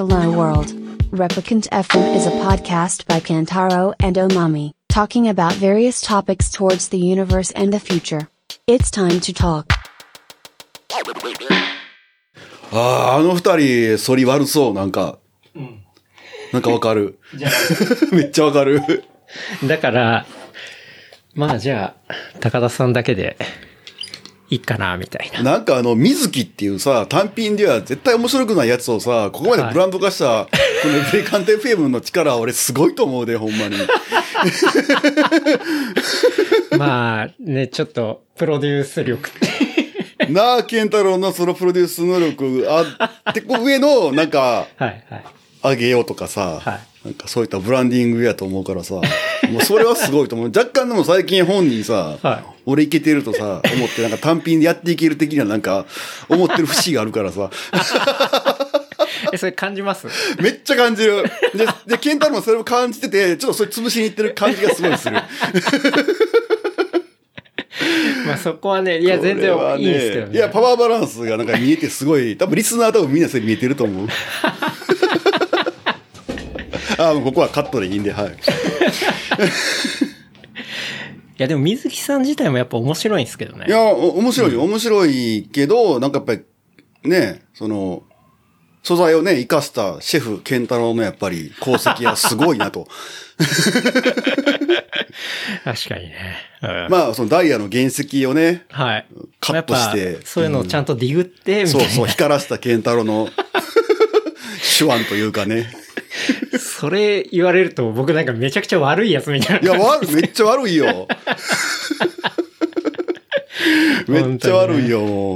Hello World. Replicant FM is a podcast by Kantaro and Omami, talking about various topics towards the universe and the future. It's time to talk. あの二人、反り悪そう、なんか。なんかわかる。めっちゃわかる。 だから、まあじゃあ、高田さんだけでいいかな、みたいな。 なんか水木っていうさ、単品では絶対面白くないやつをさ、ここまでブランド化した、このブレイカンテンフェームの力は俺すごいと思うで、ほんまに。 まあね、ちょっと、プロデュース力って。 なあ、ケンタロウのそのプロデュース能力あって、こう上の、なんか、 はいはい。 あげようとかさ、 はい、 なんかそういったブランディングやと思うからさ、もうそれはすごいと思う。若干でも最近本人さ、 はい、 俺いけてるとさ、思ってなんか単品でやっていける的ななんか、思ってる節があるからさ。 それ感じます？ めっちゃ感じる。で、ケンタロウもそれを感じてて、ちょっとそれ潰しにいってる感じがすごいする。 まあそこはね、いや全然いいんですけどね。 いや、パワーバランスがなんか見えてすごい、多分リスナー多分みんなそれ見えてると思う。あ、もうここはカットでいいんで、はい。いやでも水木さん自体もやっぱ面白いんですけどね。 いや、面白いよ。面白いけど、なんかやっぱり、ね、その、素材をね、生かしたシェフ、ケンタロウのやっぱり功績はすごいなと。 確かにね。 まあ、そのダイヤの原石をね、 はい。 カットして。 そういうのをちゃんとディグって、みたいな。 そう、光らしたケンタロウの手腕というかね。 それ言われると僕なんかめちゃくちゃ悪いやつみたいな。 いや、めっちゃ悪いよ。めっちゃ悪いよ、もう。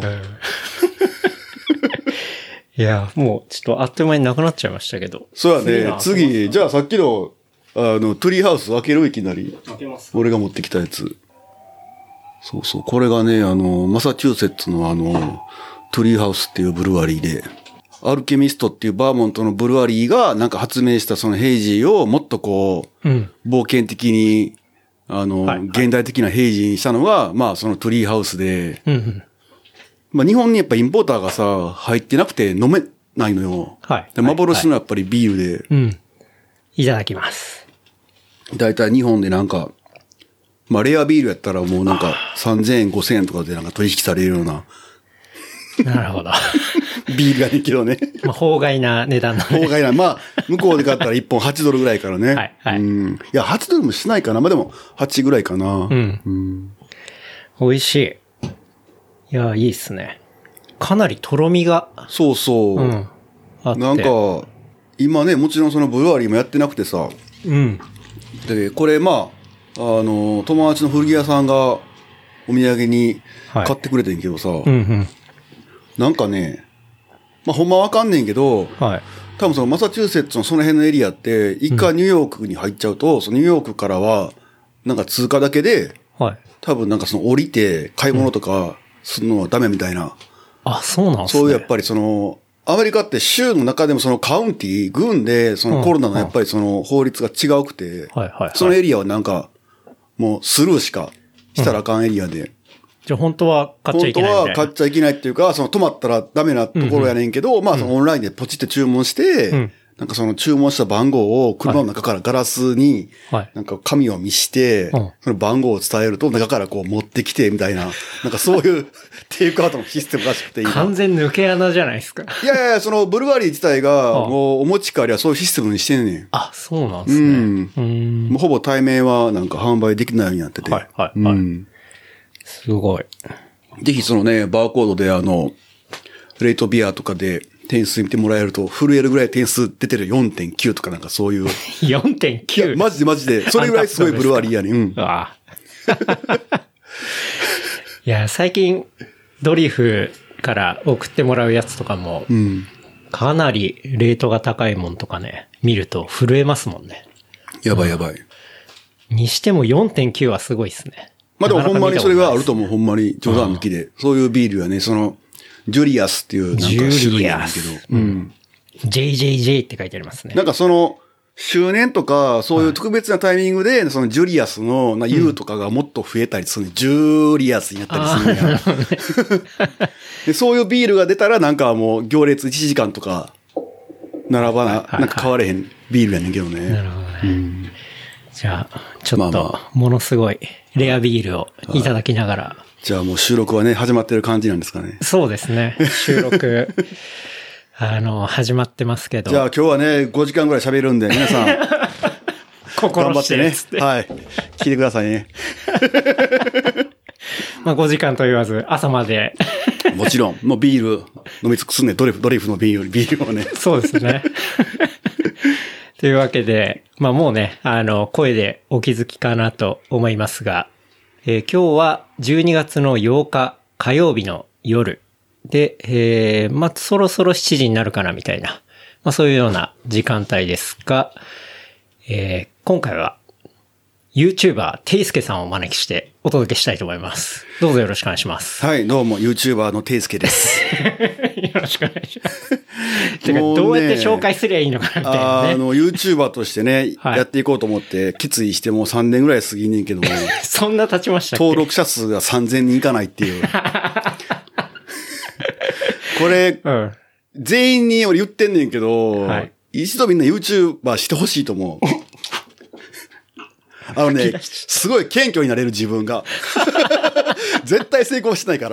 いや、もうちょっとあっという間になくなっちゃいましたけど。 そうやね。次、じゃあさっきの、トゥリーハウス開けるいきなり。 開けます。 俺が持ってきたやつ。そうそう。これがね、マサチューセッツのトゥリーハウスっていうブルワリーで、アルケミストっていうバーモントのブルワリーがなんか発明したそのヘイジーをもっとこう、冒険的に、現代的なヘイジーにしたのが、まあそのトゥリーハウスで、まあ日本にやっぱインポーターがさ、入ってなくて飲めないのよ。 はい。 で幻のやっぱりビールで。 うん。いただきます。 だいたい日本でなんか、まあレアビールやったらもうなんか3000円、5000円とかでなんか取引されるような。 なるほど。 ビールがいいけどね。 まあ法外な値段の、ね。 法外な。まあ、向こうで買ったら1本8ドルぐらいからね。 はい、はい。 いや、8ドルもしないかな。まあでも、8ぐらいかな。 美味しい。いや、いいっすね。かなりとろみが。 そうそう。 あって。 なんか、今ね、もちろんそのブルワリーもやってなくてさ。で、これまあ、友達の古着屋さんがお土産に買ってくれてんけどさ。なんかね、まあほんまわかんねんけど、多分そのマサチューセッツのその辺のエリアって、一回ニューヨークに入っちゃうと、そのニューヨークからは、なんか通過だけで、多分なんかその降りて買い物とかするのはダメみたいな。 あ、そうなんすね。 そういうやっぱりその、アメリカって州の中でもそのカウンティ、郡でそのコロナのやっぱりその法律が違うくて、そのエリアはなんか、もうスルーしかしたらあかんエリアで。 じゃあ本当は買っちゃいけないみたいな。 本当は買っちゃいけないっていうか、その止まったらダメなところやねんけど、まあそのオンラインでポチって注文して、なんかその注文した番号を車の中からガラスに、なんか紙を見して、その番号を伝えると中からこう持ってきてみたいな、なんかそういうテイクアウトのシステムらしくて完全抜け穴じゃないですか。 いやいや、そのブルワリー自体がもうお持ち帰りはそういうシステムにしてんねん。 あ、そうなんですね。 もうほぼ対面はなんか販売できないようになってて。 すごい。 ぜひそのね、バーコードでレートビアとかで点数見てもらえると、震えるぐらい点数出てる 4.9 とかなんかそういう。 4.9? いや、マジで。それぐらいすごいブルワリーやねん。 いや、最近、ドリフから送ってもらうやつとかも、かなりレートが高いもんとかね、見ると震えますもんね。 やばいやばい。 にしても 4.9 はすごいですね。 まあでもほんまにそれはあると思う、ほんまに。冗談抜きで。そういうビールはね、その、ジュリアスっていうなんか種類やねんけど。 JJJ って書いてありますね。 なんかその、周年とか、そういう特別なタイミングで、そのジュリアスの U とかがもっと増えたりする、ジュリアスになったりするんや。でそういうビールが出たらなんかもう行列1時間とか並ばな、なんか買われへんビールやねんけどね。 なるほどね。うん、じゃあ、ちょっと、ものすごいレアビールをいただきながら。 じゃあもう収録はね、始まってる感じなんですかね。 そうですね。収録、始まってますけど。 じゃあ今日はね、5時間ぐらい喋るんで、皆さん、頑張ってね。はい。聞いてくださいね。 まあ5時間と言わず、朝まで。 もちろん、もうビール飲み尽くすね。ドリフのビールをね。 そうですね。というわけで、まあもうね、声でお気づきかなと思いますが、今日は12月の8日火曜日の夜で、まあそろそろ7時になるかなみたいな、まあそういうような時間帯ですが、今回は YouTuber ていすけさんをお招きしてお届けしたいと思います。どうぞよろしくお願いします。 はい、どうも YouTuber のていすけです。 よろしくお願いします。てかどうやって紹介すりゃいいのかなみたいなね。 YouTuber としてね、はい、やっていこうと思って決意してもう3年ぐらい過ぎんねんけども。 そんな経ちましたっけ？ 登録者数が3000人いかないっていう。これ、うん、全員に俺言ってんねんけど、はい、一度みんな YouTuber してほしいと思う。すごい謙虚になれる自分が。絶対成功してないから。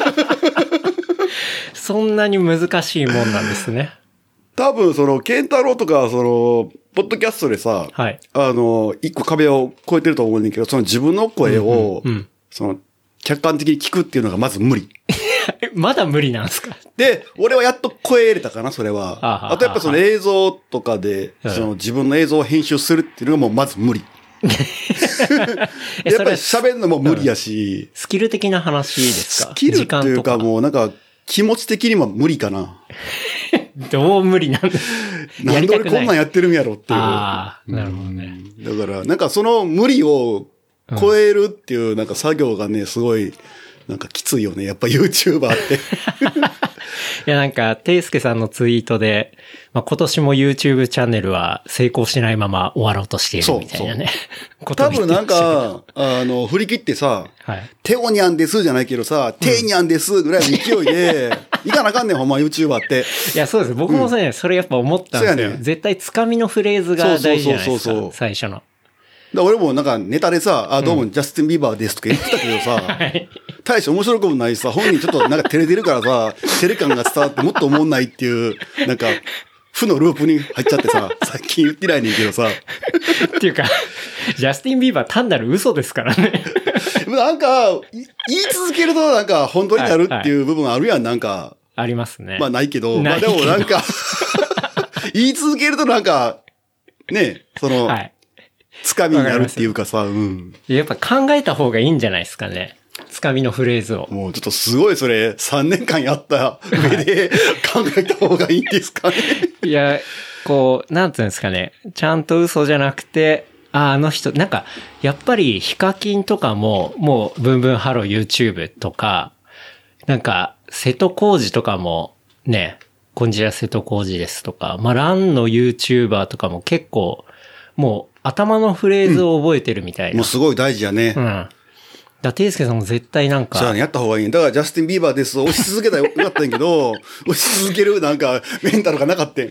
そんなに難しいもんなんですね。 多分、ケンタロウとか、ポッドキャストでさ、はい、一個壁を越えてると思うんだけど、自分の声を、客観的に聞くっていうのがまず無理。 まだ無理なんですか？ で、俺はやっと超えれたかな、それは。あとやっぱ映像とかで、自分の映像を編集するっていうのがもうまず無理。やっぱり喋るのも無理やし、 スキル的な話ですか？ スキルっていうかもうなんか気持ち的にも無理かな。 どう無理なんだ？ なんで俺こんなんやってるんやろっていう。 ああ、なるほどね。 だからなんかその無理を超えるっていうなんか作業がね、すごいなんかきついよね。やっぱ YouTuber って。 いやなんか、ていすけさんのツイートで、まあ、今年も YouTube チャンネルは成功しないまま終わろうとしているみたいなね。 多分なんか、振り切ってさ、はい、テオニャンですじゃないけどさ、テイニャンですぐらいの勢いで、いかなあかんねん、ほんま YouTuber って。 いや、そうです。僕もね、それやっぱ思ったんですよ。ね、絶対つかみのフレーズが大事じゃないですか、最初の。 俺もなんかネタでさ、どうもジャスティン・ビーバーですとか言ってたけどさ、はい、大して面白くもないしさ、本人ちょっとなんか照れてるからさ、照れ感が伝わってもっと思んないっていう、なんか、負のループに入っちゃってさ、最近言ってないねんけどさ。 っていうか、ジャスティン・ビーバー単なる嘘ですからね。 なんか、言い続けるとなんか本当になるっていう部分あるやん、なんか。 ありますね。 まあないけど、まあでもなんか、言い続けるとなんか、ね、はい、つかみになるっていうかさ、うん。 やっぱ考えた方がいいんじゃないですかね。つかみのフレーズを。 もうちょっとすごいそれ、3年間やった上で考えた方がいいんですかね。 いや、こう、なんていうんですかね。ちゃんと嘘じゃなくて、あの人、なんか、やっぱりヒカキンとかも、もう、ブンブンハロー YouTube とか、なんか、瀬戸康史とかも、ね、こんにちは瀬戸康史ですとか、まあ、ランの YouTuber とかも結構、もう、頭のフレーズを覚えてるみたいな。 もうすごい大事やね。 うん。だていすけさんも絶対なんか。 じゃあやった方がいい。だからジャスティン・ビーバーです押し続けたらよかったんやけど、押し続けるなんかメンタルがなかったん。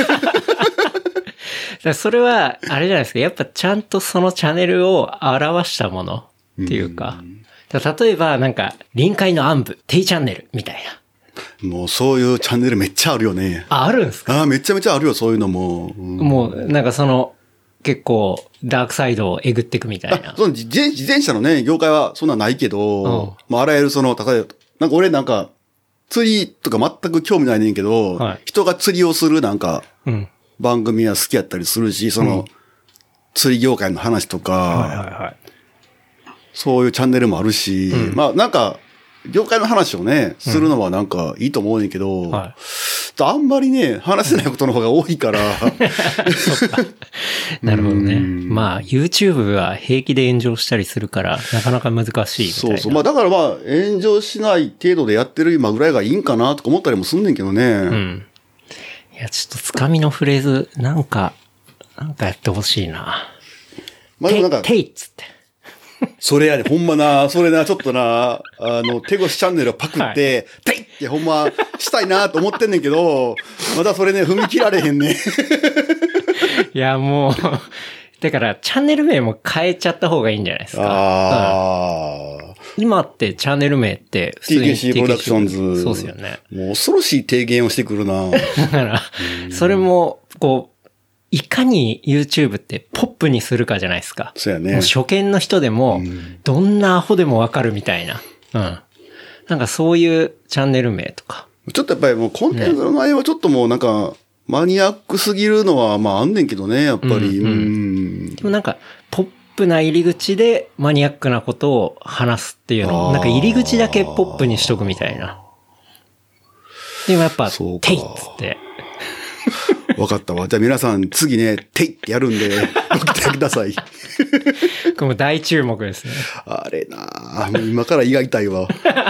それは、あれじゃないですか。やっぱちゃんとそのチャンネルを表したものっていうか。例えばなんか、臨海の暗部、テイチャンネルみたいな。もうそういうチャンネルめっちゃあるよね。 あるんですか？ めちゃめちゃあるよ、そういうのも。 もう、なんかその、結構、ダークサイドをえぐっていくみたいな。 その自転車のね、業界はそんなないけど、まあ、あらゆる例えば、なんか俺なんか、釣りとか全く興味ないねんけど、はい、人が釣りをするなんか、番組は好きやったりするし、釣り業界の話とか、そういうチャンネルもあるし、まあなんか、業界の話をね、するのはなんかいいと思うねんけど、はい、あんまりね、話せないことの方が多いから。 なるほどね。まあ、YouTube は平気で炎上したりするから、なかなか難しいみたいな。 そうそう。まあだからまあ、炎上しない程度でやってる今ぐらいがいいんかなとか思ったりもすんねんけどね。うん。 いや、ちょっとつかみのフレーズ、なんかやってほしいな。 まあでもなんか、 テイっつって。 それやね、ほんまな、それな、ちょっとな、手越しチャンネルをパクって、ていってほんま、したいなと思ってんねんけど、まだそれね、踏み切られへんね。 いや、もう、だから、チャンネル名も変えちゃった方がいいんじゃないですか。今ってチャンネル名って、 普通に TKC プロダクションズ。 そうですよね。 もう恐ろしい提言をしてくるな。 だから、それも、こう、いかに YouTube ってポップにするかじゃないですか。 そうやね。 もう初見の人でも、どんなアホでもわかるみたいな。うん。なんかそういうチャンネル名とか。 ちょっとやっぱりもうコンテンツの内容はちょっともうなんか、マニアックすぎるのはまああんねんけどね、やっぱり。 でもなんか、ポップな入り口でマニアックなことを話すっていうのを、なんか入り口だけポップにしとくみたいな。でもやっぱ、テイっつって。 わかったわ。じゃあ皆さん次ね、テイってやるんで、ご期待ください。 これも大注目ですね。 あれなぁ。今から胃が痛いわ。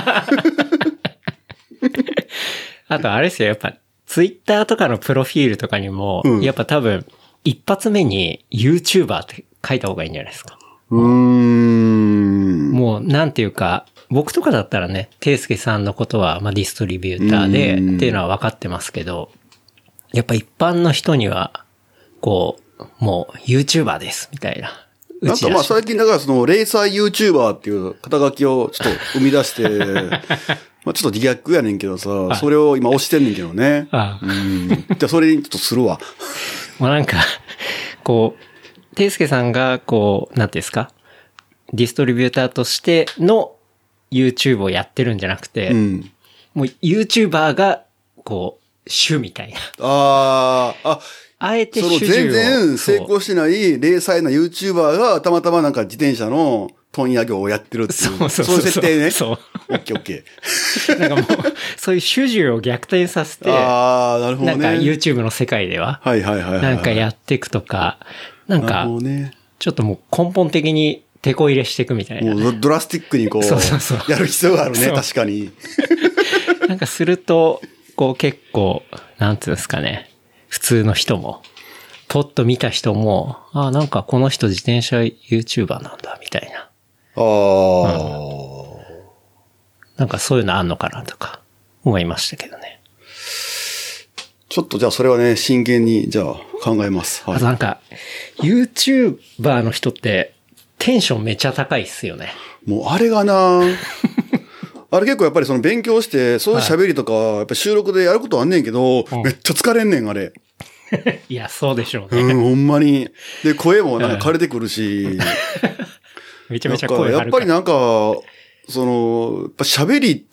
あとあれですよ、やっぱ、ツイッターとかのプロフィールとかにも、やっぱ多分、一発目に YouTuber って書いた方がいいんじゃないですか。もう、なんていうか、僕とかだったらね、ケイスケさんのことは、まあ、ディストリビューターで、っていうのは分かってますけど、やっぱ一般の人には、こう、もう YouTuber です、みたいな。 なんかまあ最近だからその、零細 YouTuber っていう肩書きをちょっと生み出して、まあちょっと自虐やねんけどさ、それを今押してんねんけどね。じゃあそれにちょっとするわ。 もうなんか、こう、ていすけさんが、こう、なんていうんですか、ディストリビューターとしての YouTube をやってるんじゃなくて、もう YouTuber が、こう、主みたいな。あえて主従を。 全然成功してない零細な YouTuber がたまたまなんか自転車の問屋業をやってるっていう。そういう設定ね。 そう。 オッケーオッケー。なんかもう、そういう主従を逆転させて、 なるほどね。 なんか YouTube の世界では、なんかやっていくとか、なんか、ちょっともう根本的に手こ入れしていくみたいな、ね。 もうドラスティックにこう、やる必要があるね、確かに。 なんかすると、こう結構、なんていうんですかね。普通の人も、ポッと見た人も、なんかこの人自転車 YouTuber なんだ、みたいな。なんかそういうのあんのかなとか、思いましたけどね。 ちょっとじゃあそれはね、真剣に、じゃあ考えます。 あとなんか、YouTuber の人って、テンションめちゃ高いっすよね。 もうあれがなあれ結構やっぱりその勉強して、そういう喋りとか、やっぱ収録でやることはあんねんけど、めっちゃ疲れんねん、あれ。 いや、そうでしょうね。 ほんまに。で、声もなんか枯れてくるし。 めちゃめちゃ声やっぱりなんか、その、やっぱ喋りって、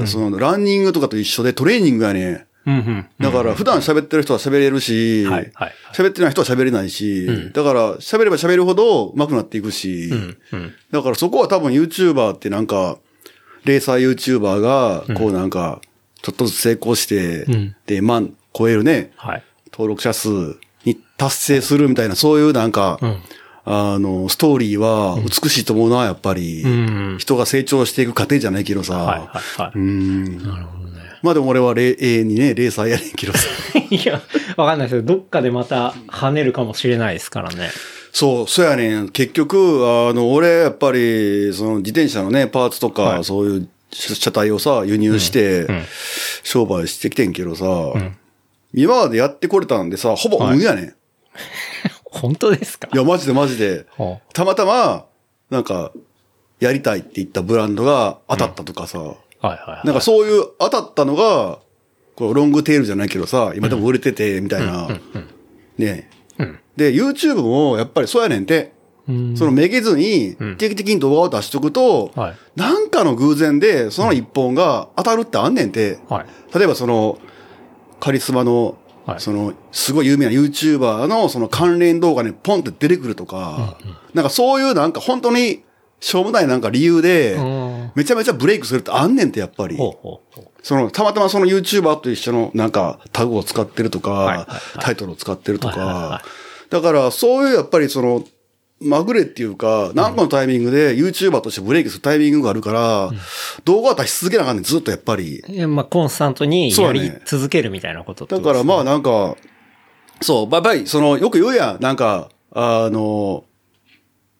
その、ランニングとかと一緒でトレーニングやね。だから普段喋ってる人は喋れるし、喋ってない人は喋れないし、だから喋れば喋るほど上手くなっていくし、だからそこは多分 YouTuber ってなんか、零細 YouTuber が、こうなんか、ちょっとずつ成功して、で、万超えるね、登録者数に達成するみたいな、そういうなんか、ストーリーは美しいと思うな、やっぱり。人が成長していく過程じゃないけどさ。なるほどね。まあでも俺は永遠にね、零細やねんけどさ。 いや、わかんないですけど、どっかでまた跳ねるかもしれないですからね。 そうやねん。結局、俺、やっぱり、その自転車のね、パーツとか、そういう車体をさ、輸入して、商売してきてんけどさ、今までやってこれたんでさ、ほぼ運やねん。 本当ですか？ いや、マジで。たまたま、なんか、やりたいって言ったブランドが当たったとかさ、なんかそういう当たったのが、こうロングテールじゃないけどさ、今でも売れてて、みたいな。ね。で、YouTube もやっぱりそうやねんて。そのめげずに、定期的に動画を出しとくと、なんかの偶然で、その一本が当たるってあんねんて。例えばその、カリスマの、その、すごい有名な YouTuber のその関連動画にポンって出てくるとか、なんかそういうなんか本当にしょうもないなんか理由で、めちゃめちゃブレイクするってあんねんってやっぱり。その、たまたまその YouTuber と一緒のなんかタグを使ってるとか、タイトルを使ってるとか、だからそういうやっぱりその、まぐれっていうか、何かのタイミングで YouTuber としてブレイクするタイミングがあるから、動画は出し続けなあかんねん、ずっとやっぱり。 まあ、コンスタントにやり続けるみたいなことってことですね。 だからまあなんか、そう、バイバイ、その、よく言うやん、なんか、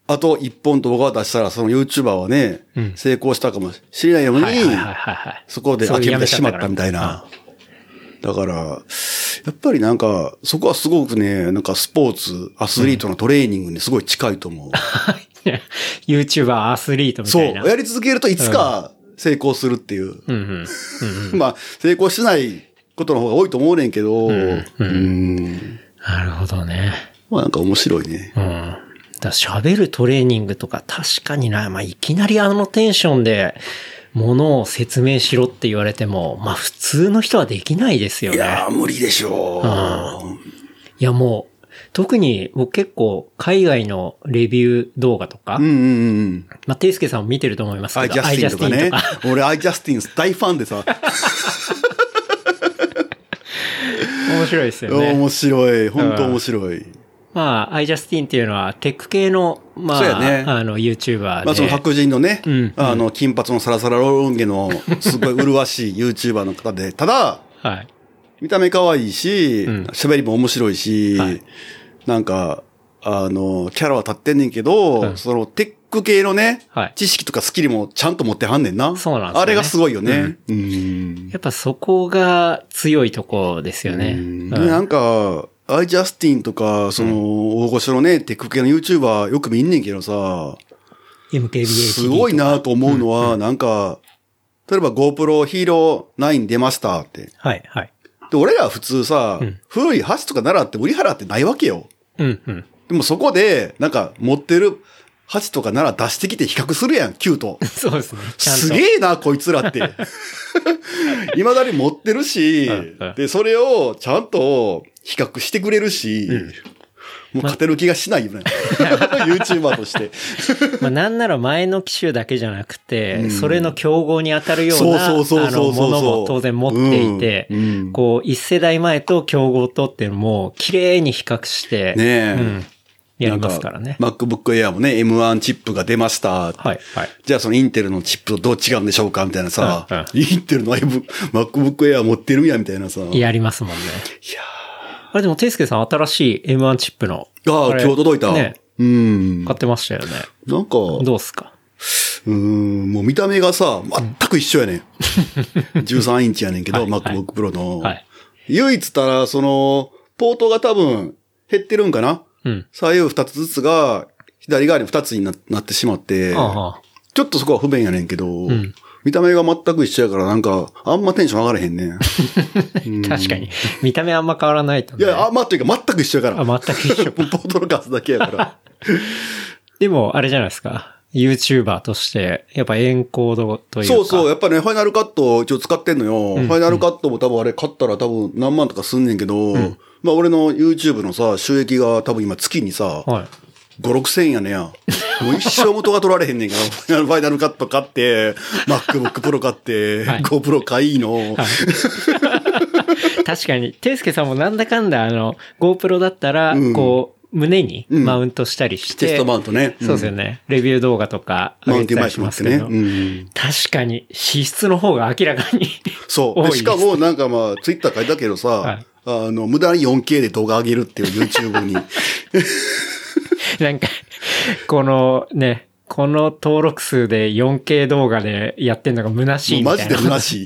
あと1本動画を出したら、その YouTuber はね、成功したかもしれないのに、そこで諦めてしまったみたいな。だから、やっぱりなんか、そこはすごくね、なんかスポーツ、アスリートのトレーニングにすごい近いと思う。 YouTuber、アスリートみたいな。 そう。やり続けるといつか成功するっていう。まあ、成功しないことの方が多いと思うねんけど。 なるほどね。 まあなんか面白いね。 喋るトレーニングとか確かにな、まあいきなりあのテンションで物を説明しろって言われても、まあ普通の人はできないですよね。 いやー無理でしょう。 いやもう、特に僕結構海外のレビュー動画とか、まあテイスケさんも見てると思いますけど、 アイジャスティンとかね。俺アイジャスティン大ファンでさ。 面白いですよね。 面白い。本当面白い。 まあ、アイジャスティンっていうのはテック系の、まあ、 そうやね、 YouTuber で。 まあその白人のね、金髪のサラサラロン毛のすごい麗しい YouTuber の方で、ただ、見た目可愛いし、喋りも面白いし、なんか、キャラは立ってんねんけど、そのテック系のね、知識とかスキルもちゃんと持ってはんねんな。 そうなんですよね。 あれがすごいよね。 やっぱそこが強いとこですよね。 なんか、アイジャスティンとか、その、大御所のね、テック系の YouTuber よく見んねんけどさ、 MKBHD すごいなと思うのは、なんか、例えば GoPro Hero 9出ましたって。で、俺ら普通さ、古い箸とか習って売り払ってないわけよ。でもそこで、なんか持ってる箸とかなら出してきて比較するやん、Q と。 そうですね。 すげえな、こいつらって。未だに持ってるし、で、それをちゃんと比較してくれるし、もう勝てる気がしないよね。YouTuber として。 まあなんなら前の機種だけじゃなくて、それの競合に当たるようなものも当然持っていて、こう一世代前と競合とっていうのも綺麗に比較して、やりますからね。 MacBook Air もね、M1 チップが出ました。じゃあそのインテルのチップとどう違うんでしょうかみたいなさ、インテルの MacBook Air 持ってるやんみたいなさ。 やりますもんね。いやあれでも、テイスケさん新しい M1 チップの。 今日届いた。 ね。買ってましたよね。 なんか。 どうすか？ もう見た目がさ、全く一緒やねん。13インチやねんけど、MacBook Pro の。唯一たら、その、ポートが多分減ってるんかな？左右2つずつが、左側に2つになってしまって、ちょっとそこは不便やねんけど、見た目が全く一緒やからなんか、あんまテンション上がれへんね。 確かに。見た目あんま変わらないと、ね。 いや、というか全く一緒やから。 全く一緒。 ポートの数だけやから。 でも、あれじゃないですか。YouTuber として、やっぱエンコードというか。 そう、やっぱね、ファイナルカット一応使ってんのよ。ファイナルカットも多分あれ買ったら多分何万とかすんねんけど、まあ俺の YouTube のさ、収益が多分今月にさ、5、6千円やねや。もう一生元が取られへんねんけど、ファイナルカット買って、MacBook Pro 買って、GoPro 買いの。 確かに、テイスケさんもなんだかんだGoPro だったら、こう、胸にマウントしたりして。 チェストマウントね。 そうですよね。レビュー動画とか上げてたりしますけど。確かに、支出の方が明らかにそう。しかもなんかまあ、Twitter 書いたけどさ、無駄に 4K で動画上げるっていう YouTube に。 なんか、この登録数で 4K 動画でやってんのが虚しいみたいな。 マジで虚しい。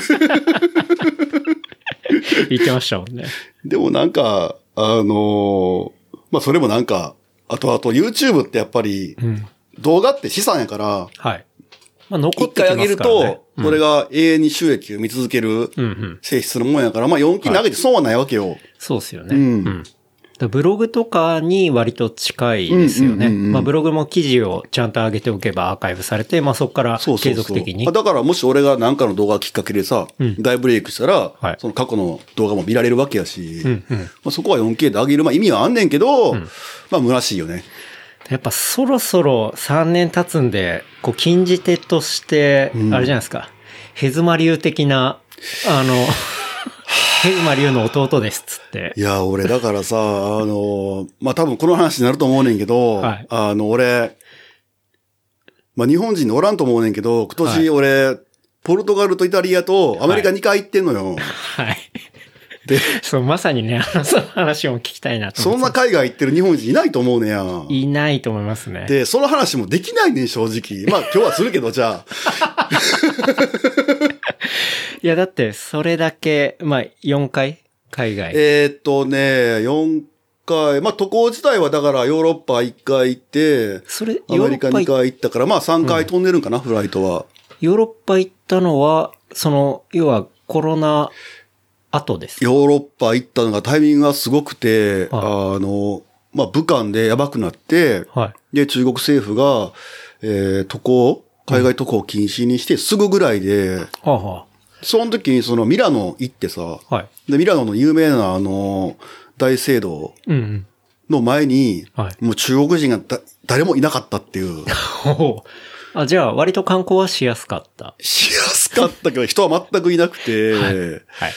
言ってましたもんね。 でもなんか、まあ、それもなんか、あと YouTube ってやっぱり、動画って資産やから、 まあ、残ってきますからね。一回上げると、それが永遠に収益を見続ける性質のもんやから、まあ 4K 投げて損はないわけよ。 そうですよね。ブログとかに割と近いですよね。まあブログも記事をちゃんと上げておけばアーカイブされて、まあそこから継続的に。 だからもし俺が何かの動画きっかけでさ、大ブレイクしたら、その過去の動画も見られるわけやし、まあそこは 4K で上げる、まあ意味はあんねんけど、まあ虚しいよね。 やっぱそろそろ3年経つんで、こう禁じ手として、あれじゃないですか、ヘズマ流的な、ヘズマ流の弟ですっつって。 いや、俺だからさ、まあ、多分この話になると思うねんけど、俺、まあ、日本人おらんと思うねんけど、今年俺、ポルトガルとイタリアとアメリカ2回行ってんのよ。 で、 そう、まさにね、その話も聞きたいなと思って。 そんな海外行ってる日本人いないと思うねや。 いないと思いますね。 で、その話もできないねん、正直。まあ今日はするけど、じゃあ。 いや、だって、それだけ、まあ、4回海外。 4回。まあ渡航自体はだからヨーロッパ1回行って、 それ、 アメリカ2回行ったから、まあ3回飛んでるんかな、フライトは。 ヨーロッパ行ったのは、要はコロナ後ですか？ ヨーロッパ行ったのがタイミングがすごくて、まあ武漢でやばくなって、 はい、 で、中国政府が、海外渡航を禁止にしてすぐぐらいで、その時にミラノ行ってさ、 はい、 で、ミラノの有名な大聖堂の前に、もう中国人が誰もいなかったっていう。 あ、じゃあ割と観光はしやすかった。 しやすかったけど、人は全くいなくて、 はいはい、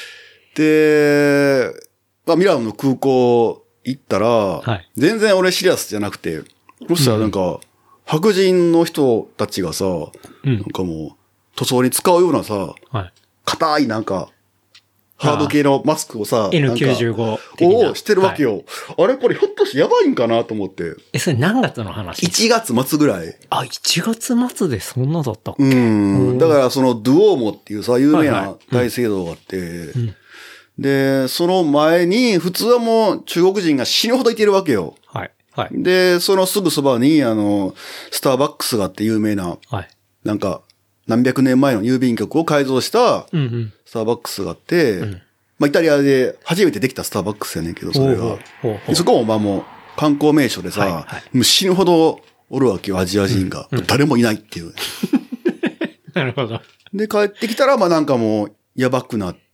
で、まあ、ミラノの空港行ったら、はい、全然俺シリアスじゃなくて、そしたらなんか、白人の人たちがさ、なんかもう、塗装に使うようなさ、硬いなんか、ハード系のマスクをさ、 N95 をしてるわけよ。あれこれひょっとしてやばいんかなと思って。 それ何月の話？ 1 月末ぐらい。 あ、1月末でそんなだったっけ？ だからドゥオーモっていうさ、有名な大聖堂があって、で、その前に、普通はもう中国人が死ぬほどいてるわけよ。 はい。はい。 で、そのすぐそばに、スターバックスがあって有名な、はい。なんか、何百年前の郵便局を改造した、スターバックスがあって、まあ、イタリアで初めてできたスターバックスやねんけど、それが。そこもまあもう、観光名所でさ、もう死ぬほどおるわけよ、アジア人が。誰もいないっていう。 なるほど。 で、帰ってきたら、まあなんかもう、やばくなって、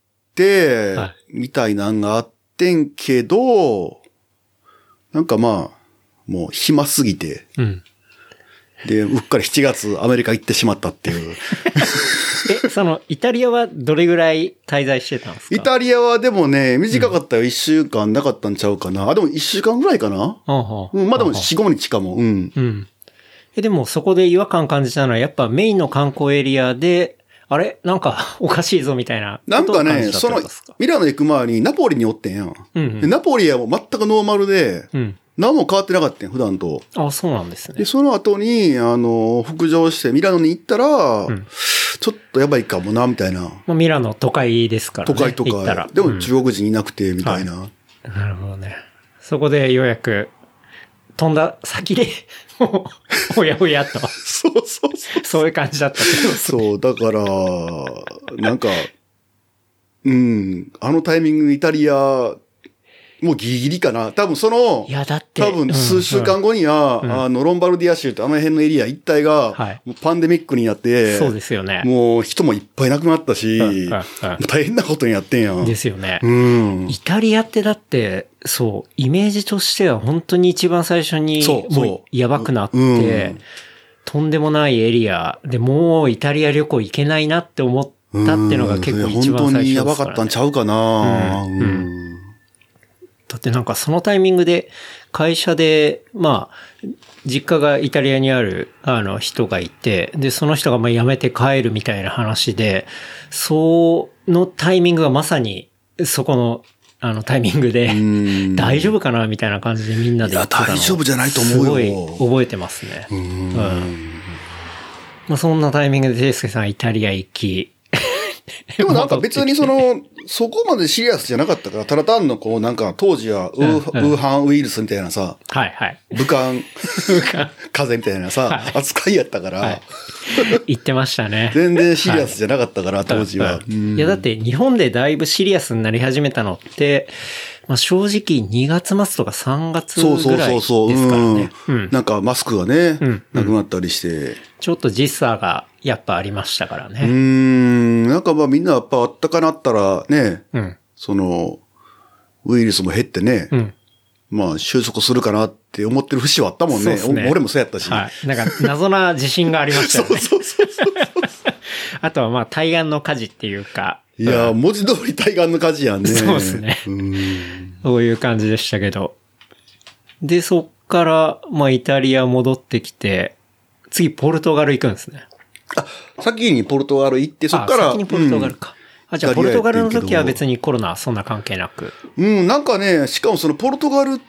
みたいなんがあってんけど、なんかまあ、もう暇すぎて、で、うっかり7月アメリカ行ってしまったっていう。 イタリアはどれぐらい滞在してたんですか？ イタリアはでもね、短かったよ。1週間なかったんちゃうかな。あ、でも1週間ぐらいかな。まあでも4、5日かも。 でもそこで違和感感じたのは、やっぱメインの観光エリアで、あれなんかおかしいぞみたいな。 なんかね、ミラノ行く前にナポリにおってんやん。でナポリはもう全くノーマルで、何も変わってなかったん、普段と。 あ、そうなんですね。 で、その後に、北上してミラノに行ったら、ちょっとやばいかもな、みたいな。 ミラノ都会ですからね。 都会。でも中国人いなくて、みたいな。 なるほどね。そこでようやく、飛んだ先で、おやおやと。そういう感じだったってことですね。 そう、だから、なんか、あのタイミングイタリア、もうギリギリかな。多分いやだって多分数週間後には、ロンバルディア州ってあの辺のエリア一帯が、もうパンデミックになって、 そうですよね。 もう人もいっぱい亡くなったし、大変なことにやってんやん。 ですよね。イタリアってだって、そう、イメージとしては本当に一番最初に、もうやばくなって、とんでもないエリアでもうイタリア旅行行けないなって思ったっていうのが結構一番最初ですからね。 本当にやばかったんちゃうかな。 だってなんかそのタイミングで会社で、まあ、実家がイタリアにある、人がいて、で、その人がまあ辞めて帰るみたいな話で、そのタイミングがまさに、そこの、タイミングで、大丈夫かなみたいな感じでみんなで言ってたの。いや、 大丈夫じゃないと思うよ。 すごい覚えてますね。まあ、そんなタイミングでテイスケさんイタリア行き、 でもなんか別にそこまでシリアスじゃなかったから、ただ単のこうなんか当時はウーハンウイルスみたいなさ、武漢風邪みたいなさ、扱いやったから、 言ってましたね。 全然シリアスじゃなかったから、当時は。 いやだって日本でだいぶシリアスになり始めたのって、まあ、正直2月末とか3月ぐらいですからね。 なんかマスクがね、なくなったりして。 ちょっと時差がやっぱありましたからね。 なんかまあみんなやっぱあったかなったらね、ウイルスも減ってね、まあ収束するかなって思ってる節はあったもんね。俺もそうやったし。 なんか謎な自信がありましたよね。あとはまあ対岸の火事っていうか。 いや、文字通り対岸の火事やんね。 そうですね。そういう感じでしたけど。で、そっから、まあイタリア戻ってきて、次ポルトガル行くんですね。 先にポルトガル行って、そっから。 先にポルトガルか。 あ、じゃあポルトガルの時は別にコロナそんな関係なく。 なんかね、しかもそのポルトガルって、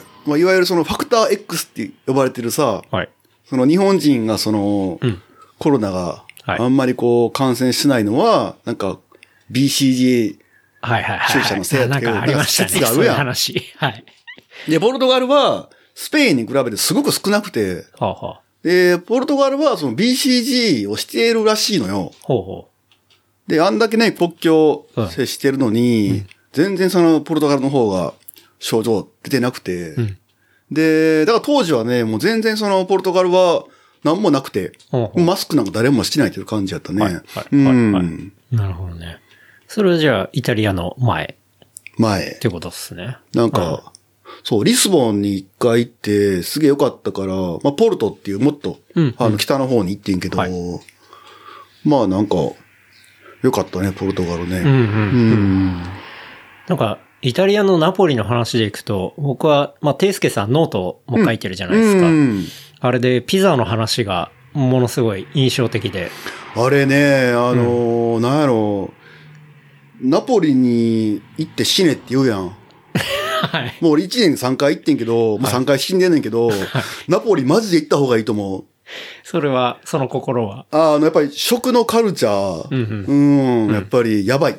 まあ、いわゆるそのファクター X って呼ばれてるさ、 はい。 その日本人がその、コロナがあんまりこう感染しないのは、なんか BCG 注射のせいだっていう、 なんかありましたね。 説があるやん。 そういう話。はい。 で、ポルトガルはスペインに比べてすごく少なくて、で、ポルトガルはその BCG をしているらしいのよ。で、あんだけね、国境接してるのに、全然そのポルトガルの方が症状出てなくて、で、だから当時はね、もう全然そのポルトガルは何もなくて、マスクなんか誰もしてないという感じだったね。 なるほどね。それはじゃあイタリアの前ってことですね。 なんか、そう、リスボンに一回行って、すげえ良かったから、まあ、ポルトっていうもっと、北の方に行ってんけど、まあなんか、良かったね、ポルトガルね。 なんか、イタリアのナポリの話でいくと、僕は、まあ、テイスケさんノートも書いてるじゃないですか。あれでピザの話がものすごい印象的で。 あれね、なんやろ、ナポリに行って死ねって言うやん。 はい。 もう俺1年3回行ってんけど、もう3回死んでんねんけど、ナポリマジで行った方がいいと思う。 それは、その心はやっぱり食のカルチャー、やっぱりやばい。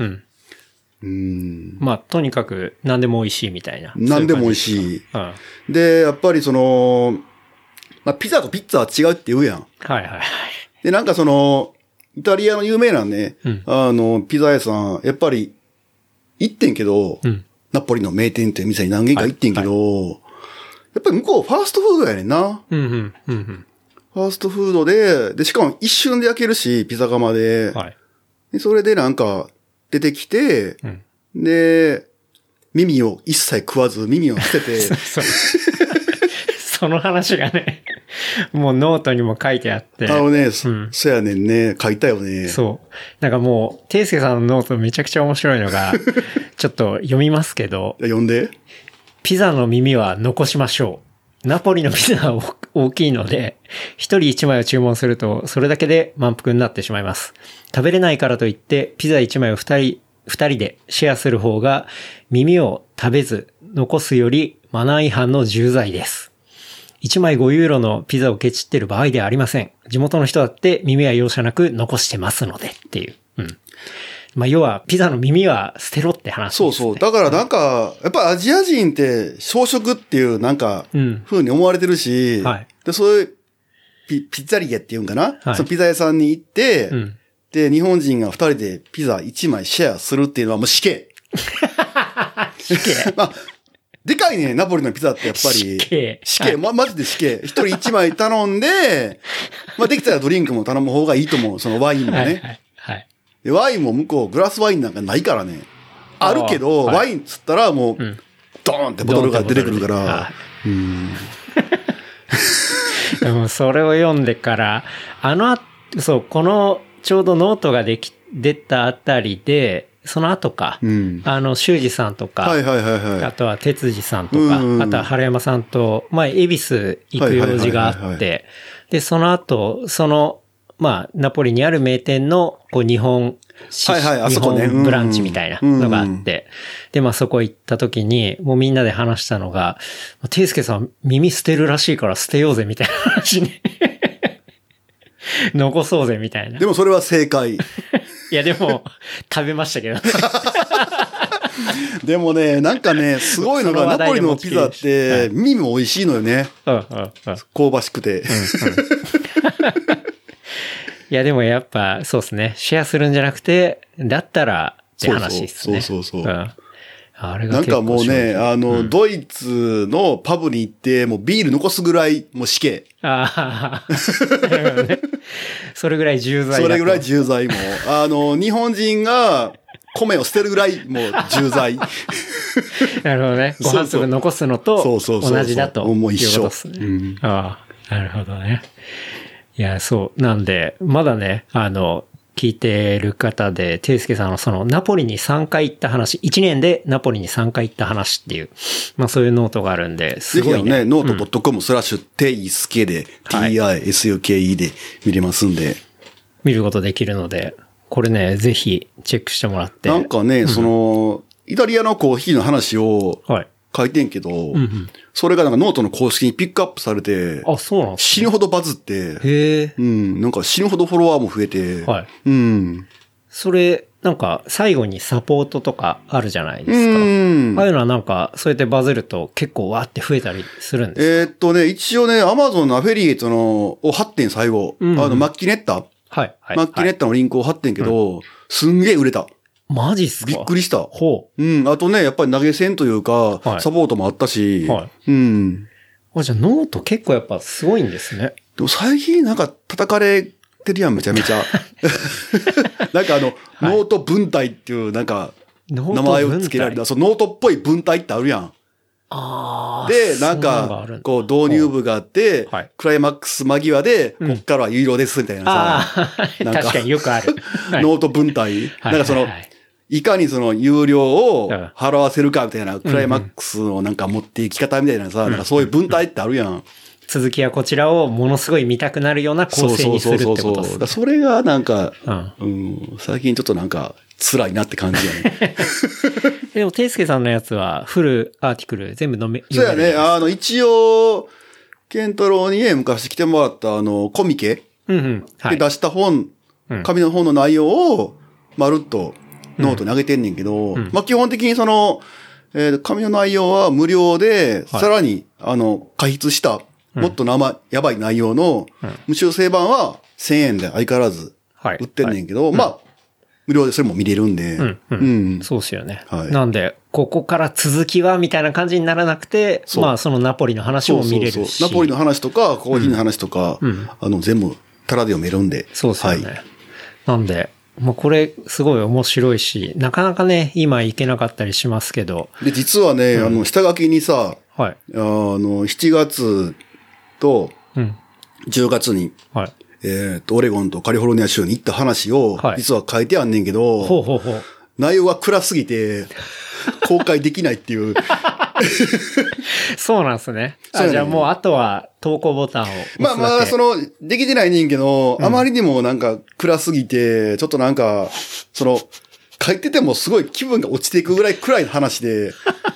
まあ、とにかく何でも美味しいみたいな。 何でも美味しい。で、やっぱりその、まあ、ピザとピッツァは違うって言うやん。で、なんかその、イタリアの有名なね、ピザ屋さん、やっぱり行ってんけど、ナポリの名店って店に何軒か行ってんけど、やっぱり向こうファーストフードやねんな。ファーストフードで、しかも一瞬で焼けるし、ピザ窯で。でそれでなんか出てきて、で、耳を一切食わず耳を捨てて。 その話がね、もうノートにも書いてあって。 そやねんね、書いたよね。 そう。なんかもう、ていすけさんのノートめちゃくちゃ面白いのが、ちょっと読みますけど。 読んで。 ピザの耳は残しましょう。ナポリのピザは大きいので、一人一枚を注文すると、それだけで満腹になってしまいます。食べれないからといって、ピザ一枚を二人でシェアする方が、耳を食べず残すよりマナー違反の重罪です。1枚5ユーロのピザをケチってる場合ではありません。地元の人だって耳は容赦なく残してますのでっていう。まあ、要は、ピザの耳は捨てろって話ですね。 そう。だからなんか、やっぱアジア人って小食っていうなんか、風に思われてるし、で、そういうピッツァリアっていうんかな、そのピザ屋さんに行って、で、日本人が2人でピザ1枚シェアするっていうのはもう死刑。 死刑まあでかいね、ナポリのピザってやっぱり。死刑。マジで死刑。一人一枚頼んで、まあできたらドリンクも頼む方がいいと思う。そのワインもね。でワインも向こうグラスワインなんかないからね。あるけど、ワインっつったらもう、ドーンってボトルが出てくるから。 でもそれを読んでから、そう、このちょうどノートが出たあたりで、その後か、修二さんとか、あとは哲司さんとか、あとは原山さんと、まあ、恵比寿行く用事があって、で、その後、まあ、ナポリにある名店の、こう、日本ブランチみたいなのがあって、で、まあ、そこ行った時に、もうみんなで話したのが、ていすけさん耳捨てるらしいから捨てようぜみたいな話ね。残そうぜみたいな。 でもそれは正解。 いやでも、食べましたけど。 でもね、なんかね、すごいのが、ナポリのピザって、耳も美味しいのよね。香ばしくて。 いやでもやっぱ、そうですね。シェアするんじゃなくて、だったら、って話ですね。 そう。 あれがなんかもうね、ドイツのパブに行って、もうビール残すぐらい、もう死刑。なるほどね。それぐらい重罪だと。 それぐらい重罪も。日本人が米を捨てるぐらい、もう重罪。 なるほどね。ご飯粒残すのと同じだと。 もう一緒。 なるほどね。いや、そう。なんで、まだね、聞いてる方で、ていすけさんのそのナポリに3回行った話、1年でナポリに3回行った話っていう、まあそういうノートがあるんで、すごいね。 ぜひノート .com/ていすけで、TISUKE で見れますんで。 見ることできるので、 これね、ぜひチェックしてもらって。 なんかね、イタリアのコーヒーの話を書いてんけど、それがなんかノートの公式にピックアップされて、 あ、そうなんですか。 死ぬほどバズって、 へー。なんか死ぬほどフォロワーも増えて、 はい。それ、なんか最後にサポートとかあるじゃないですか。ああいうのはなんか、そうやってバズると結構わーって増えたりするんですか？ 一応ね、アマゾンのアフィリエイトのを貼ってん最後。マッキネッタ。 はい。 マッキネッタのリンクを貼ってんけど、すんげえ売れた。 マジっすか？ びっくりした。 ほう。 あとね、やっぱり投げ銭というか、サポートもあったし、 はい。じゃあノート結構やっぱすごいんですね。 でも最近なんか叩かれてるやん、めちゃめちゃ。なんかノート文体っていうなんか、名前を付けられた。そう、ノートっぽい文体ってあるやん。で、なんか、こう、導入部があって、クライマックス間際で、こっからは有料です、みたいなさ。 確かによくある。 ノート文体。なんかいかにその有料を払わせるかみたいな、クライマックスをなんか持っていき方みたいなさ、なんかそういう文体ってあるやん。 続きはこちらをものすごい見たくなるような構成にするってことですね。 それがなんか、最近ちょっとなんか辛いなって感じやね。 でも、ていすけさんのやつはフルアーティクル全部読める。 そうやね。一応、ケンタロウにね、昔来てもらったコミケで出した本、紙の本の内容をまるっとノートに上げてんねんけど、まあ、基本的に紙の内容は無料で、さらに、開筆した、もっとやばい内容の、無修正版は1000円で相変わらず売ってんねんけど、まあ、無料でそれも見れるんで。 そうっすよね。なんで、ここから続きはみたいな感じにならなくて、まあ、そのナポリの話も見れるし。 ナポリの話とか、コーヒーの話とか、全部、タダで読めるんで。 そうっすよね。なんで、もうこれすごい面白いし、なかなかね、今行けなかったりしますけど。 で、実はね、下書きにさ、7月と10月に、オレゴンとカリフォルニア州に行った話を、実は書いてあんねんけど、内容が暗すぎて、公開できないっていう。 そうなんですね。じゃあもうあとは投稿ボタンを押すだけ。 まあ、できてないねんけど、あまりにもなんか暗すぎて、ちょっとなんか、書いててもすごい気分が落ちていくぐらい暗い話で。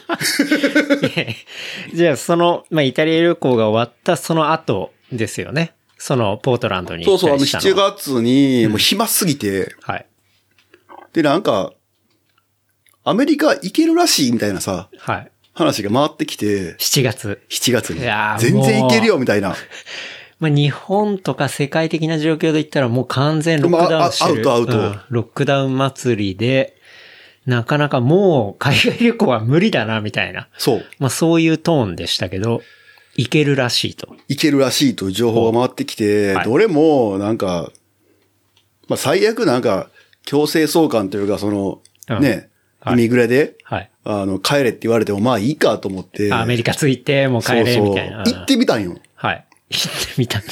じゃあまあ、イタリア旅行が終わったその後ですよね。ポートランドに行ったりしたの。 7月に、もう暇すぎて。で、なんか、アメリカ行けるらしいみたいなさ。話が回ってきて。 7月に。全然行けるよみたいな。 まあ、日本とか世界的な状況で言ったらもう完全ロックダウンしてる。 アウト。 ロックダウン祭りで、なかなかもう海外旅行は無理だなみたいな。まあそういうトーンでしたけど、行けるらしいと。 行けるらしいという情報が回ってきて、どれもなんか、まあ最悪なんか強制送還というかね、イミグレで、帰れって言われてもまあいいかと思って。 アメリカ着いてもう帰れみたいな。 行ってみたんよ。 行ってみたんだ。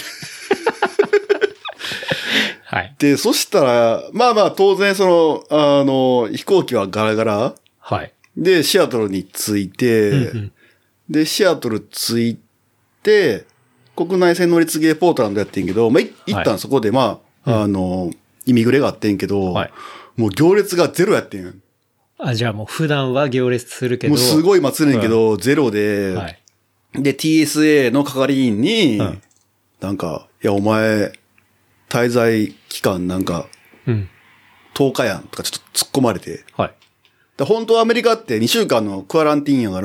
で、そしたら、まあまあ当然飛行機はガラガラ。で、シアトルに着いて、で、シアトル着いて、国内線乗り継ぎでポートランドやってんけど、まあ、一旦そこでまあ、イミグレがあってんけど、もう行列がゼロやってん。 じゃあもう普段は行列するけど。 もうすごい待つねんけど、ゼロで、で、TSA の係員に、なんか、いや、お前、滞在期間なんか、10日やんとかちょっと突っ込まれて。本当はアメリカって2週間のクアランティーンやから、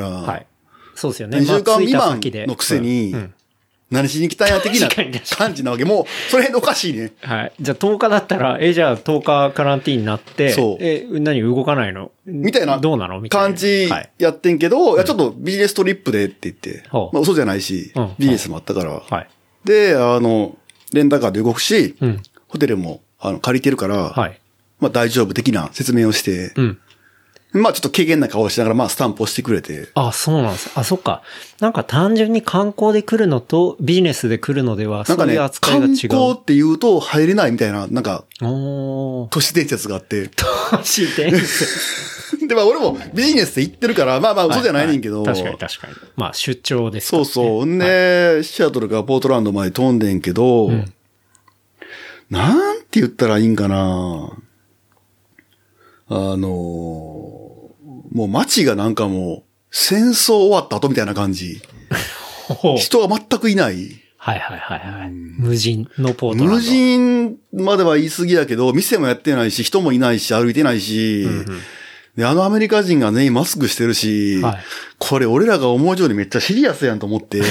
そうですよね。 2週間未満のくせに、何しに来たんや的な感じなわけ。もう、その辺おかしいね。 じゃあ10日だったら、じゃあ10日カランティーンになって、何動かないのみたいな。 どうなのみたいな。 感じやってんけど、いや、ちょっとビジネストリップでって言って、まあ嘘じゃないし、ビジネスもあったから。で、レンタカーで動くし、ホテルも、借りてるから、まあ大丈夫的な説明をして、まあちょっと軽減な顔をしながらまあスタンプをしてくれて。 そうなんです。そっか。なんか単純に観光で来るのとビジネスで来るのでは、そういう扱いが違う。 観光って言うと入れないみたいな、なんか、都市伝説があって。 都市伝説で、まあ俺もビジネスで行ってるから、まあまあ嘘じゃないねんけど。 確かに。まあ出張ですからね。 そう。ね、シアトルからポートランドまで飛んでんけど、なんて言ったらいいんかな。 もう街がなんかもう、戦争終わった後みたいな感じ。人が全くいない。 はいはいはいはい。無人のポートランド。 無人までは言い過ぎだけど、店もやってないし、人もいないし、歩いてないし、で、アメリカ人がね、マスクしてるし、これ俺らが思う以上にめっちゃシリアスやんと思って。い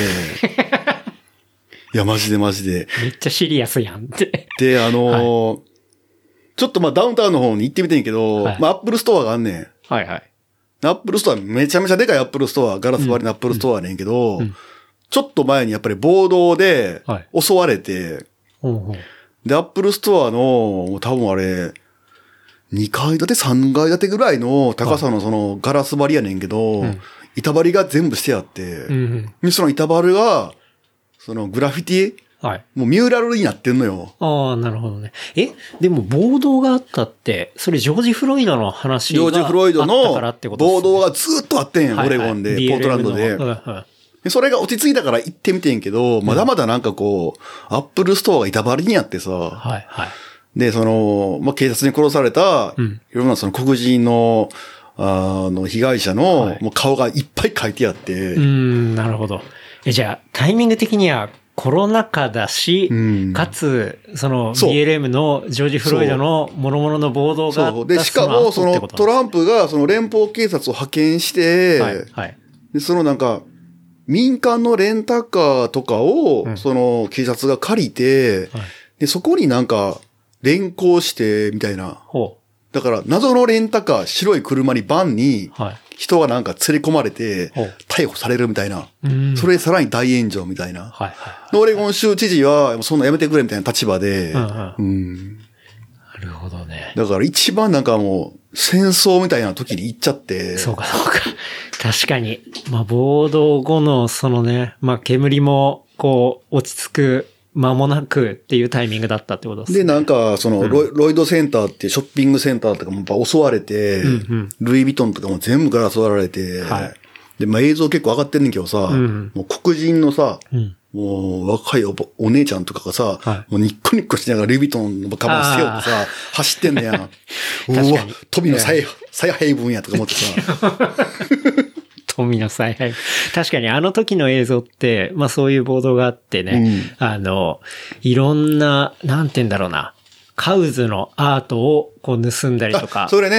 や、マジでマジで。 めっちゃシリアスやんって。 で、ちょっとダウンタウンの方に行ってみてんけど、アップルストアがあんねん。 はいはい。 アップルストア、めちゃめちゃでかいアップルストア、ガラス張りのアップルストアねんけど、ちょっと前にやっぱり暴動で襲われて、で、アップルストアの、多分あれ、2階建て3階建てぐらいの高さのそのガラス張りやねんけど、板張りが全部してあって、でその板張りが、そのグラフィティ、もうミューラルになってんのよ。 ああ、なるほどね。でも暴動があったって、それジョージ・フロイドの話があったからってことですね。 暴動がずっとあってんやん、オレゴンで、ポートランドで。でそれが落ち着いたから行ってみてんけど、まだまだなんかこう、アップルストアが板張りにあってさ、で、その、警察に殺された、いろんなその黒人の、被害者の、もう顔がいっぱい書いてあって。 なるほど。じゃあ、タイミング的にはコロナ禍だし、かつ、その BLM のジョージ・フロイドの諸々の暴動があった。 で、しかも、そのトランプがその連邦警察を派遣して、で、そのなんか、民間のレンタカーとかを、その警察が借りて、で、そこになんか、連行して、みたいな。だから、謎のレンタカー、白い車にバンに、人がなんか連れ込まれて、逮捕されるみたいな。それさらに大炎上みたいな。オレゴン州知事は、そんなやめてくれみたいな立場で。なるほどね。 だから一番なんかもう、戦争みたいな時に行っちゃって。 そうか、そうか。確かに。暴動後のそのね、煙も、こう、落ち着く間もなくっていうタイミングだったってことですね。 で、なんか、その、ロイドセンターっていうショッピングセンターとかもやっぱ襲われて、ルイ・ヴィトンとかも全部ガラス割られて、で、映像結構上がってんねんけどさ、もう黒人のさ、もう若いお姉ちゃんとかがさ、もうニッコニッコしながらルイ・ヴィトンのカバン背負ってさ、走ってんねや。うわ、富の再配分やとか思ってさ。 富の采配。確かにあの時の映像って、そういう暴動があってね、いろんな、なんて言うんだろうな、カウズのアートをこう盗んだりとか。 それ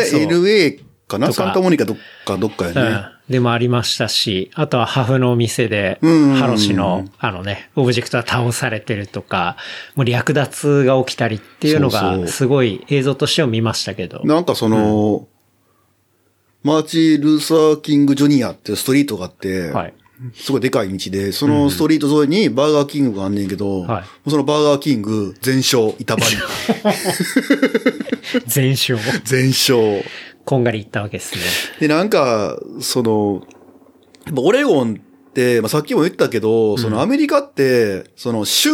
LA かなサンタモニカどっかやね。 でもありましたし、あとはハフのお店で、ハロシの、オブジェクトが倒されてるとか、もう略奪が起きたりっていうのが、すごい映像としては見ましたけど。 なんかその、マーチ・ルーサー・キング・ジュニアっていうストリートがあって、すごいでかい道で、そのストリート沿いにバーガーキングがあんねんけど、そのバーガーキング全焼、板張り。 全焼。 全焼。 こんがりいったわけですね。 で、なんか、その、オレゴンって、さっきも言ったけど、そのアメリカって、その州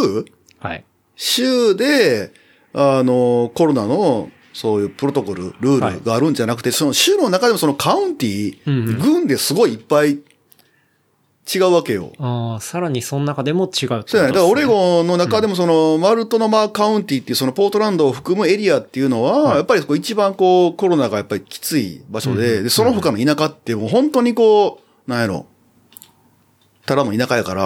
で、コロナの、そういうプロトコル、ルールがあるんじゃなくて、その州の中でもそのカウンティ、郡ですごいいっぱい違うわけよ。 さらにその中でも違うってことですね。 そうやね。だからオレゴンの中でもその、マルトノマカウンティっていうそのポートランドを含むエリアっていうのは、やっぱり一番こうコロナがやっぱりきつい場所で、で、その他の田舎ってもう本当にこう、なんやろ、ただの田舎やから、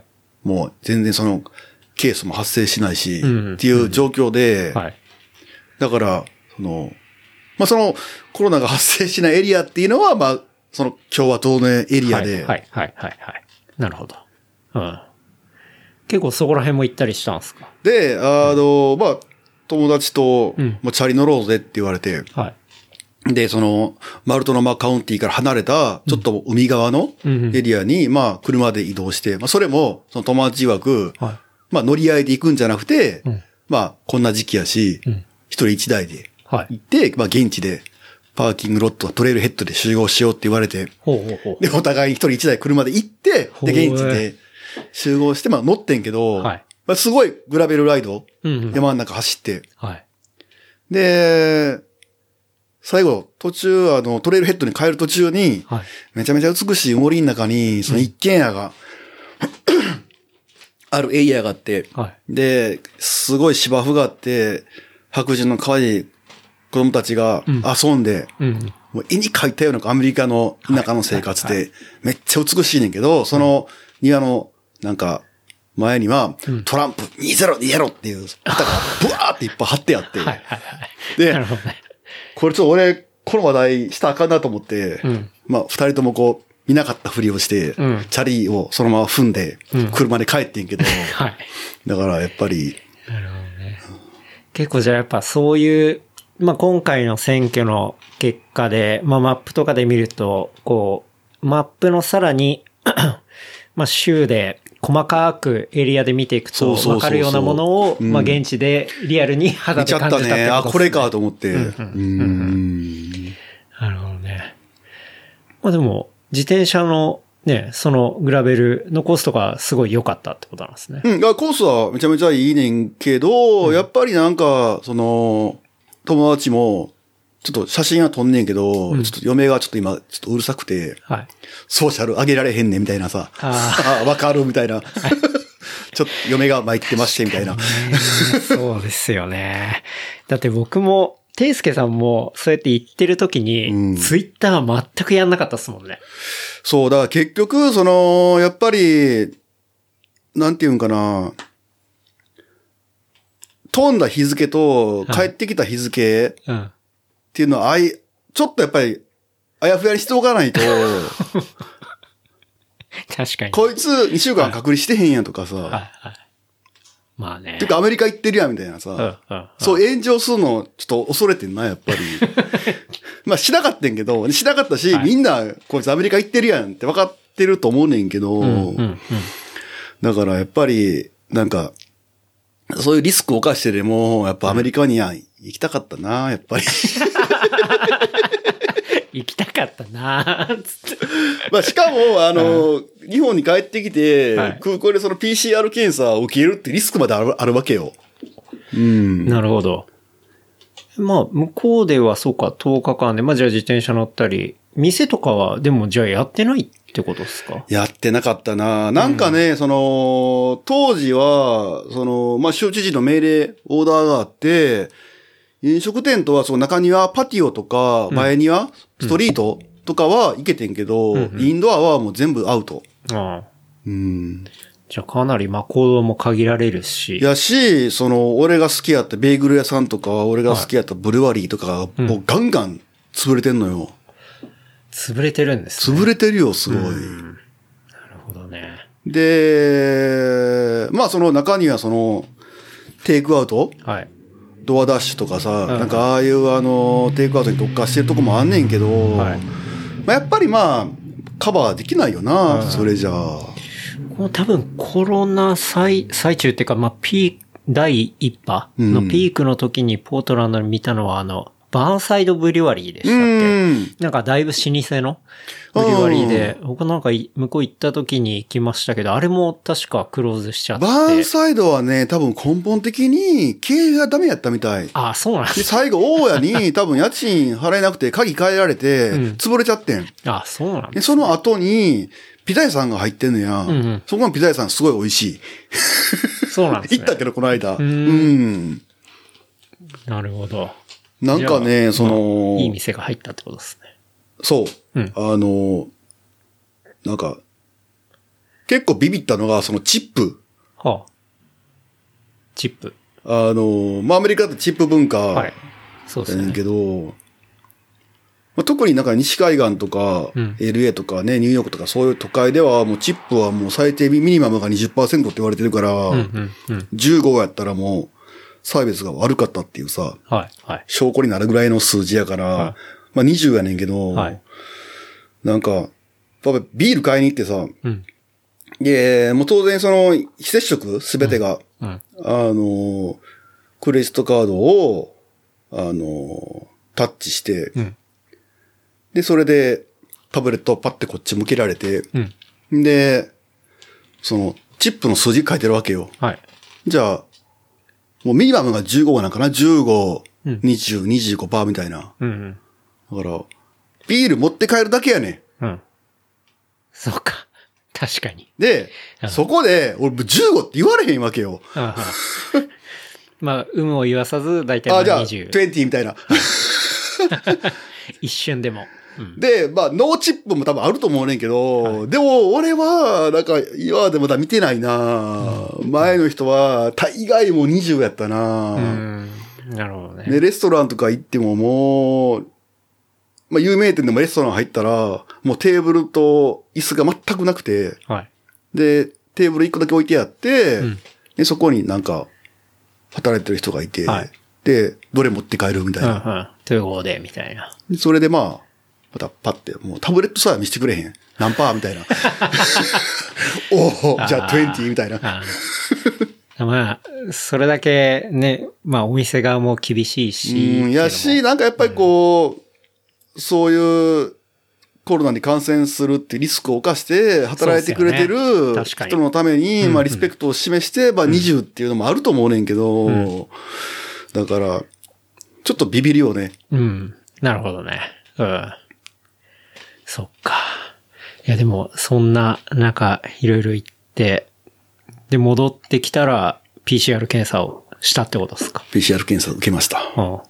もう全然そのケースも発生しないし、っていう状況で、だから、そのコロナが発生しないエリアっていうのは、その共和党のエリアで。 なるほど。結構そこら辺も行ったりしたんですか？ で、友達と、チャリ乗ろうぜって言われて、で、その、マルトノマカウンティから離れた、ちょっと海側のエリアに、車で移動して、それも、その友達曰く、乗り合いで行くんじゃなくて、こんな時期やし、一人一台で行って、現地で、パーキングロットトレイルヘッドで集合しようって言われて、で、お互いに一人一台車で行って、で、現地で集合して、乗ってんけど、すごいグラベルライド、山の中走って、で、最後、途中、トレイルヘッドに帰る途中に、めちゃめちゃ美しい森の中に、その一軒家が、あるエリアがあって、で、すごい芝生があって、白人の可愛い子供たちが遊んで、 うん。 もう絵に描いたようなアメリカの田舎の生活で、めっちゃ美しいねんけど、その庭のなんか前にはトランプ2020っていう旗がブワーっていっぱい貼ってあって、 はいはいはい。 でなるほどね。 これちょっと俺、この話題したらあかんなと思って、まあ二人ともこう見なかったふりをして、チャリをそのまま踏んで、車で帰ってんけど、 はい。 だからやっぱり、 なるほどね。結構じゃあやっぱそういう、まあ今回の選挙の結果で、まあマップとかで見ると、こう、マップのさらに、まあ州で細かくエリアで見ていくと分かるようなものを、まあ現地でリアルに肌で感じたってことですね。 見ちゃったね。あ、これかと思って。 なるほどね。まあでも、自転車のね、そのグラベルのコースとかすごい良かったってことなんですね。 コースはめちゃめちゃいいねんけど、やっぱりなんか、その、友達も、ちょっと写真は撮んねんけど、ちょっと嫁がちょっと今、ちょっとうるさくて、はい、ソーシャル上げられへんねんみたいなさ、わかるみたいな。ちょっと嫁が参ってましてみたいな。 そうですよね。だって僕も、ていすけさんもそうやって言ってる時に、ツイッターは全くやんなかったですもんね。 そう、だから結局、その、やっぱり、なんていうんかな、飛んだ日付と帰ってきた日付っていうのは、ちょっとやっぱり、あやふやにしておかないと、 確かに。 こいつ2週間隔離してへんやんとかさ、はいはい、 まあね。 てかアメリカ行ってるやんみたいなさ、そう炎上するのちょっと恐れてんな、やっぱり。まあしなかったんけど、しなかったし、みんなこいつアメリカ行ってるやんって分かってると思うねんけど、だからやっぱり、なんか、そういうリスクを冒してでも、やっぱアメリカには行きたかったな、やっぱり。 行きたかったなつって。 まあしかも、日本に帰ってきて、空港でその PCR 検査を受けるってリスクまであるわけよ。 なるほど。まあ、向こうではそうか、10日間で、まあじゃあ自転車乗ったり、店とかは、でもじゃあやってないってことですか？ やってなかったな。なんかね、その、当時は、その、まあ州知事の命令、オーダーがあって、飲食店とはその中庭、パティオとか、前庭、ストリートとかは行けてんけど、インドアはもう全部アウト。 じゃあかなり行動も限られるし。 やし、その、俺が好きやったベーグル屋さんとか、俺が好きやったブルワリーとか、もうガンガン潰れてんのよ。 潰れてるんですね。 潰れてるよ、すごい。なるほどね。 で、まあその中にはその、テイクアウト、ドアダッシュとかさ、なんかああいうテイクアウトに特化してるとこもあんねんけど、まあやっぱりまあ、カバーできないよな、それじゃあ。 多分コロナ最中っていうか、まあ第一波のピークの時にポートランドに見たのはバーンサイドブリュワリーでしたっけ？なんかだいぶ老舗のブリュワリーで、僕なんか向こう行った時に行きましたけど、あれも確かクローズしちゃって。 バーンサイドはね、多分根本的に経営がダメやったみたい。 あ、そうなんですで、最後大家に多分家賃払えなくて鍵変えられて、潰れちゃってん。 あ、そうなんです、ね。 で、その後に、ピザ屋さんが入ってんのや。そこのピザ屋さんすごい美味しい。 そうなんですね。 行ったけど、この間。 なるほど。 なんかね、その、 いい店が入ったってことですね。 そう。なんか、結構ビビったのが、そのチップ。 チップ。 まあ、アメリカってチップ文化。 そうですね。 けど、まあ、特になんか西海岸とか、LA とかね、ニューヨークとかそういう都会では、もうチップはもう最低ミニマムが 20% って言われてるから、15やったらもう、サービスが悪かったっていうさ、証拠になるぐらいの数字やから、まあ20やねんけど、なんか、ビール買いに行ってさ、で、もう当然その、非接触すべてが、クレジットカードを、タッチして、で、それで、タブレットをパッてこっち向けられて、で、その、チップの数字書いてるわけよ。じゃあ、もうミニマムが15なんかな ?15、20、25% みたいな。だから、ビール持って帰るだけやねん。 そうか。確かに。 で、そこで、俺15って言われへんわけよ。 まあ、有無を言わさず、だいたい20。 じゃあ、20みたいな。 一瞬でも。 で、まあ、ノーチップも多分あると思うねんけど、でも、俺は、なんか、今までまだ見てないな、前の人は、大概も20やったな、 なるほどね。 で、レストランとか行ってももう、まあ、有名店でもレストラン入ったら、もうテーブルと椅子が全くなくて、で、テーブル1個だけ置いてあって、で、そこになんか、働いてる人がいて、で、どれ持って帰るみたいな。 ということで、みたいな。 それでまあ、またパッて、もうタブレットさえ見せてくれへん。何パーみたいな。おお、じゃあ20みたいな。 まあ、それだけね、まあお店側も厳しいし。 やし、なんかやっぱりこう、そういうコロナに感染するってリスクを冒して働いてくれてる人のために、まあリスペクトを示して、まあ20っていうのもあると思うねんけど、だから、ちょっとビビりをね。 なるほどね。そっか。いやでも、そんな、なんか、いろいろ言って、で、戻ってきたら、PCR 検査をしたってことですか？ PCR 検査を受けました。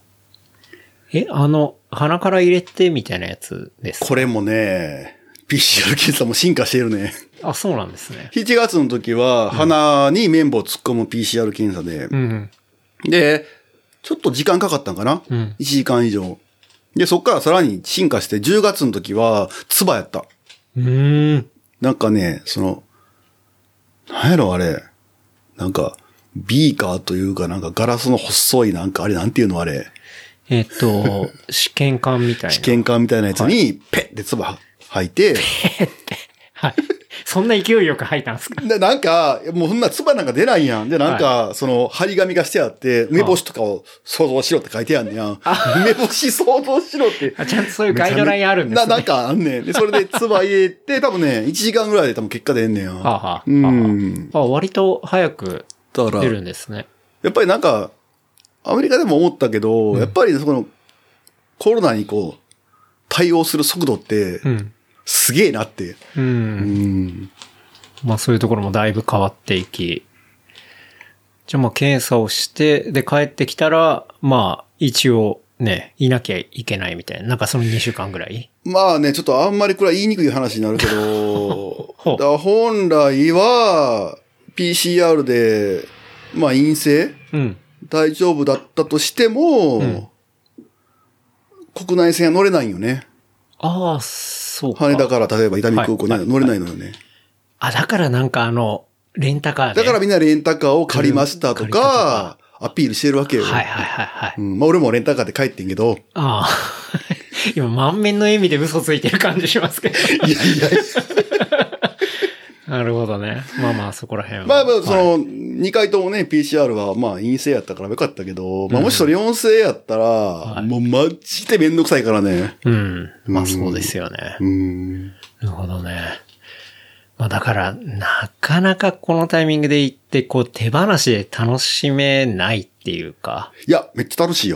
鼻から入れてみたいなやつですか？ これもね、PCR 検査も進化してるね。 あ、そうなんですね。 7月の時は、鼻に綿棒を突っ込む PCR 検査で、で、ちょっと時間かかったんかな、1時間以上。で、そっからさらに進化して、10月の時は、唾やった。なんかね、なんやろあれ。なんか、ビーカーというか、なんかガラスの細い、なんかあれなんていうのあれ。 試験管みたいな。 試験管みたいなやつに、ペッて唾吐いて。 ペッて。はい。そんな勢いよく吐いたんですか？ なんか、もうそんな唾なんか出ないやん。で、なんか、張り紙がしてあって、梅干しとかを想像しろって書いてあんねやん。梅干し想像しろって。 ちゃんとそういうガイドラインあるんですね。 なんかあんねん。で、それで唾入れて、多分ね、1時間ぐらいで多分結果出んねんや。 割と早く出るんですね。 やっぱりなんか、アメリカでも思ったけど、やっぱりコロナにこう、対応する速度って、すげえなって。 まあそういうところもだいぶ変わっていき。じゃあまあ検査をして、で帰ってきたら、まあ一応ね、いなきゃいけないみたいな。なんかその2週間ぐらい？ まあね、ちょっとあんまりこれは言いにくい話になるけど、だから本来は PCR で、まあ陰性、大丈夫だったとしても、国内線は乗れないよね。 ああ、そうか。 羽田から例えば伊丹空港には乗れないのよね。 だからなんかレンタカーだからみんなレンタカーを借りましたとか、アピールしてるわけよ。まあ俺もレンタカーで帰ってんけど。 今満面の笑みで嘘ついてる感じしますけど。なるほどね。まあまあそこら辺は。 まあ2回ともね、PCR はまあ陰性やったからよかったけど、まあもしそれ陽性やったら、もうマジでめんどくさいからね。 まあそうですよね。なるほどね。まあだから、なかなかこのタイミングで行って、こう手放しで楽しめないっていうか。 いや、めっちゃ楽しいよ。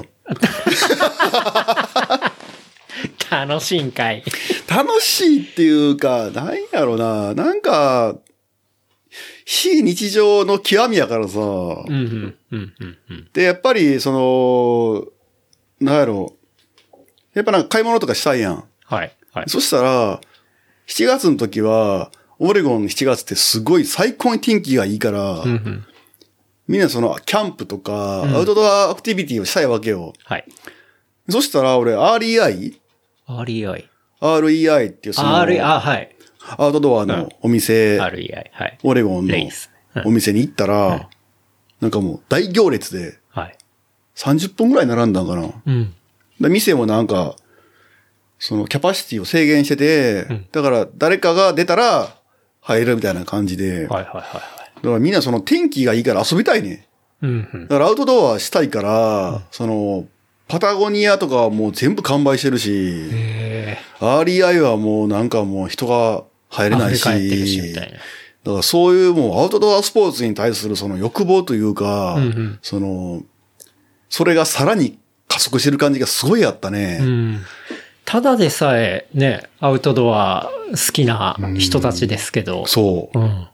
楽しいんかい。 楽しいっていうか、なんやろな。なんか、非日常の極みやからさ。で、やっぱり、なんやろ。やっぱなんか買い物とかしたいやん。そしたら、7月の時は、オレゴンの7月ってすごい最高に天気がいいから、みんなキャンプとか、アウトドアアクティビティをしたいわけよ。そしたら俺、REI っていうアウトドアのお店、オレゴンのお店に行ったら、なんかもう大行列で、30分ぐらい並んだんかな。店もなんか、キャパシティを制限してて、だから誰かが出たら入るみたいな感じで、だからみんな天気がいいから遊びたいね。だからアウトドアしたいから、パタゴニアとかはもう全部完売してるし、REI はもうなんかもう人が入れないし、だからそういうもうアウトドアスポーツに対する欲望というか、それがさらに加速してる感じがすごいあったね。 ただでさえね、アウトドア好きな人たちですけど、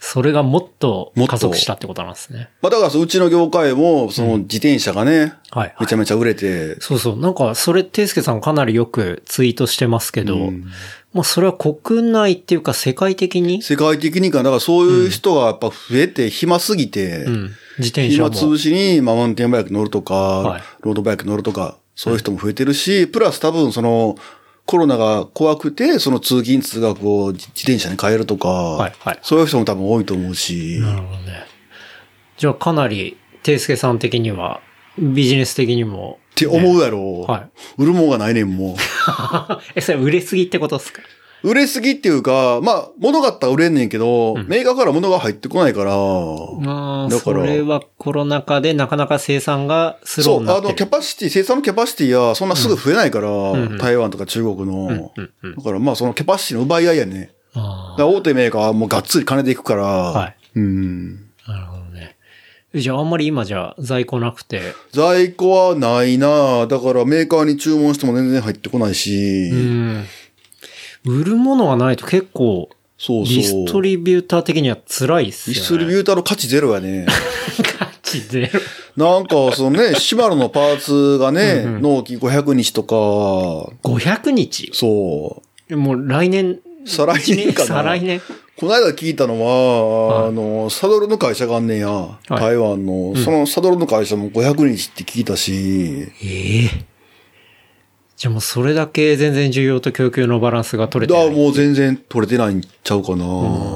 それがもっと加速したってことなんですね。 まあだからうちの業界も、その自転車がね、 はい。 めちゃめちゃ売れて。 そうそう。なんか、それ、ていすけさんかなりよくツイートしてますけど、まあそれは国内っていうか世界的に世界的にか、だからそういう人がやっぱ増えて暇すぎて、 自転車も。 暇つぶしに、まあマウンテンバイク乗るとか、ロードバイク乗るとか、そういう人も増えてるし、プラス多分その、コロナが怖くて、その通勤通学を自転車に変えるとか、そういう人も多分多いと思うし。 なるほどね。じゃあかなり、ていすけさん的には、ビジネス的にも、 って思うやろ。売るもんがないねん、もう。それ売れすぎってことですか？ 売れすぎっていうか、まあ、物があったら売れんねんけど、メーカーから物が入ってこないから。 だから。それはコロナ禍でなかなか生産がスローになってる。 そう、キャパシティ、生産のキャパシティはそんなすぐ増えないから、台湾とか中国の。だからまあ、そのキャパシティの奪い合いやね。だから大手メーカーはもうがっつり金でいくから。 なるほどね。じゃああんまり今じゃ在庫なくて。 在庫はないな。だからメーカーに注文しても全然入ってこないし。 売るものがないと結構、ディストリビューター的には辛いっすよね。 ディストリビューターの価値ゼロやね。 価値ゼロ。 なんか、そのね、シマノのパーツがね、納期500日とか。 500日？ そう。 もう来年。 再来年かな。 再来年。 この間聞いたのは、サドルの会社があんねんや。台湾の。そのサドルの会社も500日って聞いたし。 じゃあもうそれだけ全然需要と供給のバランスが取れてない。 もう全然取れてないんちゃうかな。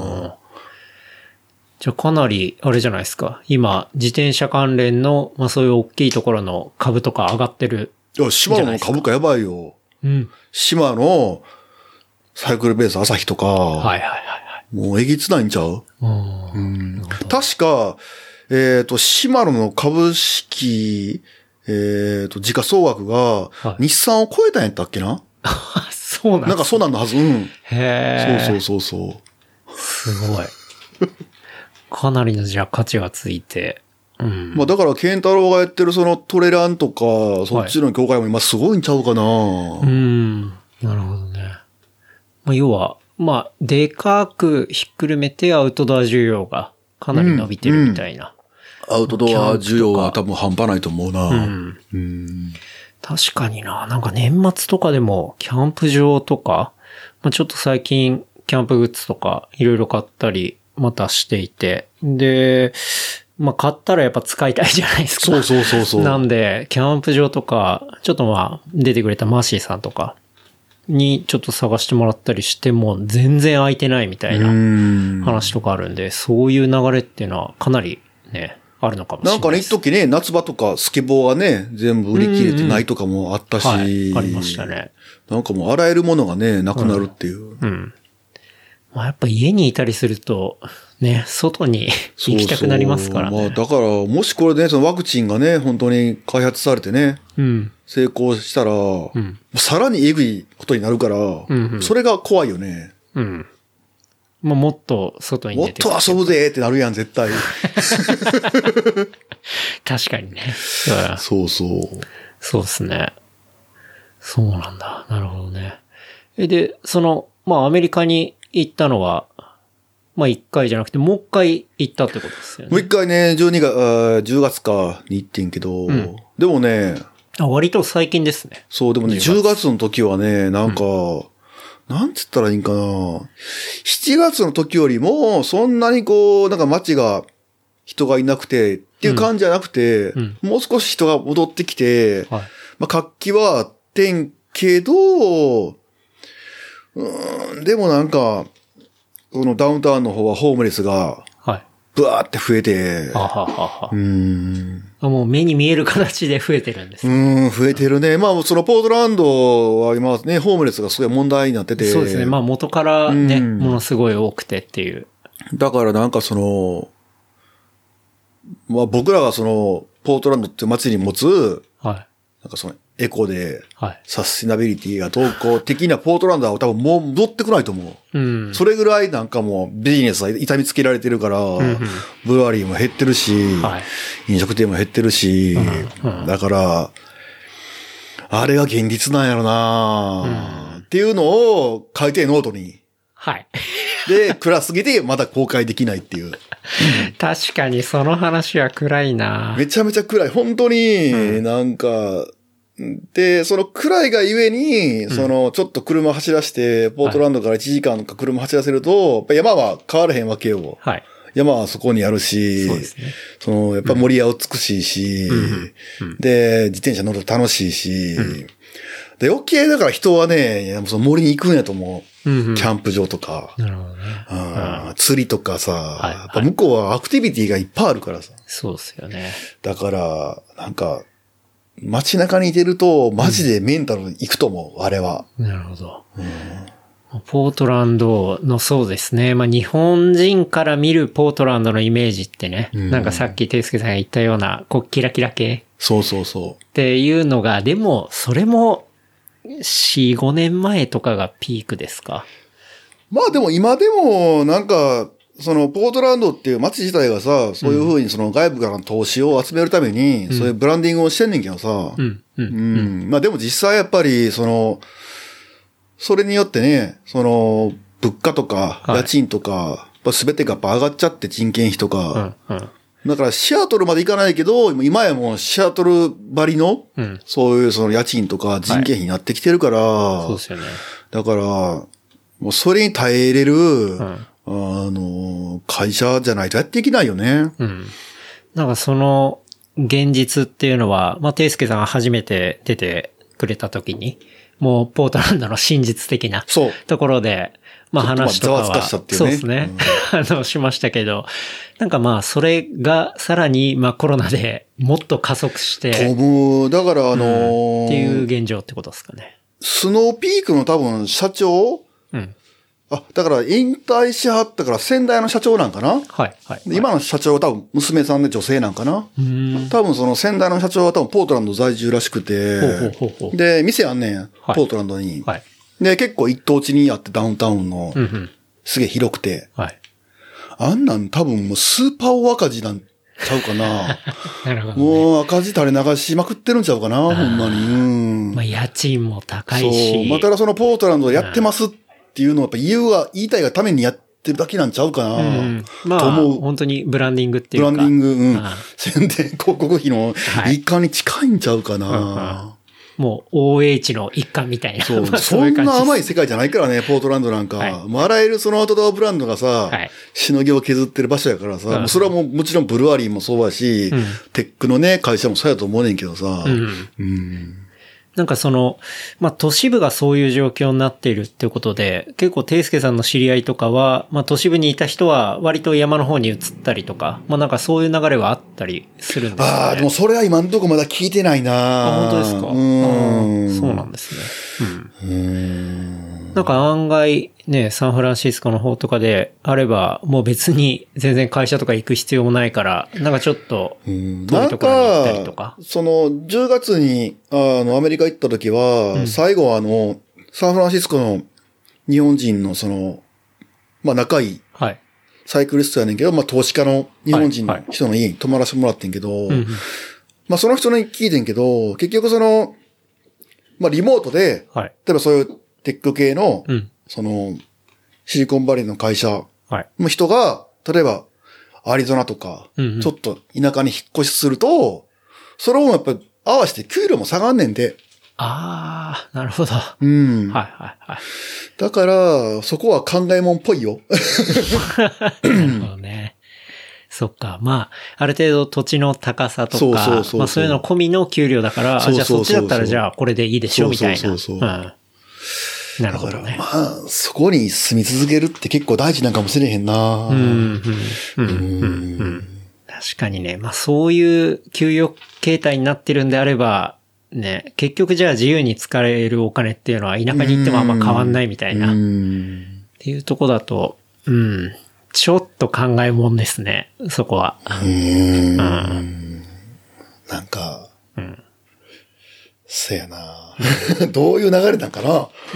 じゃあかなり、あれじゃないですか。今、自転車関連の、まあそういう大きいところの株とか上がってる。 いや、シマノの株価やばいよ。シマノ、サイクルベース朝日とか。もうえげつないんちゃう？確か、シマノの株式、時価総額が、日産を超えたんやったっけな？ そうなんかそうなんのはず。そう。 すごい。かなりのじゃあ価値がついて。 まあだから、ケンタロウがやってるそのトレランとか、そっちの業界も今すごいんちゃうかな。 なるほどね。まあ要は、まあ、でかくひっくるめてアウトドア需要がかなり伸びてるみたいな。 アウトドア需要は多分半端ないと思うな。 確かにな。なんか年末とかでもキャンプ場とか、まあ、ちょっと最近キャンプグッズとかいろいろ買ったりまたしていて。で、まあ買ったらやっぱ使いたいじゃないですか。 そう。 なんで、キャンプ場とか、ちょっとまあ出てくれたマーシーさんとかにちょっと探してもらったりしても全然空いてないみたいな話とかあるんで、そういう流れっていうのはかなりね、あるのかもしれない。 なんかね、一時ね、夏場とかスケボーがね、全部売り切れてないとかもあったし。 ありましたね。 なんかもうあらゆるものがね、なくなるっていう。 まあやっぱ家にいたりすると、ね、外に行きたくなりますからね。 まあだから、もしこれでね、そのワクチンがね、本当に開発されてね、成功したら、さらにエグいことになるから、それが怖いよね。 まあもっと外に出てもっと遊ぶぜってなるやん、絶対。 確かにね。 そう。 そうですね。そうなんだ。なるほどね。で、まあアメリカに行ったのは、まあ一回じゃなくてもう一回行ったってことですよね。 もう一回ね、10月かに行ってんけど、でもね、 割と最近ですね。 そう、でもね、10月の時はね、なんか、なんつったらいいんかな。7月の時よりも、そんなにこう、なんか街が人がいなくてっていう感じじゃなくて、もう少し人が戻ってきて、まあ活気はあってんけど、でもなんか、このダウンタウンの方はホームレスが、ブワーって増えて、 もう目に見える形で増えてるんですね。 増えてるね。まあ、そのポートランドは今ね、ホームレスがすごい問題になってて。 そうですね。まあ元からね、ものすごい多くてっていう。 だからなんかまあ僕らがポートランドっていう街に持つ、なんかエコで、サスティナビリティがどうこう的なポートランドは多分もう戻ってこないと思う。それぐらいなんかもうビジネスは痛みつけられてるから、ブルワリーも減ってるし、飲食店も減ってるし、だから、あれが現実なんやろなっていうのを書いてノートに。 で、暗すぎてまだ公開できないっていう。 確かにその話は暗いな。 めちゃめちゃ暗い。本当に、なんか、で、その暗いがゆえに、ちょっと車走らして、ポートランドから1時間か車走らせると、やっぱ山は変わらへんわけよ。はい。山はそこにあるし、そうですね。やっぱ森は美しいし、で、自転車乗ると楽しいし、で、余計だから人はね、その森に行くんやと思う。キャンプ場とか。なるほどね。釣りとかさ、やっぱ向こうはアクティビティがいっぱいあるからさ。 そうですよね。 だから、なんか、街中にいてると、マジでメンタルいくと思う、あれは。 なるほど。ポートランドのそうですね。まあ日本人から見るポートランドのイメージってね、なんかさっきテイスケさんが言ったような、キラキラ系。 そうそうそう。 っていうのが、でも、それも、4、5年前とかがピークですか？ まあでも今でも、なんか、ポートランドっていう街自体がさ、そういう風に外部からの投資を集めるために、そういうブランディングをしてんねんけどさ。まあでも実際やっぱり、それによってね、物価とか、家賃とか、すべてが上がっちゃって人件費とか。だからシアトルまで行かないけど、今やもうシアトルばりの、そういう家賃とか人件費になってきてるから、そうですよね。だから、もうそれに耐えれる、会社じゃないとやっていけないよね。 なんかその現実っていうのは、まあ、テイスケさんが初めて出てくれた時に、もうポートランドの真実的なところで、まあ話とかは、そうですね。しましたけど、なんかまあそれがさらにまあコロナでもっと加速して。 だからっていう現状ってことですかね。 スノーピークの多分社長だから引退しはったから先代の社長なんかな？はい。今の社長は多分娘さんで女性なんかな？多分その先代の社長は多分ポートランド在住らしくて、で、店あんねん、ポートランドに。で、結構一等地にあってダウンタウンの、すげえ広くて、あんなん多分もうスーパー大赤字なんちゃうかな。なるほど、ね。もう赤字垂れ流しまくってるんちゃうかな、ほんまに。 まあ家賃も高いし。 そう。まあ、ただそのポートランドやってますっていうのはやっぱ言いたいがためにやってるだけなんちゃうかな。 まあ、と思う。本当にブランディングっていうか。 ブランディング、宣伝広告費の一環に近いんちゃうかな。 もう OH の一環みたいな。 そう。そんな甘い世界じゃないからね、ポートランドなんか。もうあらゆるそのアウトドアブランドがさ、しのぎを削ってる場所やからさ、それはもちろんブルワリーもそうだし、テックのね、会社もそうやと思うねんけどさ。 なんかまあ、都市部がそういう状況になっているっていうことで、結構、テイスケさんの知り合いとかは、まあ、都市部にいた人は割と山の方に移ったりとか、まあ、なんかそういう流れはあったりするんですかね。 でもそれは今のところまだ聞いてないな。 本当ですか？そうなんですね。なんか案外ね、サンフランシスコの方とかであれば、もう別に全然会社とか行く必要もないから、なんかちょっと遠いところに行ったりとか。 10月に、アメリカ行った時は、最後はサンフランシスコの日本人のまあ仲いい、サイクリストやねんけど、まあ投資家の日本人の人の家に泊まらせてもらってんけど、まあその人に聞いてんけど、結局まあリモートで、例えばそういうテック系の、シリコンバレーの会社の人が、例えば、アリゾナとか、ちょっと田舎に引っ越しすると、それもやっぱり合わせて給料も下がんねんで。 ああ、なるほど。 だから、そこは考えもんっぽいよ。 なるほどね。そっか。まあ、ある程度土地の高さとか、まあそういうの込みの給料だから、じゃあそっちだったらじゃあこれでいいでしょみたいな。なるほどね。 まあ、そこに住み続けるって結構大事なんかもしれへんな。 確かにね。まあそういう給与形態になってるんであれば、ね、結局じゃあ自由に使えるお金っていうのは田舎に行ってもあんま変わんないみたいな。っていうとこだと、ちょっと考えもんですね。そこは。 なんか、せやなどういう流れなんかな。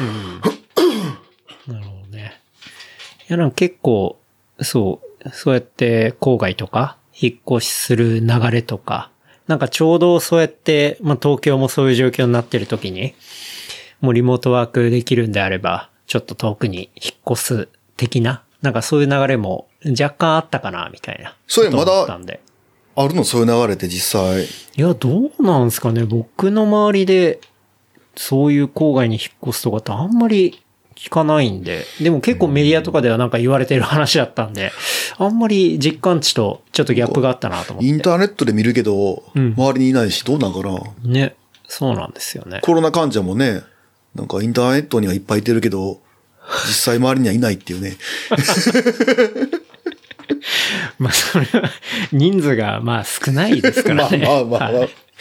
なるほどね。いや、なんか結構、そうやって郊外とか、引っ越しする流れとか、なんかちょうどそうやって、まあ東京もそういう状況になってる時に、もうリモートワークできるんであれば、ちょっと遠くに引っ越す的ななんかそういう流れも若干あったかな、みたいな。 それまだ、あるのそういう流れって実際。 いや、どうなんですかね。僕の周りで、そういう郊外に引っ越すとかってあんまり聞かないんで。でも結構メディアとかではなんか言われてる話だったんで、あんまり実感値とちょっとギャップがあったなと思って。 インターネットで見るけど、周りにいないし、どうなんかな。 ね。そうなんですよね。 コロナ患者もね、なんかインターネットにはいっぱいいてるけど、実際周りにはいないっていうね。 まあそれは人数がまあ少ないですからね。まあ。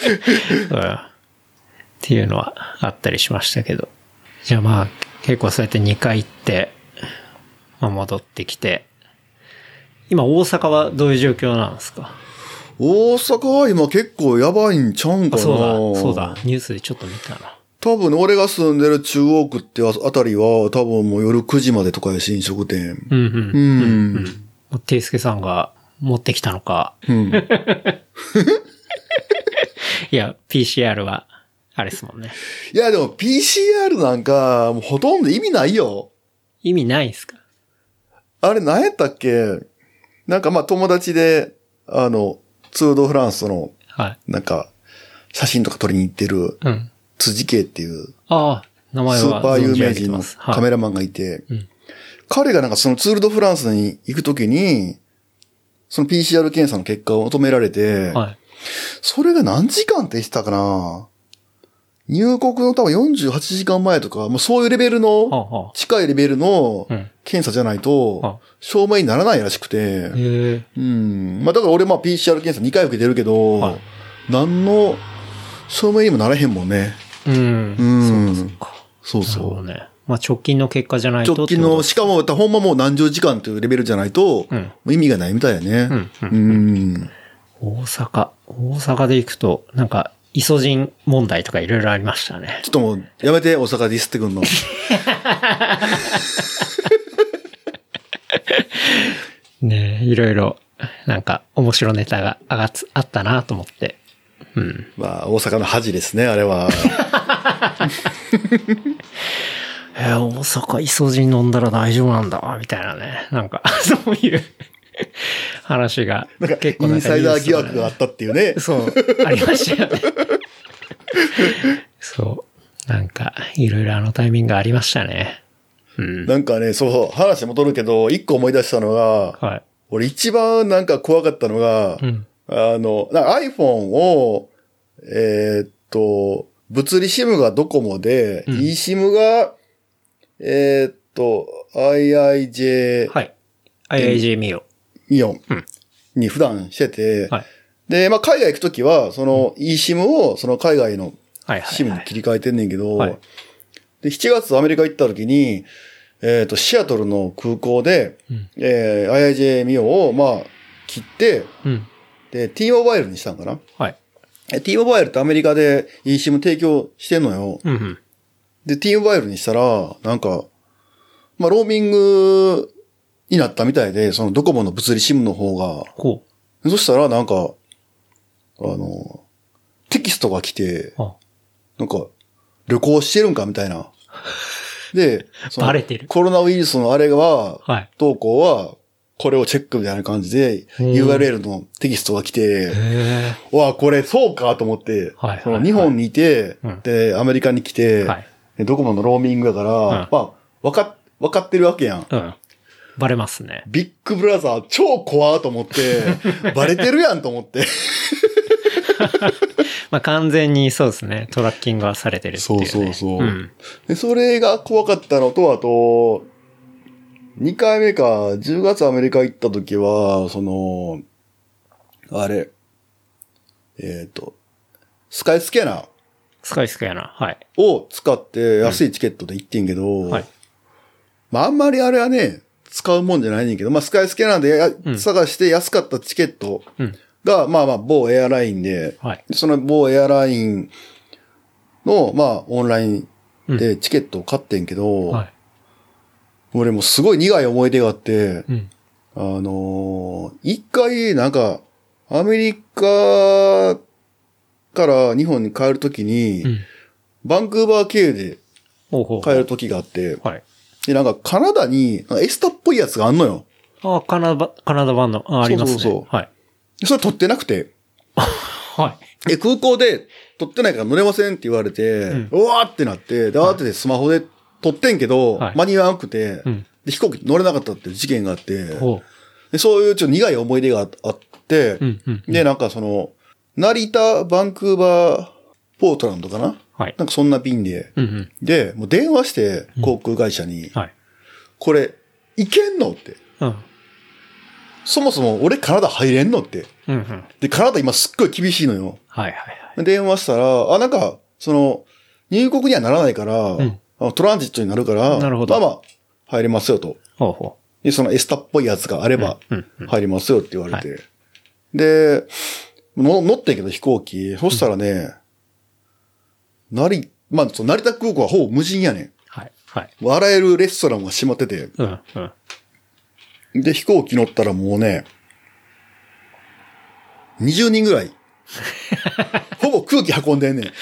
っていうのはあったりしましたけど。じゃあまあ結構そうやって2回行って、まあ、戻ってきて。今大阪はどういう状況なんですか？ 大阪は今結構やばいんちゃうんかな。 そうだ。ニュースでちょっと見たな。 多分俺が住んでる中央区ってあたりは多分もう夜9時までとかやし飲食店。 ていすけさんが持ってきたのか。いや、PCR は、あれですもんね。 いや、でも PCR なんか、もうほとんど意味ないよ。 意味ないんすか？ あれ何やったっけ？なんかまあ友達で、ツードフランスの、なんか、写真とか撮りに行ってる、辻家っていう、 名前はスーパー有名人のカメラマンがいて、彼がなんかそのツールドフランスに行くときに、その PCR 検査の結果を求められて、それが何時間って言ってたかな？入国の多分48時間前とか、もうそういうレベルの、近いレベルの検査じゃないと、証明にならないらしくて、まあだから俺まあ PCR 検査2回受けてるけど、何の証明にもならへんもんね。そうそう。 ね。まあ直近の結果じゃないと。 直近の、しかもほんまもう何十時間というレベルじゃないと、意味がないみたいやね。 大阪で行くと、なんか、イソジン問題とかいろいろありましたね。 ちょっともう、やめて、大阪ディスってくんの。 ねえ、いろいろ、なんか、面白ネタがあったなと思って。 まあ、大阪の恥ですね、あれは。 大阪イソジン飲んだら大丈夫なんだ、みたいなね。なんか、そういう話が結構インサイダー疑惑があったっていうね。 そう、ありましたよね。そう。なんか、いろいろタイミングがありましたね。 なんかね、そう、話戻るけど、一個思い出したのが、俺一番なんか怖かったのが、iPhone を、物理シムがドコモで、eSIM が、IIJ、 IIJ ミオ。 ミオンに普段してて、で、まあ、海外行くときは、その eSIM をその海外の SIM に切り替えてんねんけど、で、7月アメリカ行ったときに、シアトルの空港で、IIJ ミオを、まあ、切って、で、T モバイルにしたんかな？T モバイルってアメリカで eSIM 提供してんのよ。で、T モバイルにしたら、なんか、まあ、ローミングになったみたいで、そのドコモの物理シムの方が。そしたら、なんか、テキストが来て、なんか、旅行してるんかみたいな。で、 バレてる。 コロナウイルスのあれは、投稿は、これをチェックみたいな感じで、URL のテキストが来て、わ、これそうかと思って、その日本にいて、で、アメリカに来て、ドコモのローミングだから、まあ、わかってるわけやん。 バレますね。 ビッグブラザー超怖と思って、バレてるやんと思って。 まあ完全にそうですね。トラッキングはされてるっていう、ね。 そう。で、それが怖かったのと、あと、2回目か、10月アメリカ行った時は、あれ、スカイスキャナーを使って安いチケットで行ってんけど、まああんまりあれはね、使うもんじゃないねんけど、まあスカイスキャナーで探して安かったチケットが、まあまあ某エアラインで、その某エアラインの、まあオンラインでチケットを買ってんけど、俺もすごい苦い思い出があって、一回なんかアメリカから日本に帰るときに、バンクーバー経由で帰るときがあって、 で、なんかカナダにエスタっぽいやつがあんのよ。 ああ、カナダ版の、ありますね。そう。はい。 それ取ってなくて。 はい。 空港で取ってないから乗れませんって言われて、うわーってなって、で、慌ててスマホで撮ってんけど、間に合わなくて、で、飛行機乗れなかったっていう事件があって、でそういうちょっと苦い思い出があって、で、なんか成田、バンクーバー、ポートランドかな、はい、なんかそんな便で、で、もう電話して航空会社に、はい、これ、行けんのって、そもそも俺カナダ入れんのって、で、カナダ今すっごい厳しいのよ。はいはいはい、電話したら、なんか、入国にはならないから、トランジットになるから、なるほど。まあまあ、入れますよと。ほうほう。で、そのエスタっぽいやつがあれば、入りますよって言われて。はい、で、乗ってんけど飛行機、そしたらね、成田空港はほぼ無人やねん。はい。はい。あらゆるレストランが閉まってて。で、飛行機乗ったらもうね、20人ぐらい。ほぼ空気運んでんねん。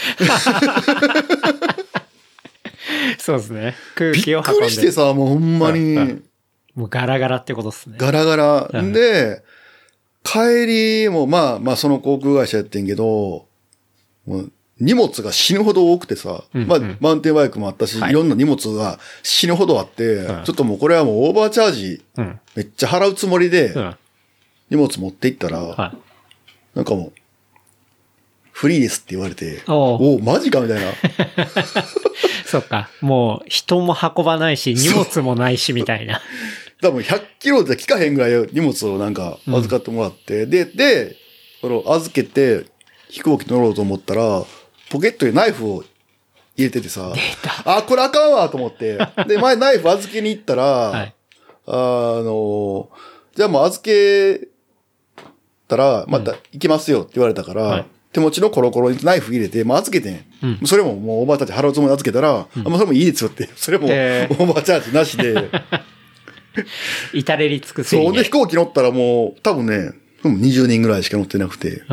そうですね。空気を運んで。 びっくりしてさ、もうほんまに。 もうガラガラってことっすね。 ガラガラ。で、帰りもまあその航空会社やってんけど、もう荷物が死ぬほど多くてさ、まあマウンテンバイクもあったし、いろんな荷物が死ぬほどあって、ちょっともうこれはもうオーバーチャージ、めっちゃ払うつもりで、荷物持って行ったら、なんかもう、フリーですって言われて、おマジかみたいな。 そっか。もう人も運ばないし、荷物もないしみたいな。 多分100キロじゃ効かへんぐらい荷物をなんか預かってもらって、で、預けて飛行機乗ろうと思ったら、ポケットにナイフを入れててさ、これあかんわと思って、で、前ナイフ預けに行ったら、はい、じゃあもう預けたら、また行きますよって言われたから、手持ちのコロコロにナイフ入れて、預けてん。それももうオーバーチャージ払うつもりで預けたら、それもいいですよって。それもオーバーチャージなしで。 至れり尽くせり、ね。 そう。で、飛行機乗ったらもう、多分ね、20人ぐらいしか乗ってなくて。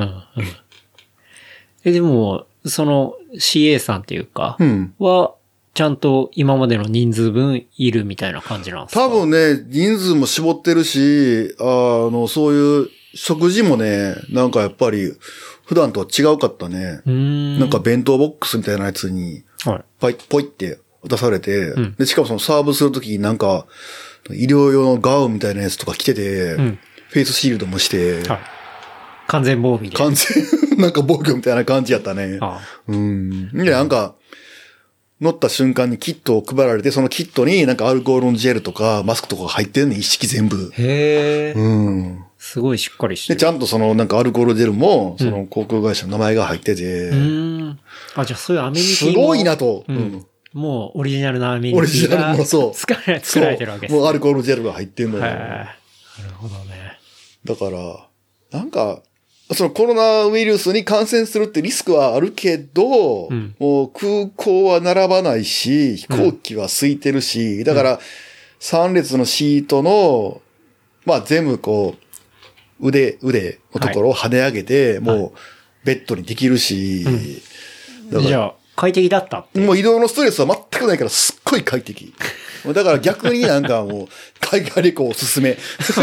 でも、CA さんっていうか、は、ちゃんと今までの人数分いるみたいな感じなんですか？ 多分ね、人数も絞ってるし、そういう食事もね、なんかやっぱり、普段とは違うかったね。なんか弁当ボックスみたいなやつに、ポイって出されて、で、しかもサーブするときになんか、医療用のガウンみたいなやつとか着てて、フェイスシールドもして、 完全防備で。 なんか防御みたいな感じやったね。で、なんか、乗った瞬間にキットを配られて、そのキットになんかアルコールのジェルとかマスクとかが入ってるね、一式全部。 へー。すごいしっかりしてる。 で、ちゃんとなんかアルコールジェルも、その航空会社の名前が入ってて。 じゃあそういうアメニティすごいなと。 もうオリジナルなアメニティが作られてるわけです、ね。 もうアルコールジェルが入ってるのよ。 なるほどね。 だから、なんか、コロナウイルスに感染するってリスクはあるけど、もう空港は並ばないし、飛行機は空いてるし、だから3列のシートの、まあ全部こう、腕のところを跳ね上げて、もうベッドにできるし、 じゃあ快適だったって。 もう移動のストレスは全くないからすっごい快適。だから逆になんかもう海外旅行おすすめ。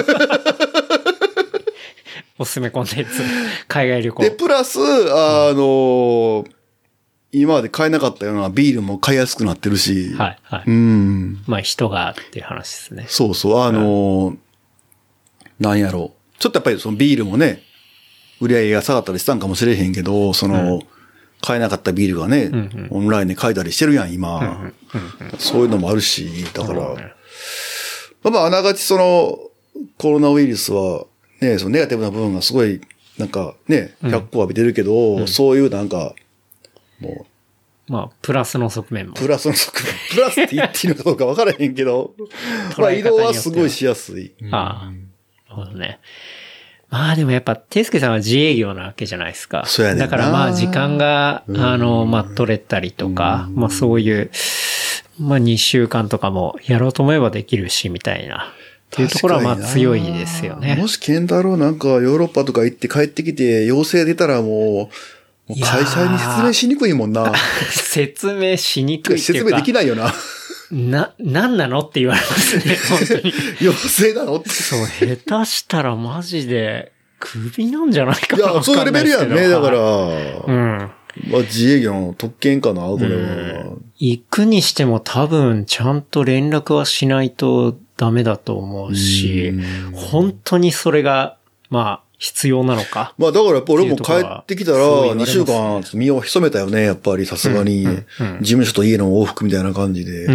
おすすめコンテンツ。海外旅行。 で、プラス、今まで買えなかったようなビールも買いやすくなってるし。 はい、はい。まあ人がっていう話ですね。 そうそう。なんやろう。ちょっとやっぱりそのビールもね、売り上げが下がったりしたんかもしれへんけど、買えなかったビールがね、オンラインで買えたりしてるやん、今。そういうのもあるし、だから。まあ、あながちコロナウイルスは、ね、ネガティブな部分がすごい、なんかね、100個浴びてるけど、そういうなんか、もう。まあ、プラスの側面も。 プラスって言っていいのかどうか分からへんけど、まあ移動はすごいしやすい。 なるほどね。まあでもやっぱ、ていすけさんは自営業なわけじゃないですか。 そうやねんな。 だからまあ時間が、まあ取れたりとか、まあそういう、まあ2週間とかもやろうと思えばできるし、みたいな。っていうところはまあ強いですよね。 もし健太郎なんかヨーロッパとか行って帰ってきて陽性出たらもう会社に説明しにくいもんな。 説明しにくいっていうか。 説明できないよな。 なんなのって言われますね、本当に。 妖精なのって。 そう、下手したらマジで、クビなんじゃないかな。 いや、そういうレベルやんね、だから。 うん。 まあ、自営業の特権かな、これは。 行くにしても多分、ちゃんと連絡はしないとダメだと思うし、本当にそれが、まあ、必要なのか。 まあだからやっぱ俺も帰ってきたら2週間身を潜めたよね、やっぱりさすがに。事務所と家の往復みたいな感じで。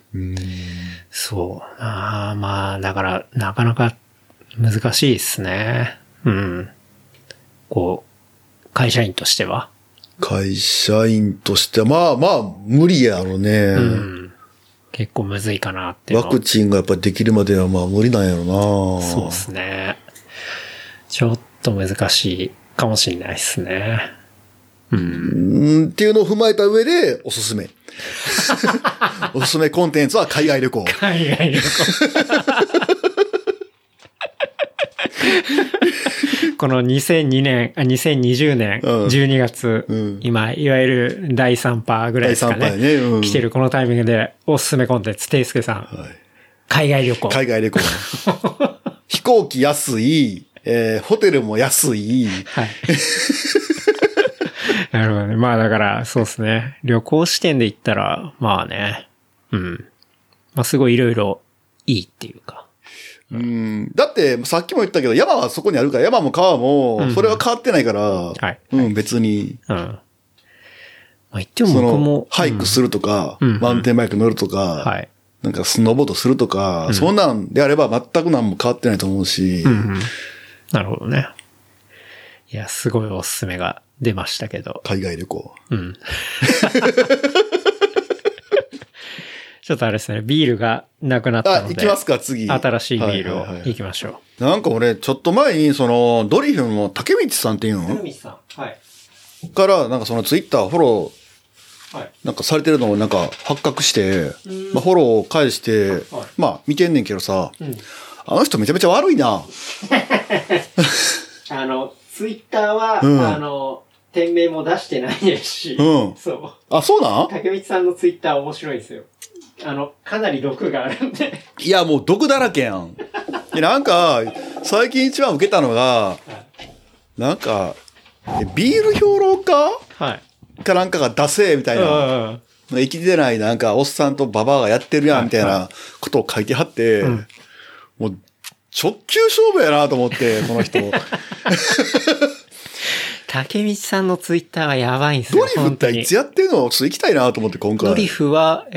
そう。まあだからなかなか難しいですね。こう、会社員としては。 会社員としては、まあ無理やろうね。 結構むずいかなって。 ワクチンがやっぱりできるまではまあ無理なんやろな。 そうですね。ちょっと難しいかもしれないですね。っていうのを踏まえた上で、おすすめ。おすすめコンテンツは海外旅行。 海外旅行。この2020年12月、今、いわゆる第3波ぐらいですかね。第3波ね。来てるこのタイミングで、おすすめコンテンツ、ていすけさん。海外旅行。 海外旅行。飛行機安い。ホテルも安い。 はい。なるほどね。まあだから、そうですね。旅行視点で言ったら、まあね。まあすごいいろいろいいっていうか。 だって、さっきも言ったけど、山はそこにあるから、山も川も、それは変わってないから、はい。別に。まあ言っても僕も。 ハイクするとか、マウンテンバイク乗るとか、はい。なんかスノーボードするとか、そんなんであれば全く何も変わってないと思うし、 なるほどね。いや、すごいおすすめが出ましたけど。 海外旅行。 ちょっとあれですね、ビールがなくなったので。 行きますか、次。 新しいビールを行きましょう。なんか俺、ちょっと前に、ドリフの竹道さんっていうの？ 竹道さん。はい。 から、なんかツイッターフォロー、なんかされてるのをなんか発覚して、まあフォローを返して、まあ見てんねんけどさ、あの人めちゃめちゃ悪いな。 ツイッターは、店名も出してないですし、そう。 あ、そうなん？ 竹道さんのツイッター面白いですよ。かなり毒があるんで。 いや、もう毒だらけやん。なんか、最近一番受けたのが、なんか、ビール評論家かなんかが出せ、みたいな。生きてないなんか、おっさんとババアがやってるやん、みたいなことを書いてはって、もう、直球勝負やなと思って、この人。 竹道さんのツイッターはやばいんですよ。 ドリフっていつやってるの？ちょっと行きたいなと思って今回。 ドリフは、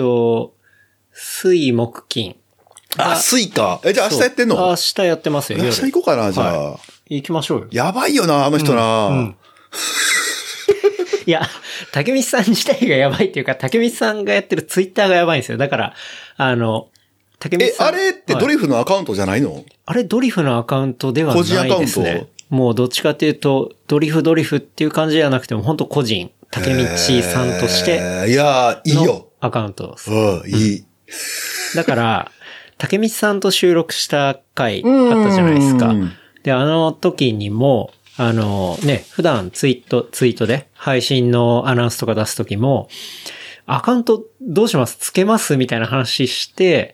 水木金。 水か。じゃあ明日やってんの？ 明日やってますよ。 明日行こうかな、じゃあ。 行きましょうよ。 やばいよな、あの人な。 いや、竹道さん自体がやばいっていうか、竹道さんがやってるツイッターがやばいんですよ。だから、竹道さん。 あれってドリフのアカウントじゃないの？ あれドリフのアカウントではないですね。個人アカウント？もうどっちかっていうと、ドリフっていう感じじゃなくても、本当個人、竹道さんとして。 いや、いいよ。 アカウントです。 いい。 だから、竹道さんと収録した回あったじゃないですか。で、あの時にも、普段ツイートで配信のアナウンスとか出す時も、アカウントどうします？つけますみたいな話して、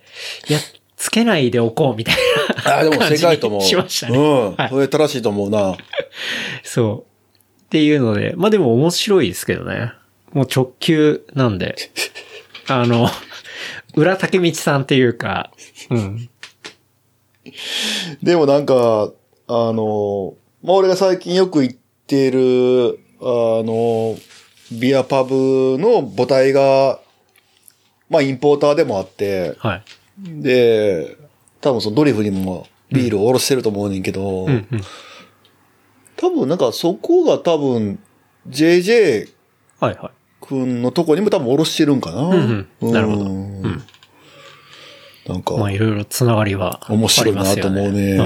いや、つけないでおこうみたいな。 でも正解と思う。 しましたね。 それ正しいと思うな。 そう。っていうので、まあでも面白いですけどね。もう直球なんで。裏竹道さんっていうか、 でもなんか、まあ、俺が最近よく行っている、ビアパブの母体が、まあ、インポーターでもあって、はい。で、多分そのドリフにもビールをおろしてると思うねんけど、多分なんかそこが多分 JJ 君のとこにも多分おろしてるんかな。 なるほど。 なんか。 まあいろいろつながりはありますよね。面白いなと思うね。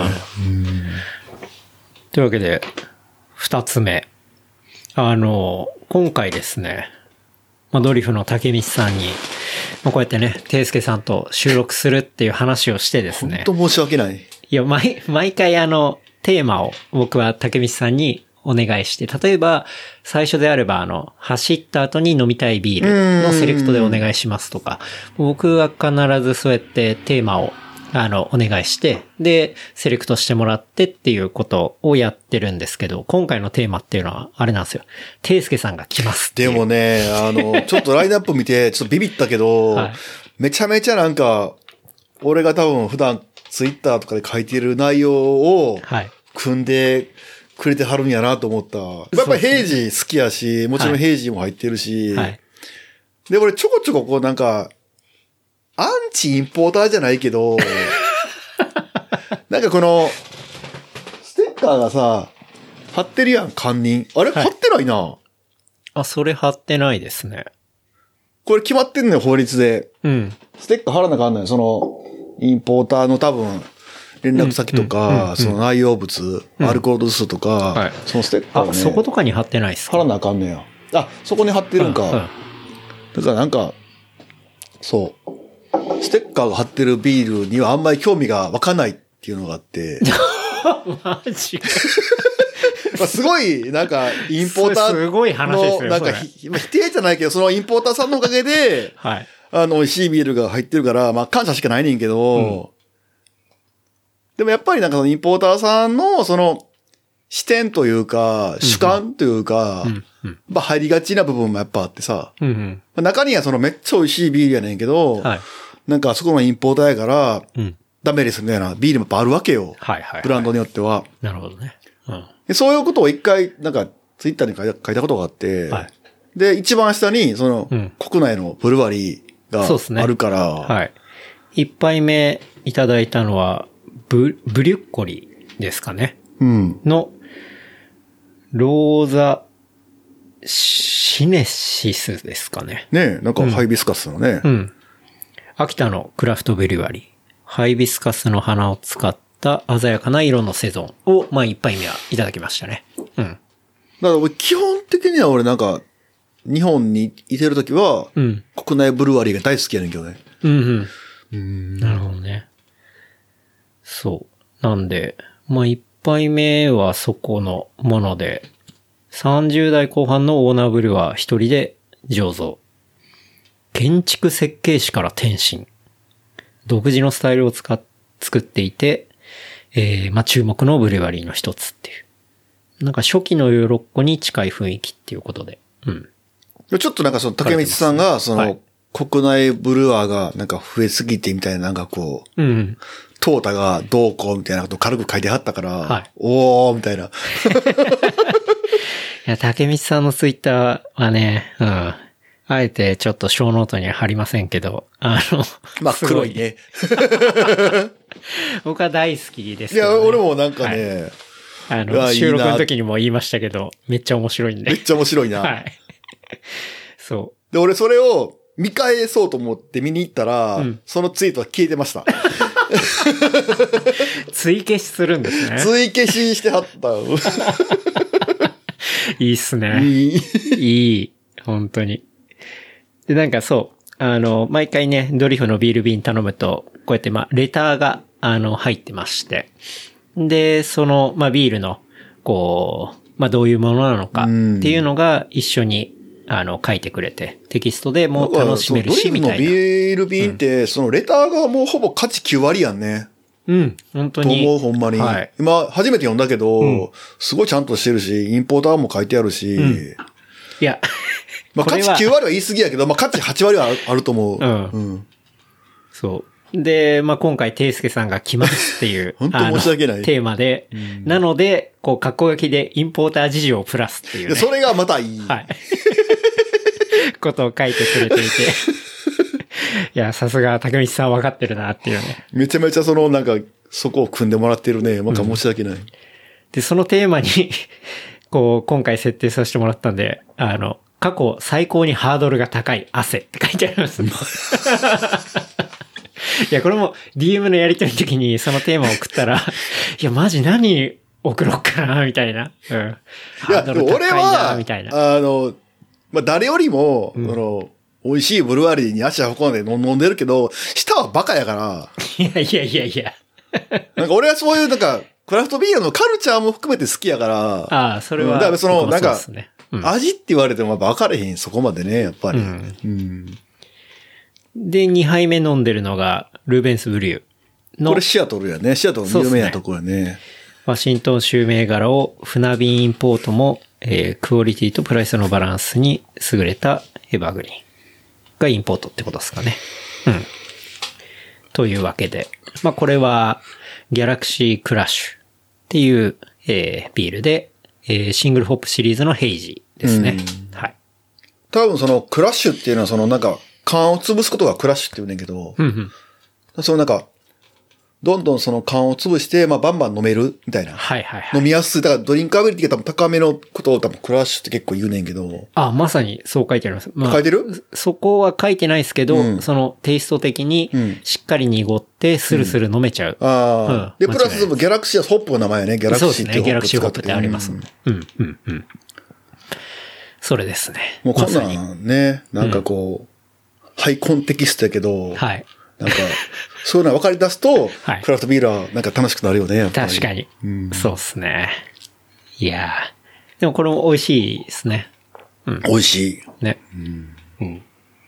というわけで、二つ目。今回ですね、まあ、ドリフの竹道さんに、まあ、こうやってね、ていすけさんと収録するっていう話をしてですね。 本当申し訳ない。 いや、毎回テーマを僕は竹道さんにお願いして、例えば、最初であれば、走った後に飲みたいビールのセレクトでお願いしますとか、僕は必ずそうやってテーマを、お願いして、で、セレクトしてもらってっていうことをやってるんですけど、今回のテーマっていうのは、あれなんですよ。ていすけさんが来ますっていう。 でもね、ちょっとラインナップ見て、ちょっとビビったけど、はい、めちゃめちゃなんか、俺が多分普段ツイッターとかで書いてる内容を、組んでくれてはるんやなと思った。やっぱり平時好きやし、もちろん平時も入ってるし、はい、で、俺ちょこちょここうなんか、アンチインポーターじゃないけど、なんかこの、ステッカーがさ、貼ってるやん、堪忍。あれ、はい、貼ってないな。 あ、それ貼ってないですね。 これ決まってんのよ、法律で。 うん。 ステッカー貼らなあかんのよ、その、インポーターの多分、連絡先とか、その内容物、アルコール度数とか、はい、そのステッカーをね。 あ、そことかに貼ってないっすか？ 貼らなあかんのよ。あ、そこに貼ってるんか。だからなんか、そう。ステッカーが貼ってるビールにはあんまり興味が湧かないっていうのがあって。 マジまあすごい、なんか、インポーターの、 すごい話ですよ、 なんか否定じゃないけど、そのインポーターさんのおかげで、 はい。 美味しいビールが入ってるから、まあ感謝しかないねんけど、でもやっぱりなんかそのインポーターさんの、その、視点というか、主観というか、まあ入りがちな部分もやっぱあってさ、中にはそのめっちゃ美味しいビールやねんけど、はい、なんかそこのインポーターやから、ダメですみたいなビールもやっぱあるわけよ。 はいはいはい、 ブランドによっては。 なるほどね。 でそういうことを一回、なんかツイッターに書いたことがあって、はい、で、一番下に、その、国内のブルワリーがあるから、 はい。一杯目いただいたのは、ブリュッコリーですかね。の、ローザシネシスですかね。 ねえ、なんかハイビスカスのね。 秋田のクラフトブリュワリー。ハイビスカスの花を使った鮮やかな色のセゾンを、まあ一杯目はいただきましたね。だから俺基本的には俺なんか、日本にいてるときは、国内ブルワリーが大好きやねんけどね。 なるほどね。そう。なんで、まあ一杯目はそこのもので、30代後半のオーナーブルワー一人で醸造。建築設計士から転身。独自のスタイルを作っていて、まあ注目のブルワリーの一つっていう。なんか初期のヨーロッコに近い雰囲気っていうことで。 ちょっとなんかその竹光さんが、その、国内ブルワーがなんか増えすぎてみたいななんかこう、トータがどうこうみたいなことを軽く書いてあったから、おーみたいな。いや、竹光さんのツイッターはね、あえてちょっと小ノートには貼りませんけど、 まあ黒いね。 僕は大好きですけど、ね。いや、俺もなんかね、 収録の時にも言いましたけど、めっちゃ面白いんで。 めっちゃ面白いな。 はい。そう。 で、俺それを見返そうと思って見に行ったら、そのツイートは消えてました。 追消しするんですね。 追消ししてはった。 いいっすね。いい。本当に。で、なんかそう、毎回ね、ドリフのビール瓶頼むと、こうやってレターが、入ってまして。で、その、ビールの、こう、どういうものなのかっていうのが一緒に、書いてくれて、テキストでも楽しめるし、みたいな。 ドリフのビール瓶って、そのレターがもうほぼ価値9割やんね。 本当に。 と思う、ほんまに。はい、今、初めて読んだけど、すごいちゃんとしてるし、インポーターも書いてあるし。 いや、 価値9割は言い過ぎやけど、価値8割はあると思う。 そう。で、今回、ていすけさんが来ますっていう、 本当申し訳ない。 テーマで、なので、こう、格好書きでインポーター事情をプラスっていう、ね。 それがまたいい。 はい。ことを書いてくれていて。いや、さすが、竹道さん分かってるなっていうね。 めちゃめちゃなんか、そこを組んでもらってるね。なんか申し訳ない。 で、そのテーマに、こう、今回設定させてもらったんで、過去最高にハードルが高い汗って書いてあります。いや、これも DM のやりとりの時にそのテーマを送ったら、いや、マジ何送ろうかな、みたいな。ハードル高いな、みたいな。 誰よりも、美味しいブルワリーに足を運んで飲んでるけど、舌はバカやから。 いや。 なんか俺はそういうなんか、 クラフトビールのカルチャーも含めて好きやから。 ああ、それは。 だからその、なんか、 うん、 味って言われてもやっぱ分かれへん、そこまでね、やっぱり。 うんうん、で、2杯目飲んでるのが、ルーベンスブリューの。 これシアトルやね。シアトルの有名なとこやね。 ワシントン州銘柄を船便インポートも、クオリティとプライスのバランスに優れたエバーグリーンがインポートってことですかね。うん。というわけで、まあこれはギャラクシークラッシュっていう、ビールで、シングルホップシリーズのヘイジーですね。はい。 多分そのクラッシュっていうのはそのなんか缶を潰すことがクラッシュって言うねんけど、 うんうん、 そのなんかどんどんその缶を潰して、まあバンバン飲めるみたいな。 はいはいはい。 飲みやすい。だからドリンクアビリティが多分高めのことを多分クラッシュって結構言うねんけど。 あ、まさにそう書いてあります。まあ、 書いてる？ そこは書いてないですけど、うん、そのテイスト的にしっかり濁ってスルスル飲めちゃう。 うん、ああ、うん。で、プラスギャラクシーはホップの名前ね。ギャラクシーっていうホップ。そうですね。 ギャラクシーホップってありますもんね。うんうんうん。それですね。 もうこんなんね、なんかこう、ハイコンテキストやけど、 はい。 なんか、そういうの分かり出すと、 はい、 クラフトビールはなんか楽しくなるよね、やっぱり。 確かに。うん、そうですね。いやー。でもこれも美味しいですね。 うん。美味しい。 ね。うん。うん。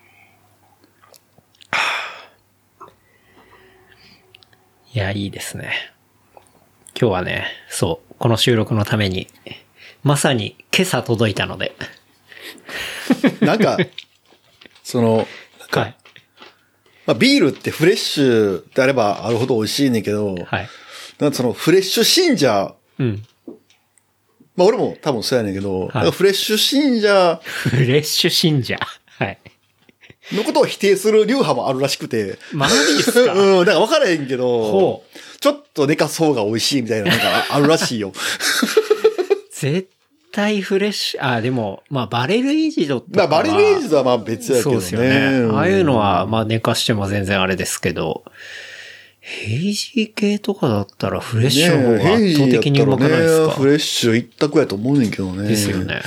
いや、いいですね。今日はね、そう、この収録のために、まさに今朝届いたので。 なんか、その、なんか、はい、まあ、ビールってフレッシュであればあるほど美味しいねんけど、 はい。 なんかそのフレッシュ信者、 うん。 まあ俺も多分そうやねんけど、はい、フレッシュ信者、 フレッシュ信者。はい。 のことを否定する流派もあるらしくて。 マジですか？ うん、だから分からへんけど、 ほう。 ちょっと寝かそうが美味しいみたいななんかあるらしいよ。 絶対フレッシュ、でも、まあバレルエイジドとかバレルエイジドはまあ別やけどね。 そうですよね。ああいうのはまあ寝かしても全然あれですけど、ヘイジー系とかだったらフレッシュの方が圧倒的にうまくないですか？ フレッシュ一択やと思うねんけどね。 ですよね。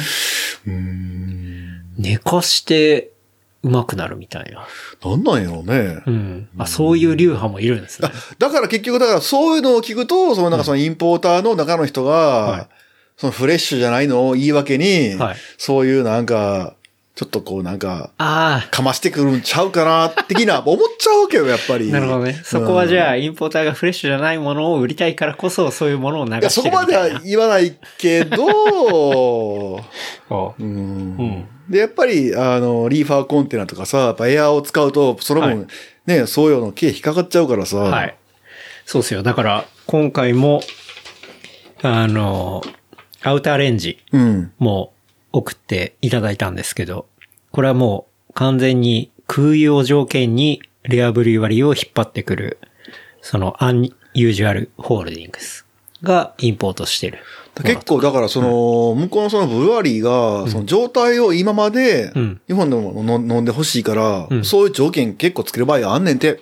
寝かしてうまくなるみたいな。 なんなんやろうね。 うん。そういう流派もいるんですね。 だから結局、そういうのを聞くと、そのなんかそのインポーターの中の人が、はい、そのフレッシュじゃないのを言い訳に、はい、そういうなんか、ちょっとこうなんか、かましてくるんちゃうかな、的な、思っちゃうわけよ、やっぱり。 なるほどね。そこはじゃあ、インポーターがフレッシュじゃないものを売りたいからこそ、そういうものを流してるみたいな。いや、 そこまでは言わないけど、で、やっぱり、リーファーコンテナとかさ、やっぱエアーを使うと、その分、ね、送料の経費引っかかっちゃうからさ。 はい。そうですよ。だから、今回も、アウターレンジも送っていただいたんですけど、これはもう完全に空輸を条件にレアブリュワリーを引っ張ってくる、そのアンユージュアルホールディングスがインポートしてる。 結構だからその、向こうのそのブルワリーが、その状態を今まで日本でも飲んでほしいから、そういう条件結構つける場合あんねんて。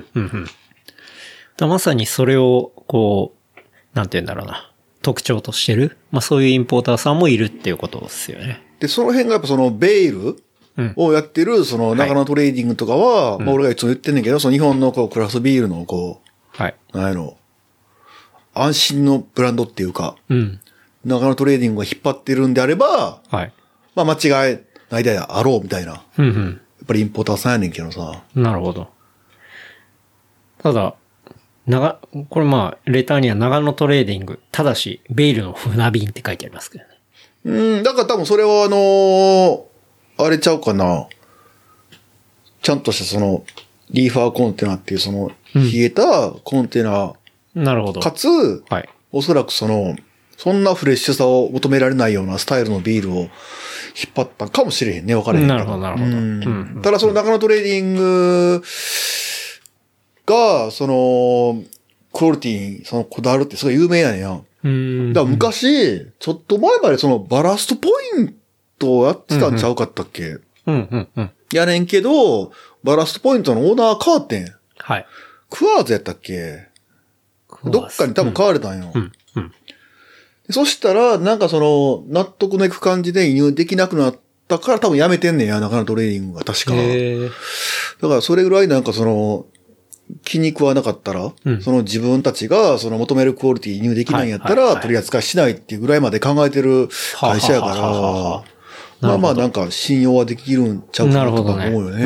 まさにそれをこう、なんて言うんだろうな。特徴としてる。まあそういうインポーターさんもいるっていうことですよね。 で、その辺がやっぱそのベールをやってる、その中野トレーディングとかは、まあ俺がいつも言ってんねんけど、その日本のこうクラフトビールのこう、なんやろ、安心のブランドっていうか、中野トレーディングが引っ張ってるんであれば、まあ間違いないであろうみたいな。やっぱりインポーターさんやねんけどさ。 なるほど。ただ、これまあ、レターには長野トレーディング、ただし、ベイルの船便って書いてありますけどね。 だから多分それはあれちゃうかな。ちゃんとしたその、リーファーコンテナっていうその、冷えたコンテナ。 なるほど。 かつ、おそらくそんなフレッシュさを求められないようなスタイルのビールを引っ張ったかもしれへんね。分かれへん。 なるほど、なるほど。 ただその長野トレーディング、が、その、クオリティに、こだわるってすごい有名やねんや。だから昔、ちょっと前までそのバラストポイントをやってたんちゃうかったっけ？やねんけど、バラストポイントのオーナー変わってん。 はい。 クワーズやったっけ？どっかに多分変われたんよ。そしたら、なんかその、納得のいく感じで輸入できなくなったから多分やめてんねんや、中野トレーディングが確か。だからそれぐらいなんかその、 気に食わなかったら、 うん、 その自分たちがその求めるクオリティ入できないんやったら、取り扱いしないっていうぐらいまで考えてる会社やから、まあまあなんか信用はできるんちゃうかなとか思うよね。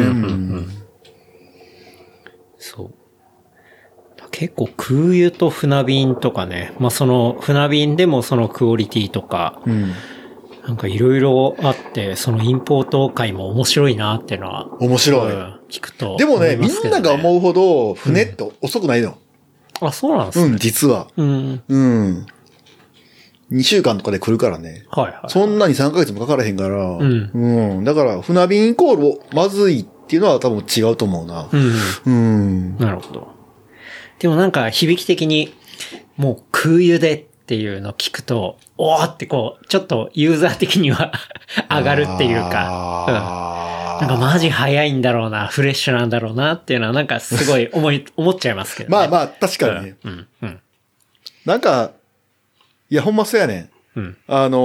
そう。結構空輸と船便とかね、まあその船便でもそのクオリティとか、なんかいろいろあって、そのインポート界も面白いなっていうのは。 面白い。 聞くと、 でもね、みんなが思うほど船って遅くないの。 あ、そうなんですね。 実は。2週間とかで来るからね。そんなに3ヶ月もかからへんから。だから船便イコールまずいっていうのは多分違うと思うな。 なるほど。でもなんか響き的に、もう空輸でっていうのを聞くと、おーってこう、ちょっとユーザー的には上がるっていうか、なんかマジ早いんだろうな、フレッシュなんだろうなっていうのはなんかすごい思っちゃいますけどね。 まあまあ、確かにね。なんか、いやほんまそうやねん。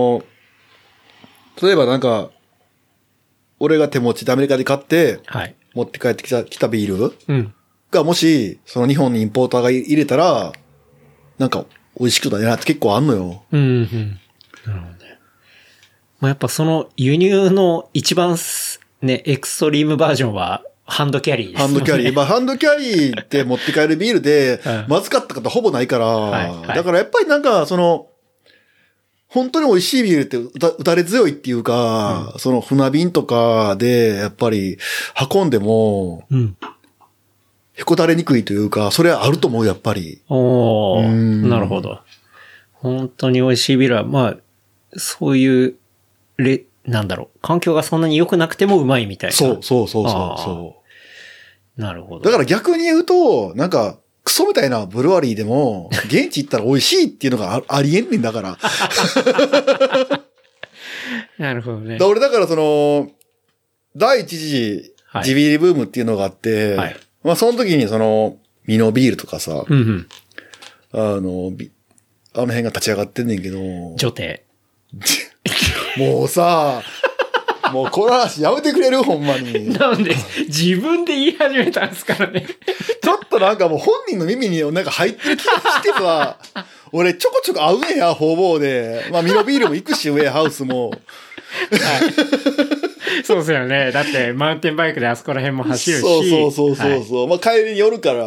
例えばなんか、俺が手持ちでアメリカで買って、持って帰ってきたビールがもし、その日本にインポーターが入れたら、なんか、美味しくないなって結構あんのよ。 なるほどね。まあ、やっぱその輸入の一番ね、エクストリームバージョンはハンドキャリーですね。 ハンドキャリー。まあ、ハンドキャリーって持って帰るビールで、まずかった方ほぼないから、だからやっぱりなんか、その、本当に美味しいビールって打たれ強いっていうか、その船便とかで、やっぱり運んでも、へこたれにくいというか、それはあると思う、やっぱり。 なるほど。本当に美味しいビールは、まあ、そういう、なんだろう、環境がそんなに良くなくてもうまいみたいな。 そう。 なるほど。 だから逆に言うと、なんか、クソみたいなブルワリーでも、現地行ったら美味しいっていうのがありえんねんだから。 なるほどね。 俺だからその、第一次、地ビールブームっていうのがあって、まあその時にその、ミノビールとかさ、あの辺が立ち上がってんねんけど。 女帝。 もうさ、もうこの話やめてくれるほんまに。 なんで、自分で言い始めたんですからね。 ちょっとなんかもう本人の耳になんか入ってる気がしてさ、俺ちょこちょこ会うねんや、方々で。まあミノビールも行くし、ウェアハウスも。 そうですよね。だって、マウンテンバイクであそこら辺も走るし。 そう。まあ帰りに寄るから。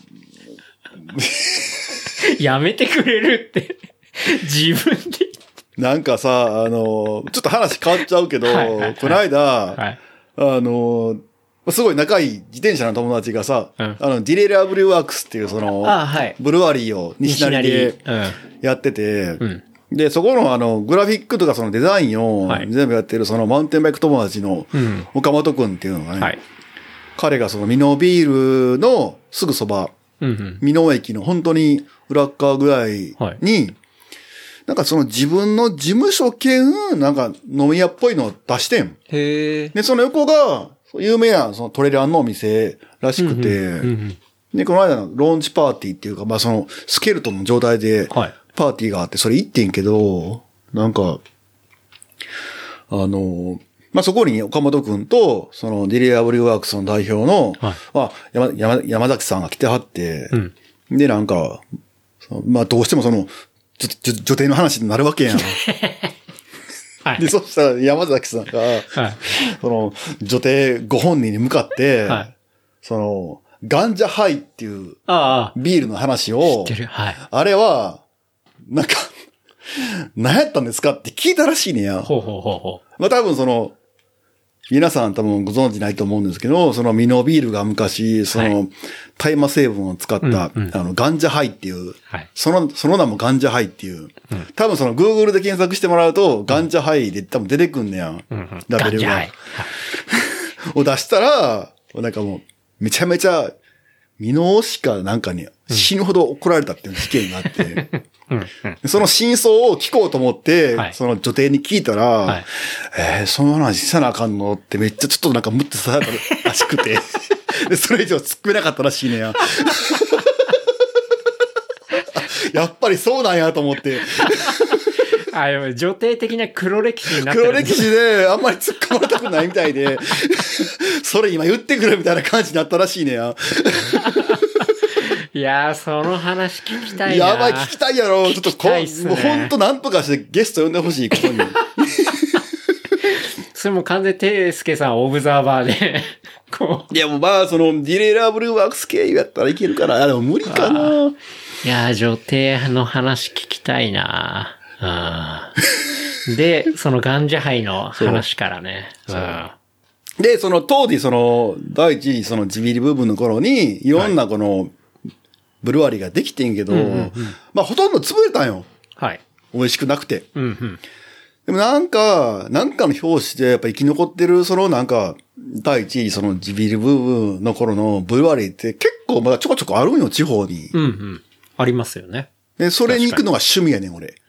やめてくれるって。自分で。 なんかさ、ちょっと話変わっちゃうけど、この間、すごい仲いい自転車の友達がさ、ディレイラーブリューワークスっていうその、ブルワリーを西成でやってて、で、そこのグラフィックとかそのデザインを全部やってるそのマウンテンバイク友達の岡本くんっていうのがね、彼がそのミノビールのすぐそば、ミノ駅の本当に裏側ぐらいに、なんかその自分の事務所兼、なんか飲み屋っぽいのを出してん。で、その横が、有名なそのトレランのお店らしくて、で、この間のローンチパーティーっていうか、まあそのスケルトンの状態で、パーティーがあって、それ行ってんけど、なんか、まあそこに岡本くんと、そのディレイアブリューワークスの代表の、山崎さんが来てはって、で、なんか、まあどうしてもその、女帝の話になるわけやん。で、そしたら山崎さんが、その、女帝ご本人に向かって、その、ガンジャハイっていうビールの話を、あれは、なんか、何やったんですかって聞いたらしいねや。まあ多分その、皆さん多分ご存知ないと思うんですけど、そのミノビールが昔、その、大麻成分を使った、ガンジャハイっていう、その名もガンジャハイっていう、多分その Google で検索してもらうと、ガンジャハイで多分出てくんねやん。ラベルが。を出したら、なんかもう、めちゃめちゃ、ミノしかなんかに死ぬほど怒られたっていう事件があって、その真相を聞こうと思って、その女帝に聞いたら、その話せなあかんのってめっちゃちょっとなんかムッてされたらしくて、でそれ以上突っ込めなかったらしいねや。やっぱりそうなんやと思って。 女帝的な黒歴史になってる。 黒歴史であんまり突っ込まれたくないみたいで、それ今言ってくるみたいな感じになったらしいねや。 いやー、その話聞きたいな。 やばい、聞きたいやろ。ちょっともうほんとなんとかしてゲスト呼んでほしい、ここに。 それも完全ていすけさんオブザーバーで、こう。いや、もうまあ、ディレイラーブルーワークス系やったらいけるかな。でも無理かな。 いやー、女帝の話聞きたいな。で、そのガンジャハイの話からね。 で、当時、第一次ジビリ部分の頃に、いろんなこの、ブルワリーができてんけど、まあ、ほとんど潰れたんよ。 はい。 美味しくなくて。 うんうん。 でもなんかの表紙でやっぱ生き残ってる、第一次ジビリ部分の頃のブルワリーって結構まだちょこちょこあるんよ、地方に。 うんうん。ありますよね。 で、それに行くのが趣味やねん、俺。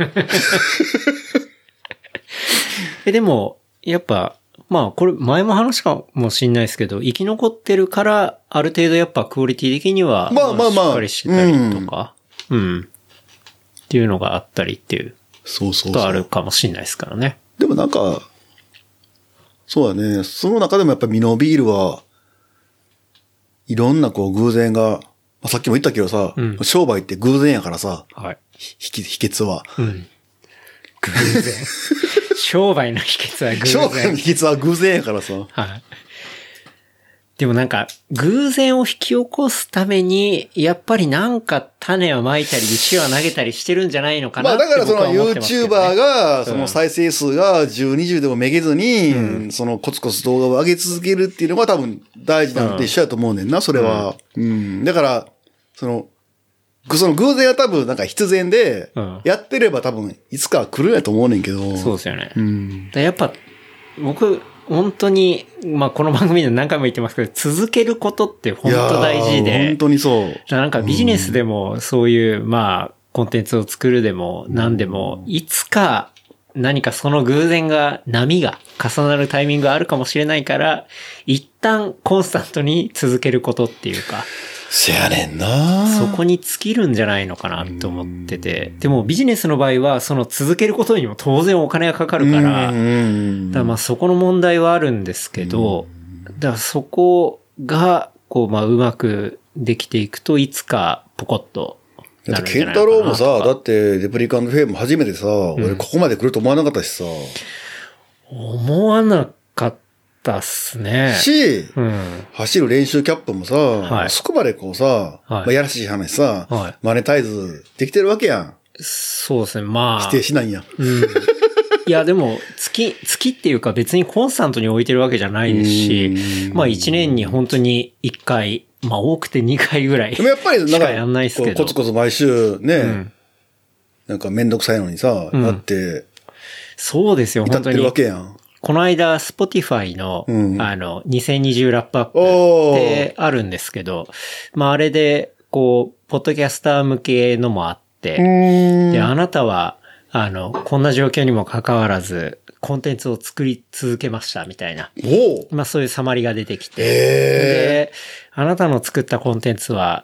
でも、やっぱ、まあ、これ、前も話かもしんないですけど、生き残ってるから、ある程度やっぱクオリティ的には、まあ、しっかりしてたりとか、っていうのがあったりっていう、とあるかもしんないですからね。 でもなんか、そうだね、その中でもやっぱミノビールは、いろんな偶然が、さっきも言ったけどさ、商売って偶然やからさ、 はい。 秘訣は。 偶然。商売の秘訣は偶然。 商売の秘訣は偶然やからさ。 はい。でもなんか、偶然を引き起こすために、やっぱりなんか種をまいたり石を投げたりしてるんじゃないのかなって僕は思ってますけどね。 まあだからYouTuber が、再生数が10、20でもめげずに、コツコツ動画を上げ続けるっていうのが多分大事なのと一緒だと思うねんな、それは。だから、その偶然は多分必然で、やってれば多分いつか来るんやと思うねんけど。 そうですよね。やっぱ、僕、本当に、まあこの番組で何回も言ってますけど、続けることって本当大事で。 本当にそう。 なんかビジネスでもそういう、まあコンテンツを作るでも何でも、いつか何かその偶然が、波が重なるタイミングがあるかもしれないから、一旦コンスタントに続けることっていうか。 せやねんな。 そこに尽きるんじゃないのかなと思ってて。でもビジネスの場合は、その続けることにも当然お金がかかるから、だからまあそこの問題はあるんですけど、だからそこが、うまくできていくといつかポコッとなるんじゃないかなとか。 ケンタロウもさ、だってデプリカントフェイム初めてさ、俺ここまで来ると思わなかったしさ。 思わなかったっすね。 走る練習キャップもさ、そこまでやらしい話さ、マネタイズできてるわけやん。 そうですね、まあ。 否定しないんや。 いや、でも、月っていうか別にコンスタントに置いてるわけじゃないですし、まあ1年に本当に1回、まあ多くて2回ぐらい。 でもやっぱりしかやんないですけど。 コツコツ毎週ね、なんかめんどくさいのにさ、だって、 そうですよ、本当に。 至ってるわけやん。 この間、Spotify の、2020ラップアップってあるんですけど、まああれで、ポッドキャスター向けのもあって、で、あなたは、こんな状況にもかかわらず、コンテンツを作り続けました、みたいな。まあそういうサマリが出てきて、で、あなたの作ったコンテンツは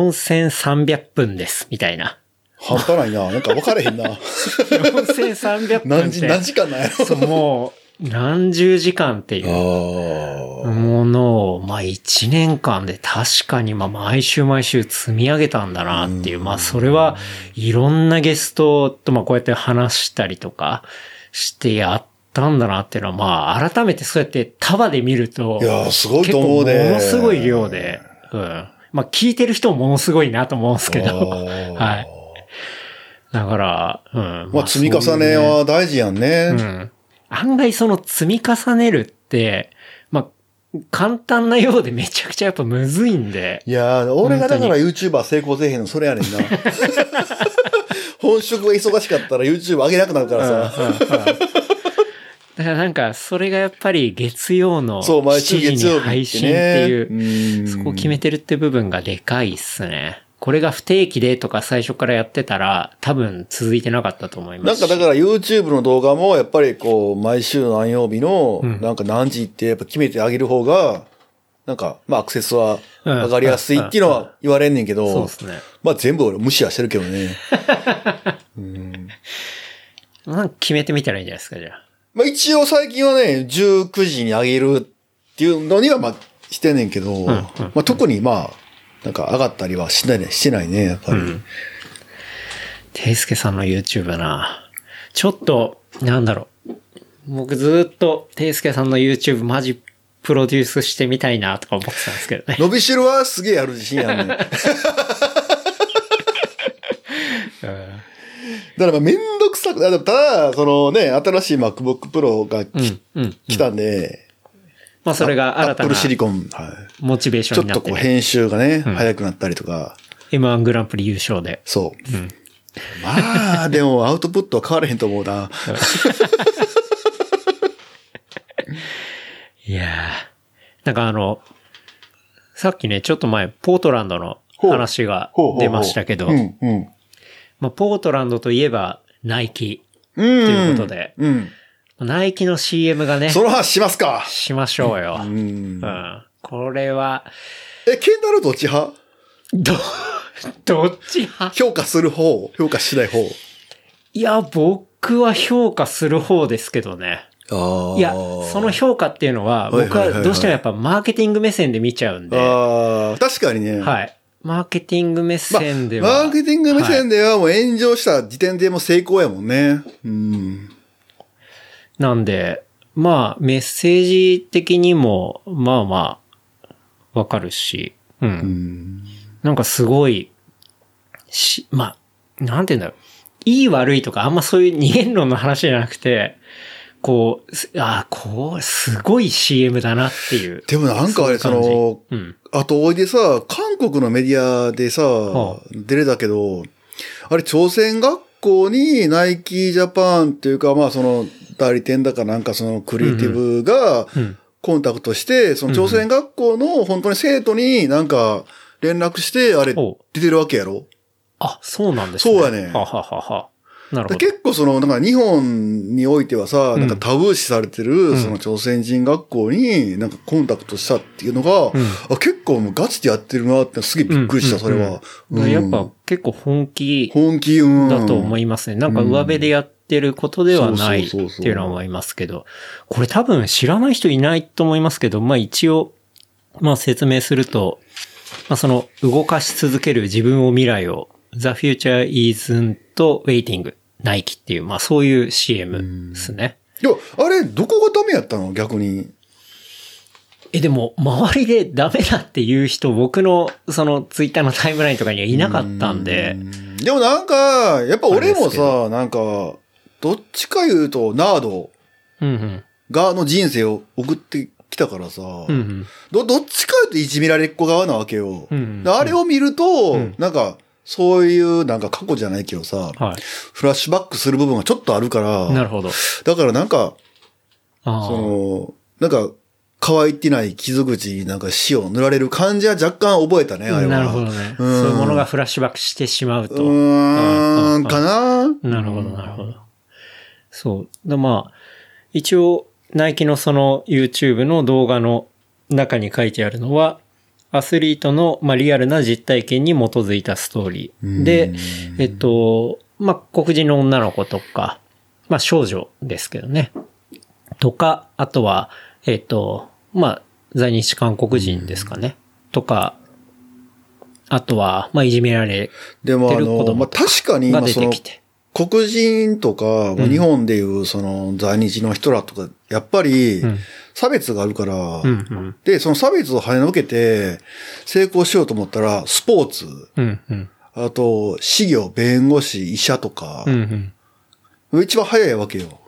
4300分です、みたいな。 半端ないな。なんか分かれへんな。 4300分って。 何時間なんやろ。 もう、何十時間っていうものを、まあ1年間で確かに毎週毎週積み上げたんだなっていう、まあそれはいろんなゲストとこうやって話したりとかしてやったんだなっていうのは、まあ改めてそうやって束で見ると、 いやすごいと思うね。 ものすごい量で、まあ聞いてる人もものすごいなと思うんですけど、はい。だから、 まあ積み重ねは大事やんね。 案外その積み重ねるって、まあ、簡単なようでめちゃくちゃやっぱむずいんで。 いやー、俺がだから YouTuber 成功せえへんのそれやねんな。本職が忙しかったら YouTube 上げなくなるからさ。 だからなんか、それがやっぱり月曜の 7時に配信っていう、そこを決めてるって部分がでかいっすね。これが不定期でとか最初からやってたら多分続いてなかったと思います。 なんかだから YouTube の動画もやっぱり毎週何曜日のなんか何時ってやっぱ決めてあげる方がなんかまあアクセスは上がりやすいっていうのは言われんねんけど、 そうですね。 まあ全部俺無視はしてるけどね。 なんか決めてみたらいいんじゃないですか、じゃあ。 まあ一応最近はね、19時に上げるっていうのにはまあしてんねんけど、まあ特にまあなんか上がったりはしてないね、やっぱり。 ていすけさんの YouTube な。ちょっと、なんだろう。僕ずっとていすけさんの YouTube マジプロデュースしてみたいなとか思ってたんですけどね。 伸びしろはすげえやる自信あるね。だからめんどくさく、ただ、そのね、新しい MacBook Pro が来たんで、 まあそれが新たな Apple シリコン、はい、 モチベーションになって、ね、 ちょっとこう編集がね、早くなったりとか。 M1 グランプリ優勝で。 そう。まあ、でもアウトプットは変われへんと思うな。 いやー。なんかさっきね、ちょっと前、ポートランドの話が出ましたけど、まあ、ポートランドといえば、ナイキ。ということで、ナイキの CM がね。 その話しますか。 しましょうよ。これは。 ケンタロウどっち派？ どっち派？ 評価する方？評価しない方？ いや、僕は評価する方ですけどね。いや、その評価っていうのは、僕はどうしてもやっぱマーケティング目線で見ちゃうんで。 確かにね。 はい。マーケティング目線では。 マーケティング目線ではもう炎上した時点でもう成功やもんね。 なんで、まあ、メッセージ的にも、まあまあ、わかるし、なんかすごい、まあ、なんて言うんだろう。いい悪いとかあんまそういう二元論の話じゃなくて、こう、すごい CM だなっていう。 でもなんかあれ、あとおいでさ、韓国のメディアでさ、出れたけど、あれ朝鮮学校にナイキジャパンっていうか、まあその代理店だかなんかそのクリエイティブがコンタクトして、その朝鮮学校の本当に生徒になんか連絡して、あれ出てるわけやろ？ あ、そうなんですね。 そうやね。 はははは。なるほど。 結構なんか日本においてはさ、なんかタブー視されてる、その朝鮮人学校になんかコンタクトしたっていうのが、結構もうガチでやってるなってすげえびっくりした、それは。 やっぱ結構本気だと思いますね。なんか上辺でやってることではないっていうのは思いますけど、これ多分知らない人いないと思いますけど、まあ一応、まあ説明すると、まあその動かし続ける自分を未来をThe Future Isn't Waiting Nike っていう、まあそういう CM ですね。 いや、あれ、どこがダメやったの逆に。 でも、周りでダメだっていう人、僕のそのツイッターのタイムラインとかにはいなかったんで。 でもなんか、やっぱ俺もさ、なんか、どっちか言うと、ナード側の人生を送ってきたからさ、どっちか言うといじめられっ子側なわけよ。あれを見ると、なんか、そういうなんか過去じゃないけどさ、フラッシュバックする部分がちょっとあるから、 なるほど。 だからなんか、なんか、乾いてない傷口になんか塩を塗られる感じは若干覚えたね、あれは。 なるほどね。そういうものがフラッシュバックしてしまうと。かな。 なるほど、なるほど。そう。まあ、一応、ナイキのその YouTube の動画の中に書いてあるのは、アスリートの、まあ、リアルな実体験に基づいたストーリー。で、まあ、黒人の女の子とか、まあ、少女ですけどね。とか、あとは、まあ、在日韓国人ですかね。とか、あとは、まあ、いじめられてる子供とかが出てきて。 黒人とか、日本でいうその在日の人らとか、やっぱり差別があるから、で、その差別を跳ねのけて成功しようと思ったら、スポーツ、あと、私業、弁護士、医者とか、一番早いわけよ。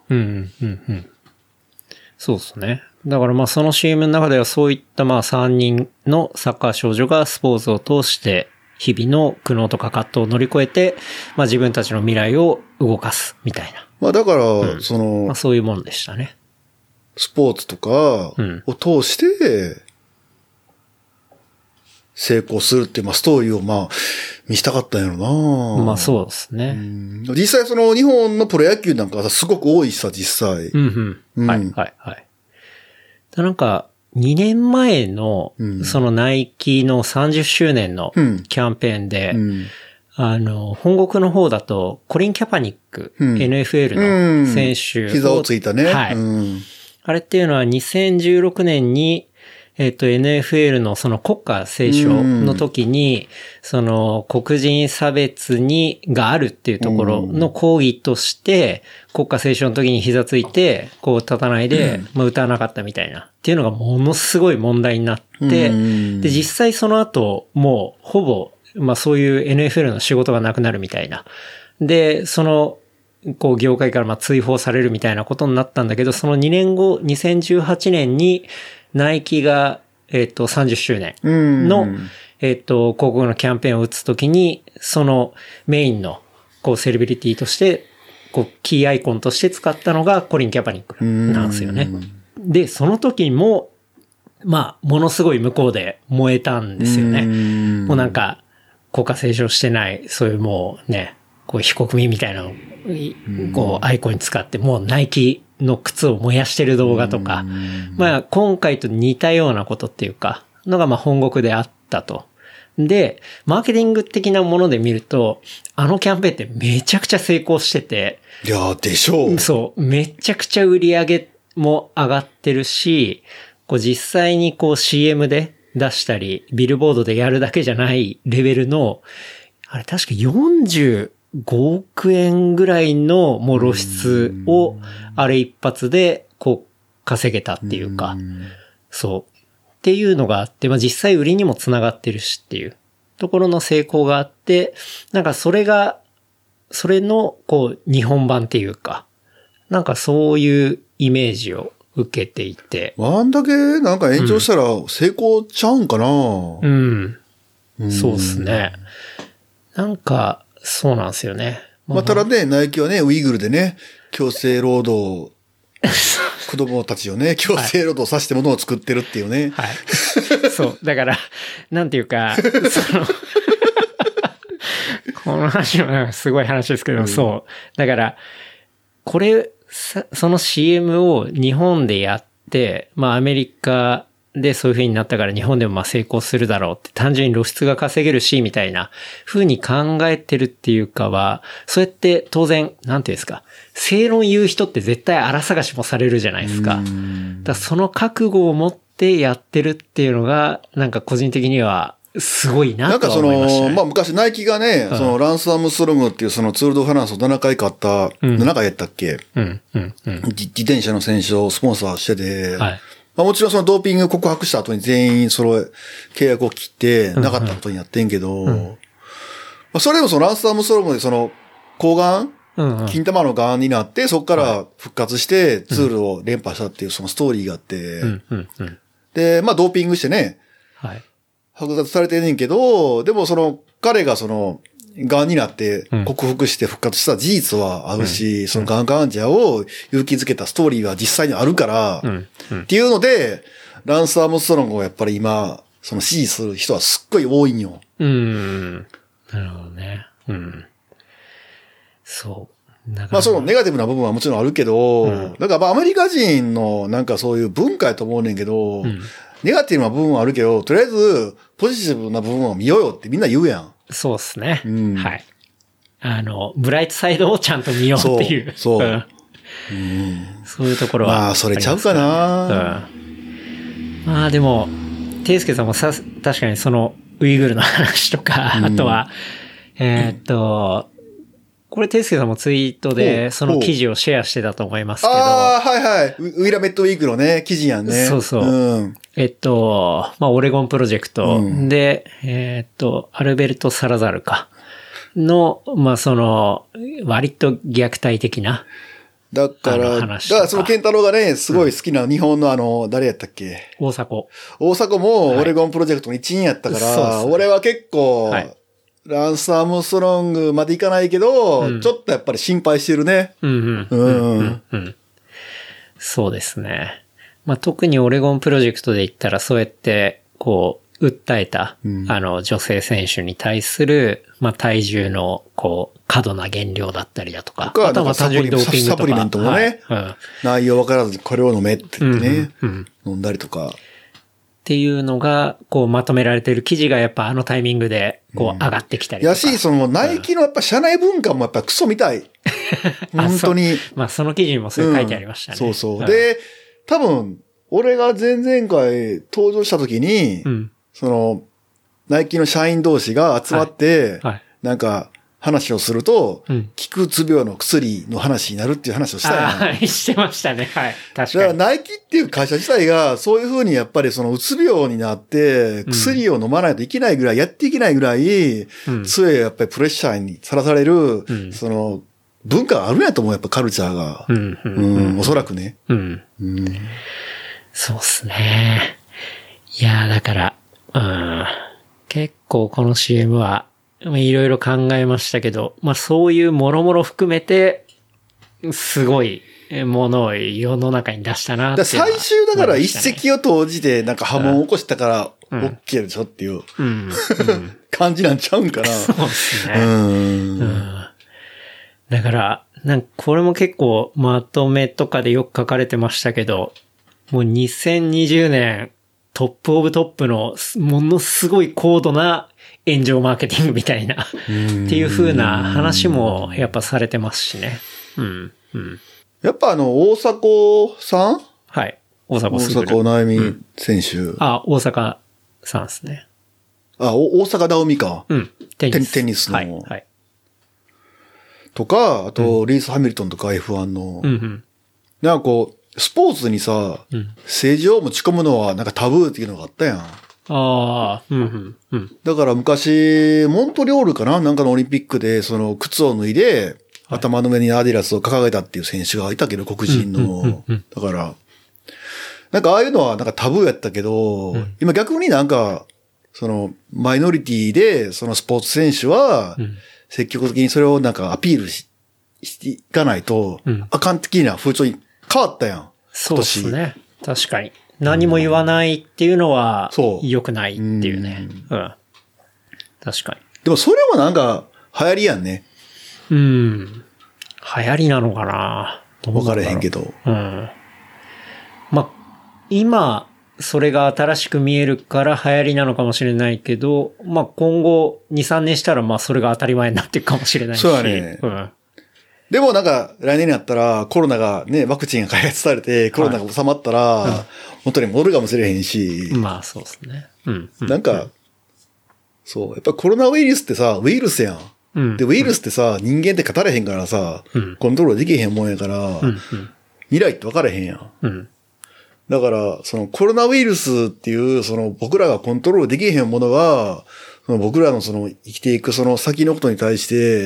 そうですね。だからまあその CM の中ではそういったまあ3人のサッカー少女がスポーツを通して日々の苦悩とか葛藤を乗り越えて、まあ自分たちの未来を動かすみたいな。 まあだから、 まあそういうものでしたね。 スポーツとかを通して、成功するっていう、まあストーリーをまあ見したかったんやろな。 まあそうですね。 実際その日本のプロ野球なんかすごく多いしさ、実際。 はいはいはい。なんか、2年前の、そのナイキの30周年のキャンペーンで、本国の方だと、コリン・キャパニック、NFL の選手。 膝をついたね。 はい。あれっていうのは2016年に、 NFL のその国歌斉唱の時に、その黒人差別があるっていうところの抗議として、国歌斉唱の時に膝ついて、こう立たないで、歌わなかったみたいな、っていうのがものすごい問題になって、で、実際その後、もうほぼ、そういう NFL の仕事がなくなるみたいな。で、こう業界から追放されるみたいなことになったんだけど、その2年後、2018年にナイキが、30周年の、広告のキャンペーンを打つときに、そのメインの、こうセレブリティとして、こうキーアイコンとして使ったのがコリン・キャパニックなんですよね。で、その時も、ものすごい向こうで燃えたんですよね。もうなんか、国歌斉唱してない、そういうもうね、こう非国民みたいなのを、こうアイコンに使って、もうナイキの靴を燃やしてる動画とか、今回と似たようなことっていうか、のが本国であったと。で、マーケティング的なもので見ると、あのキャンペーンってめちゃくちゃ成功してて。 いやー、でしょう。 そう。めちゃくちゃ売り上げも上がってるし、こう実際にこう CM で出したり、ビルボードでやるだけじゃないレベルの、あれ確か45億円ぐらいのもう露出をあれ一発でこう稼げたっていうか、そう。っていうのがあって、実際売りにもつながってるしっていうところの成功があって、なんかそれのこう日本版っていうか、なんかそういうイメージを受けていて。 あんだけなんか延長したら成功ちゃうんかな、 そうですね。なんか、そうなんですよね。 ただね、ナイキはね、ウイグルでね、強制労働、子供たちをね、強制労働させてものを作ってるっていうね。 はい。そう。だから、なんていうか、この話はすごい話ですけど、そう。だから、その CM を日本でやって、アメリカでそういう風になったから日本でも成功するだろうって単純に露出が稼げるし、みたいな風に考えてるっていうかは、そうやって当然、なんていうんですか、正論言う人って絶対荒探しもされるじゃないですか。だからその覚悟を持ってやってるっていうのが、なんか個人的にはすごいなとは思いましたね。 なんか昔ナイキがね、そのランス・アームストロングっていうそのツール・ド・フランスを7回買った、7回やったっけ、自転車の選手をスポンサーしてて、もちろんそのドーピング告白した後に全員契約を切ってなかったことになってんけど、それでもそのランス・アームストロングでその抗がん、金玉のがんになって、そこから復活してツールを連覇したっていうそのストーリーがあって、で、ドーピングしてね、剥奪されてんねんけど、でも彼が癌になって克服して復活した事実はあるし、その癌患者を勇気づけたストーリーは実際にあるから、っていうので、ランス・アームストロングをやっぱり今、支持する人はすっごい多いんよ。 なるほどね。そう。 そのネガティブな部分はもちろんあるけど、だからアメリカ人のなんかそういう文化やと思うねんけど、ネガティブな部分はあるけど、とりあえずポジティブな部分を見ようよってみんな言うやん。 そうですね。はい。ブライトサイドをちゃんと見ようっていう。 そう。 そういうところは、 それちゃうかな。 でも、ていすけさんも確かにウイグルの話とか、あとは、これ、ていすけさんもツイートで、その記事をシェアしてたと思いますけど。 はいはい。ウィラメットウィークのね、記事やんね。 そうそう。オレゴンプロジェクトで、アルベルト・サラザルの、割と虐待的な。 だからそのケンタロウがね、すごい好きな日本の誰やったっけ？ 大迫もオレゴンプロジェクトの一員やったから、俺は結構、ランス・アームストロングまでいかないけど、ちょっとやっぱり心配してるね。 そうですね。特にオレゴンプロジェクトで言ったらそうやって、訴えた、女性選手に対する、体重の、過度な減量だったりだとか。 あとは単純にドーピングとか。サプリメントもね、内容わからずこれを飲めって言ってね、飲んだりとか。 っていうのが、まとめられてる記事がやっぱあのタイミングで、上がってきたりとか。 やし、ナイキのやっぱ社内文化もやっぱクソみたい。本当に。 その記事にもそれ書いてありましたね。 そう。で、多分、 俺が前々回登場した時に、ナイキの社員同士が集まって、なんか話をすると、効くうつ病の薬の話になるっていう話をしたよね。 はい、してましたね。はい。確かに。 だからナイキっていう会社自体が、そういうふうにやっぱりそのうつ病になって、薬を飲まないといけないぐらい、やっていけないぐらい、強いやっぱりプレッシャーにさらされる、その、文化があるんやと思う、やっぱカルチャーが。おそらくね。 そうっすね。いやだから、結構この CM は、いろいろ考えましたけど、まあそういうもろもろ含めて、すごいものを世の中に出したなっていう、 最終だから一石を投じてなんか波紋を起こしたから OK でしょっていう、感じなんちゃうんかな。 そうですね。だから、これも結構まとめとかでよく書かれてましたけど、もう2020年トップオブトップのものすごい高度な炎上マーケティングみたいなっていう風な話もやっぱされてますしね。 やっぱ大迫さん？ はい。大迫なおみ選手。 大坂さんですね。 大坂なおみか。 テニスの。はい。とか、あと、リース・ハミルトンとか F1 の。なんかこう、スポーツにさ、政治を持ち込むのはなんかタブーっていうのがあったやん。だから昔、モントリオールかななんかのオリンピックで、その靴を脱いで、頭の上にアディダスを掲げたっていう選手がいたけど、黒人の。だから、なんかああいうのはなんかタブーやったけど、今逆になんか、その、マイノリティで、そのスポーツ選手は、積極的にそれをなんかアピールしていかないと、あかん的な風潮に変わったやん。 そうですね。確かに。何も言わないっていうのは、良くないっていうね。確かに。 でもそれもなんか、流行りやんね。 流行りなのかな？ 分かれへんけど。 まあ、今、それが新しく見えるから流行りなのかもしれないけど、まあ今後2、3年したらまあそれが当たり前になっていくかもしれないし。 そうだね。でもなんか来年になったらコロナがね、ワクチンが開発されてコロナが収まったら、本当に戻るかもしれへんし。 まあそうですね。 なんか、そう、やっぱコロナウイルスってさ、ウイルスやん。で、ウイルスってさ、人間って語れへんからさ、コントロールできへんもんやから、未来って分かれへんやん。だから、そのコロナウイルスっていう、その僕らがコントロールできへんものが、その僕らのその生きていくその先のことに対して、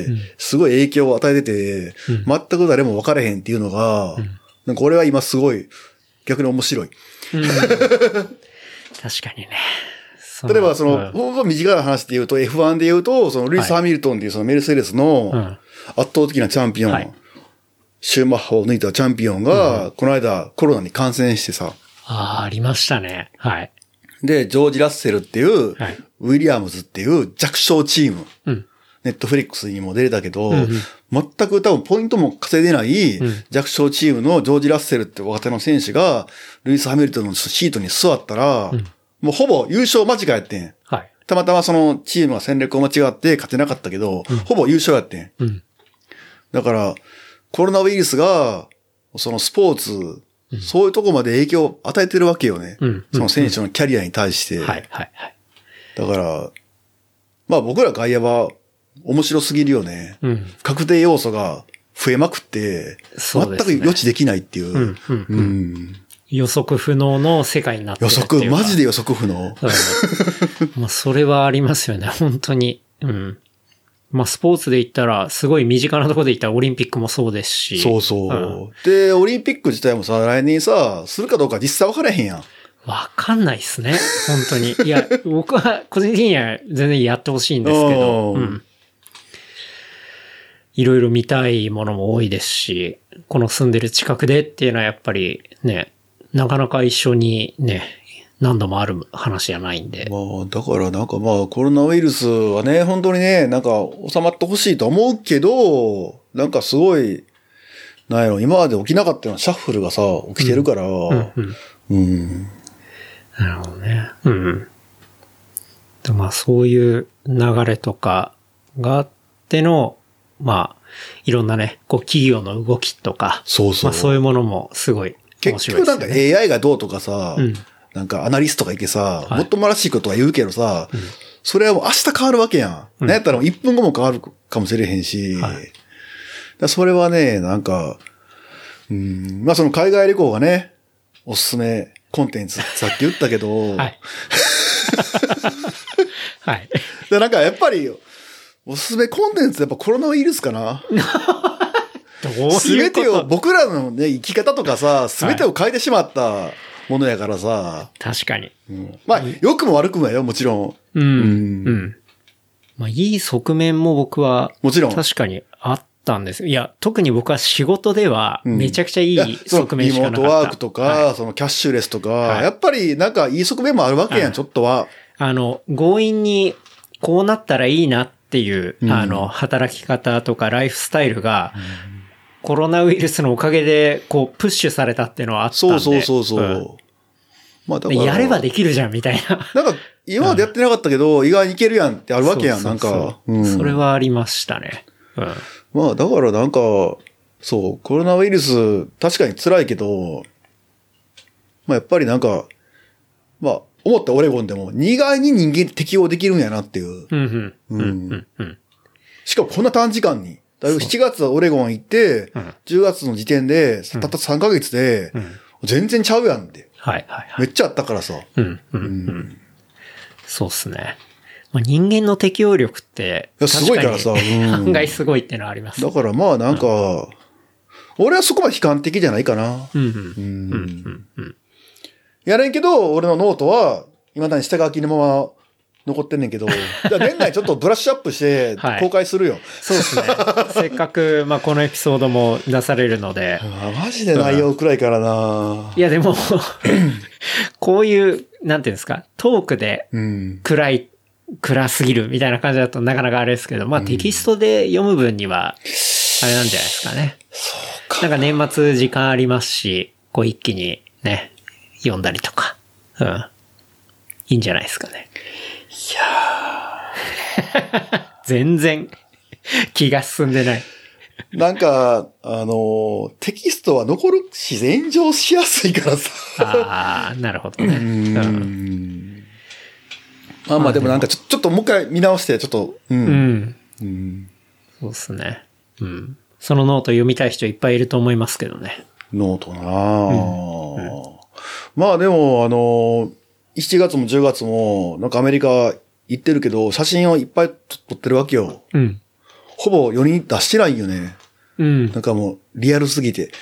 すごい影響を与えてて、全く誰も分かれへんっていうのが、なんか俺は今すごい逆に面白い。 確かにね。 例えばその、僕が短い話で言うと F1 で言うと、そのルイス・ハミルトンっていうそのメルセデスの圧倒的なチャンピオン、シューマッハを抜いたチャンピオンが、この間コロナに感染してさ。 ありましたね。はい。 で、ジョージ・ラッセルっていう、ウィリアムズっていう弱小チーム。ネットフリックスにも出れたけど、全く多分ポイントも稼いでない弱小チームのジョージ・ラッセルって若手の選手が、ルイス・ハミルトンのシートに座ったら、もうほぼ優勝間違いやってん。たまたまそのチームが戦略を間違って勝てなかったけど、ほぼ優勝やってん。だから、コロナウイルスが、そのスポーツ、そういうとこまで影響を与えてるわけよね。その選手のキャリアに対して。だから、まあ僕ら外野は面白すぎるよね。確定要素が増えまくって、全く予知できないっていう。 予測不能の世界になってるっていうか。 マジで予測不能。 まあそれはありますよね、本当に。まあスポーツで言ったら、すごい身近なところで言ったらオリンピックもそうですし。 そうそう。で、オリンピック自体もさ、来年さ、するかどうか実際分からへんやん。 わかんないっすね。本当に。いや、僕は個人的には全然やってほしいんですけど、いろいろ見たいものも多いですし、この住んでる近くでっていうのはやっぱりね、なかなか一緒にね、何度もある話じゃないんで。 まあ、だからなんかまあコロナウイルスはね、本当にね、なんか収まってほしいと思うけど、なんかすごい、なんやろ、今まで起きなかったようなシャッフルがさ、起きてるから、 なるほどね。まあそういう流れとかがあっての、まあ、いろんなね、こう企業の動きとか、まあそういうものもすごい結局なんか AI がどうとかさ、なんかアナリストがいてさ、もっともらしいことは言うけどさ、それはもう明日変わるわけやん。なんやったら1分後も変わるかもしれへんし、それはね、なんか、まあその海外旅行がね、おすすめコンテンツ、さっき言ったけど、はい。 はい。 で、なんかやっぱり、おすすめコンテンツやっぱコロナウイルスかな。すべてを、僕らのね、生き方とかさ、すべてを変えてしまったものやからさ。 確かに。 まあ、良くも悪くもやよ、もちろん。 まあ、いい側面も僕は、 もちろん。 確かにあったんですよ。いや、特に僕は仕事では、めちゃくちゃいい側面しかなかった。 リモートワークとか、そのキャッシュレスとか、やっぱりなんかいい側面もあるわけやん、ちょっとは。 強引に、こうなったらいいなっていう、働き方とかライフスタイルが、コロナウイルスのおかげで、こう、プッシュされたっていうのはあったんで。 そう。 まあだから。やればできるじゃん、みたいな。 なんか、今までやってなかったけど、意外にいけるやんってあるわけやん、なんか。 それはありましたね。 まあだからなんか、そう、コロナウイルス、確かに辛いけど、まあやっぱりなんか、まあ、思ったオレゴンでも、意外に人間適応できるんやなっていう。しかもこんな短時間に。7月はオレゴン行って、10月の時点で、たった3ヶ月で、全然ちゃうやんって。めっちゃあったからさ。 そうっすね。まあ、人間の適応力って、 すごいからさ。 案外すごいってのはあります。 だからまあなんか、俺はそこまで悲観的じゃないかな。やれんけど、俺のノートは、未だに下書きのまま残ってんねんけど、年内ちょっとブラッシュアップして公開するよ。 そうですね。せっかく、まあこのエピソードも出されるので。 マジで内容暗いからな。 いやでも、こういう、なんていうんですか、トークで暗すぎるみたいな感じだとなかなかあれですけど、まあテキストで読む分には、あれなんじゃないですかね。 そうか。 なんか年末時間ありますし、こう一気にね、読んだりとか、いいんじゃないですかね。 いや全然気が進んでない。 なんか、テキストは残るし、炎上しやすいからさ。 ああ、なるほどね。 まあでもなんかちょっともう一回見直して、ちょっと、 そうですね。そのノート読みたい人いっぱいいると思いますけどね。 ノートなまあでも、7月も10月も、なんかアメリカ行ってるけど、写真をいっぱい撮ってるわけよ。ほぼ4人出してないよね。なんかもう、リアルすぎて。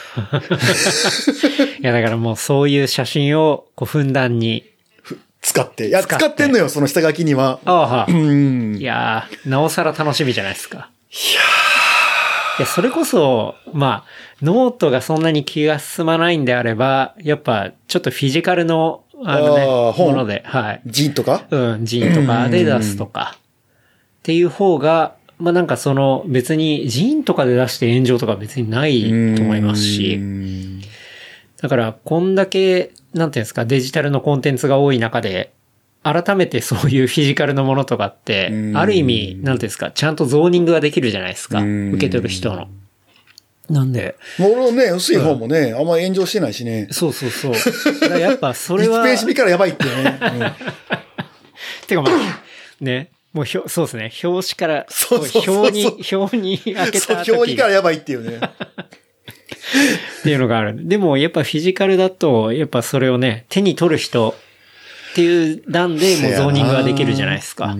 いや、だからもうそういう写真をこうふんだんに使って。いや、使ってんのよ、その下書きには。 いやー、なおさら楽しみじゃないですか。いや、それこそ、まあ、ノートがそんなに気が進まないんであれば、やっぱ、ちょっとフィジカルの、もので、 ジンとかジンとかアデダスとか、っていう方が、まあなんかその、別にジンとかで出して炎上とか別にないと思いますし、だから、こんだけ、なんていうんですか、デジタルのコンテンツが多い中で、改めてそういうフィジカルのものとかって、ある意味、なんていうんですか、ちゃんとゾーニングができるじゃないですか。受け取る人の。なんで。 もうね、薄い方もね、あんま炎上してないしね。 そう。だからやっぱそれは。 1ページ目からやばいってね。 てかまあ、ね。もうそうですね。表紙から、表に開けた時。 表にからやばいっていうね。 っていうのがある。でもやっぱフィジカルだと、やっぱそれをね、手に取る人っていう段でもうゾーニングができるじゃないですか。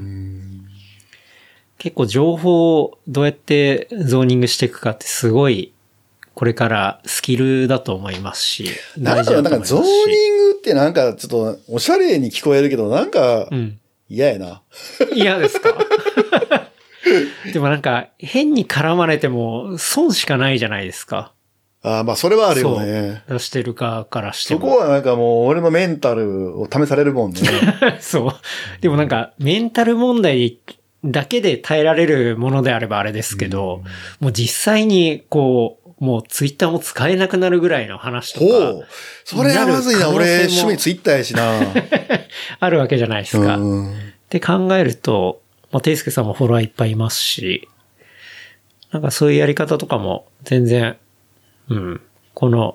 結構情報をどうやってゾーニングしていくかってすごい、これからスキルだと思いますし。 なんかゾーニングってなんかちょっとおしゃれに聞こえるけど、なんか嫌やな。 嫌ですか？でもなんか変に絡まれても損しかないじゃないですか。 ああ、まあそれはあるよね。 出してる側からしても。 そこはなんかもう俺のメンタルを試されるもんね。 そう。でもなんかメンタル問題だけで耐えられるものであればあれですけど、もう実際にこう、もうツイッターも使えなくなるぐらいの話とか。 それはまずいな。俺趣味ツイッターやしな。 あるわけじゃないですか。って考えると、まあ、ていすけさんもフォロワーいっぱいいますし、なんかそういうやり方とかも全然、この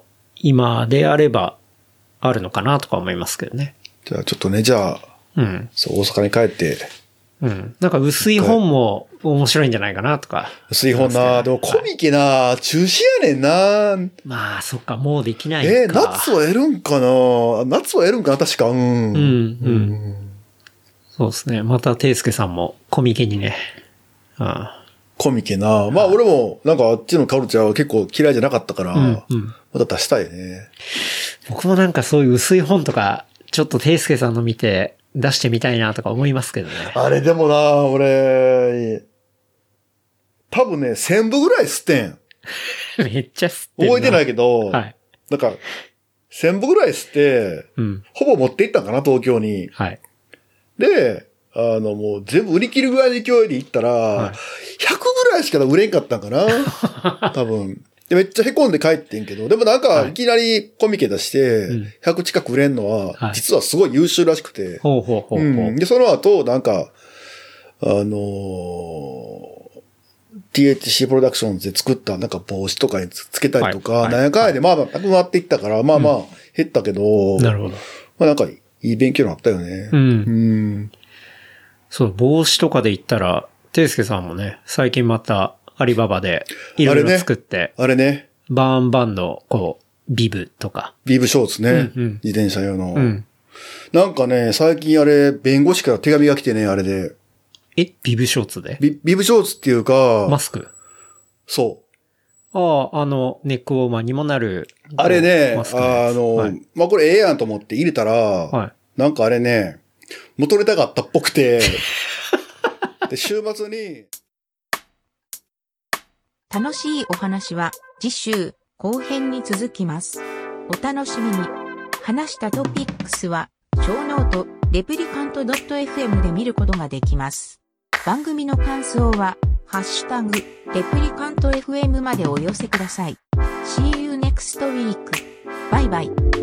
今であればあるのかなとか思いますけどね。 じゃあちょっとね、じゃあ、 うん。 そう、大阪に帰って。 うん。なんか薄い本も面白いんじゃないかなとか。 薄い本な、でもコミケな、中止やねんな。 まあ、そっか、もうできないか。 夏はやるんかな、夏はやるんかな、確か。うん。 そうですね。また、ていすけさんもコミケにね。 コミケな。まあ、俺も、なんかあっちのカルチャーは結構嫌いじゃなかったから、また出したいね。 僕もなんかそういう薄い本とか、ちょっとていすけさんの見て、出してみたいなとか思いますけどね。 あれでもな、俺、多分ね、1000部ぐらい吸ってん。 めっちゃ吸ってん。 覚えてないけど、 はい。 なんか、1000部ぐらい吸って、ほぼ持って行ったんかな、東京に。 はい。 で、もう全部売り切るぐらいの勢いで行ったら、はい、100ぐらいしか売れんかったんかな。多分。で、めっちゃ凹んで帰ってんけど、でもなんか、いきなりコミケ出して、100近く売れんのは、実はすごい優秀らしくて。で、その後、なんか、THC プロダクションズで作ったなんか帽子とかにつけたりとか、なんやかんやでまあ、なくなっていったから、まあまあ、減ったけど、 なるほど。 まあなんか、いい勉強になったよね。 そう、帽子とかで言ったら、ていすけさんもね、最近また、アリババで、いろいろ作って、 あれね。 バーンバンの、こう、ビブとか。 ビブショーツね。自転車用の。なんかね、最近あれ、弁護士から手紙が来てね、あれで。 ビブショーツでビブショーツっていうか、 マスク。 そう。 ネックウォーマーにもなる。 あれね、まあ、これええやんと思って入れたら、なんかあれね、元ネタがあったっぽくて、で、週末に、 楽しいお話は次週後編に続きます。お楽しみに。話したトピックスは小ノートレプリカント .fm で見ることができます。番組の感想はハッシュタグレプリカント FM までお寄せください。See you next week. バイバイ。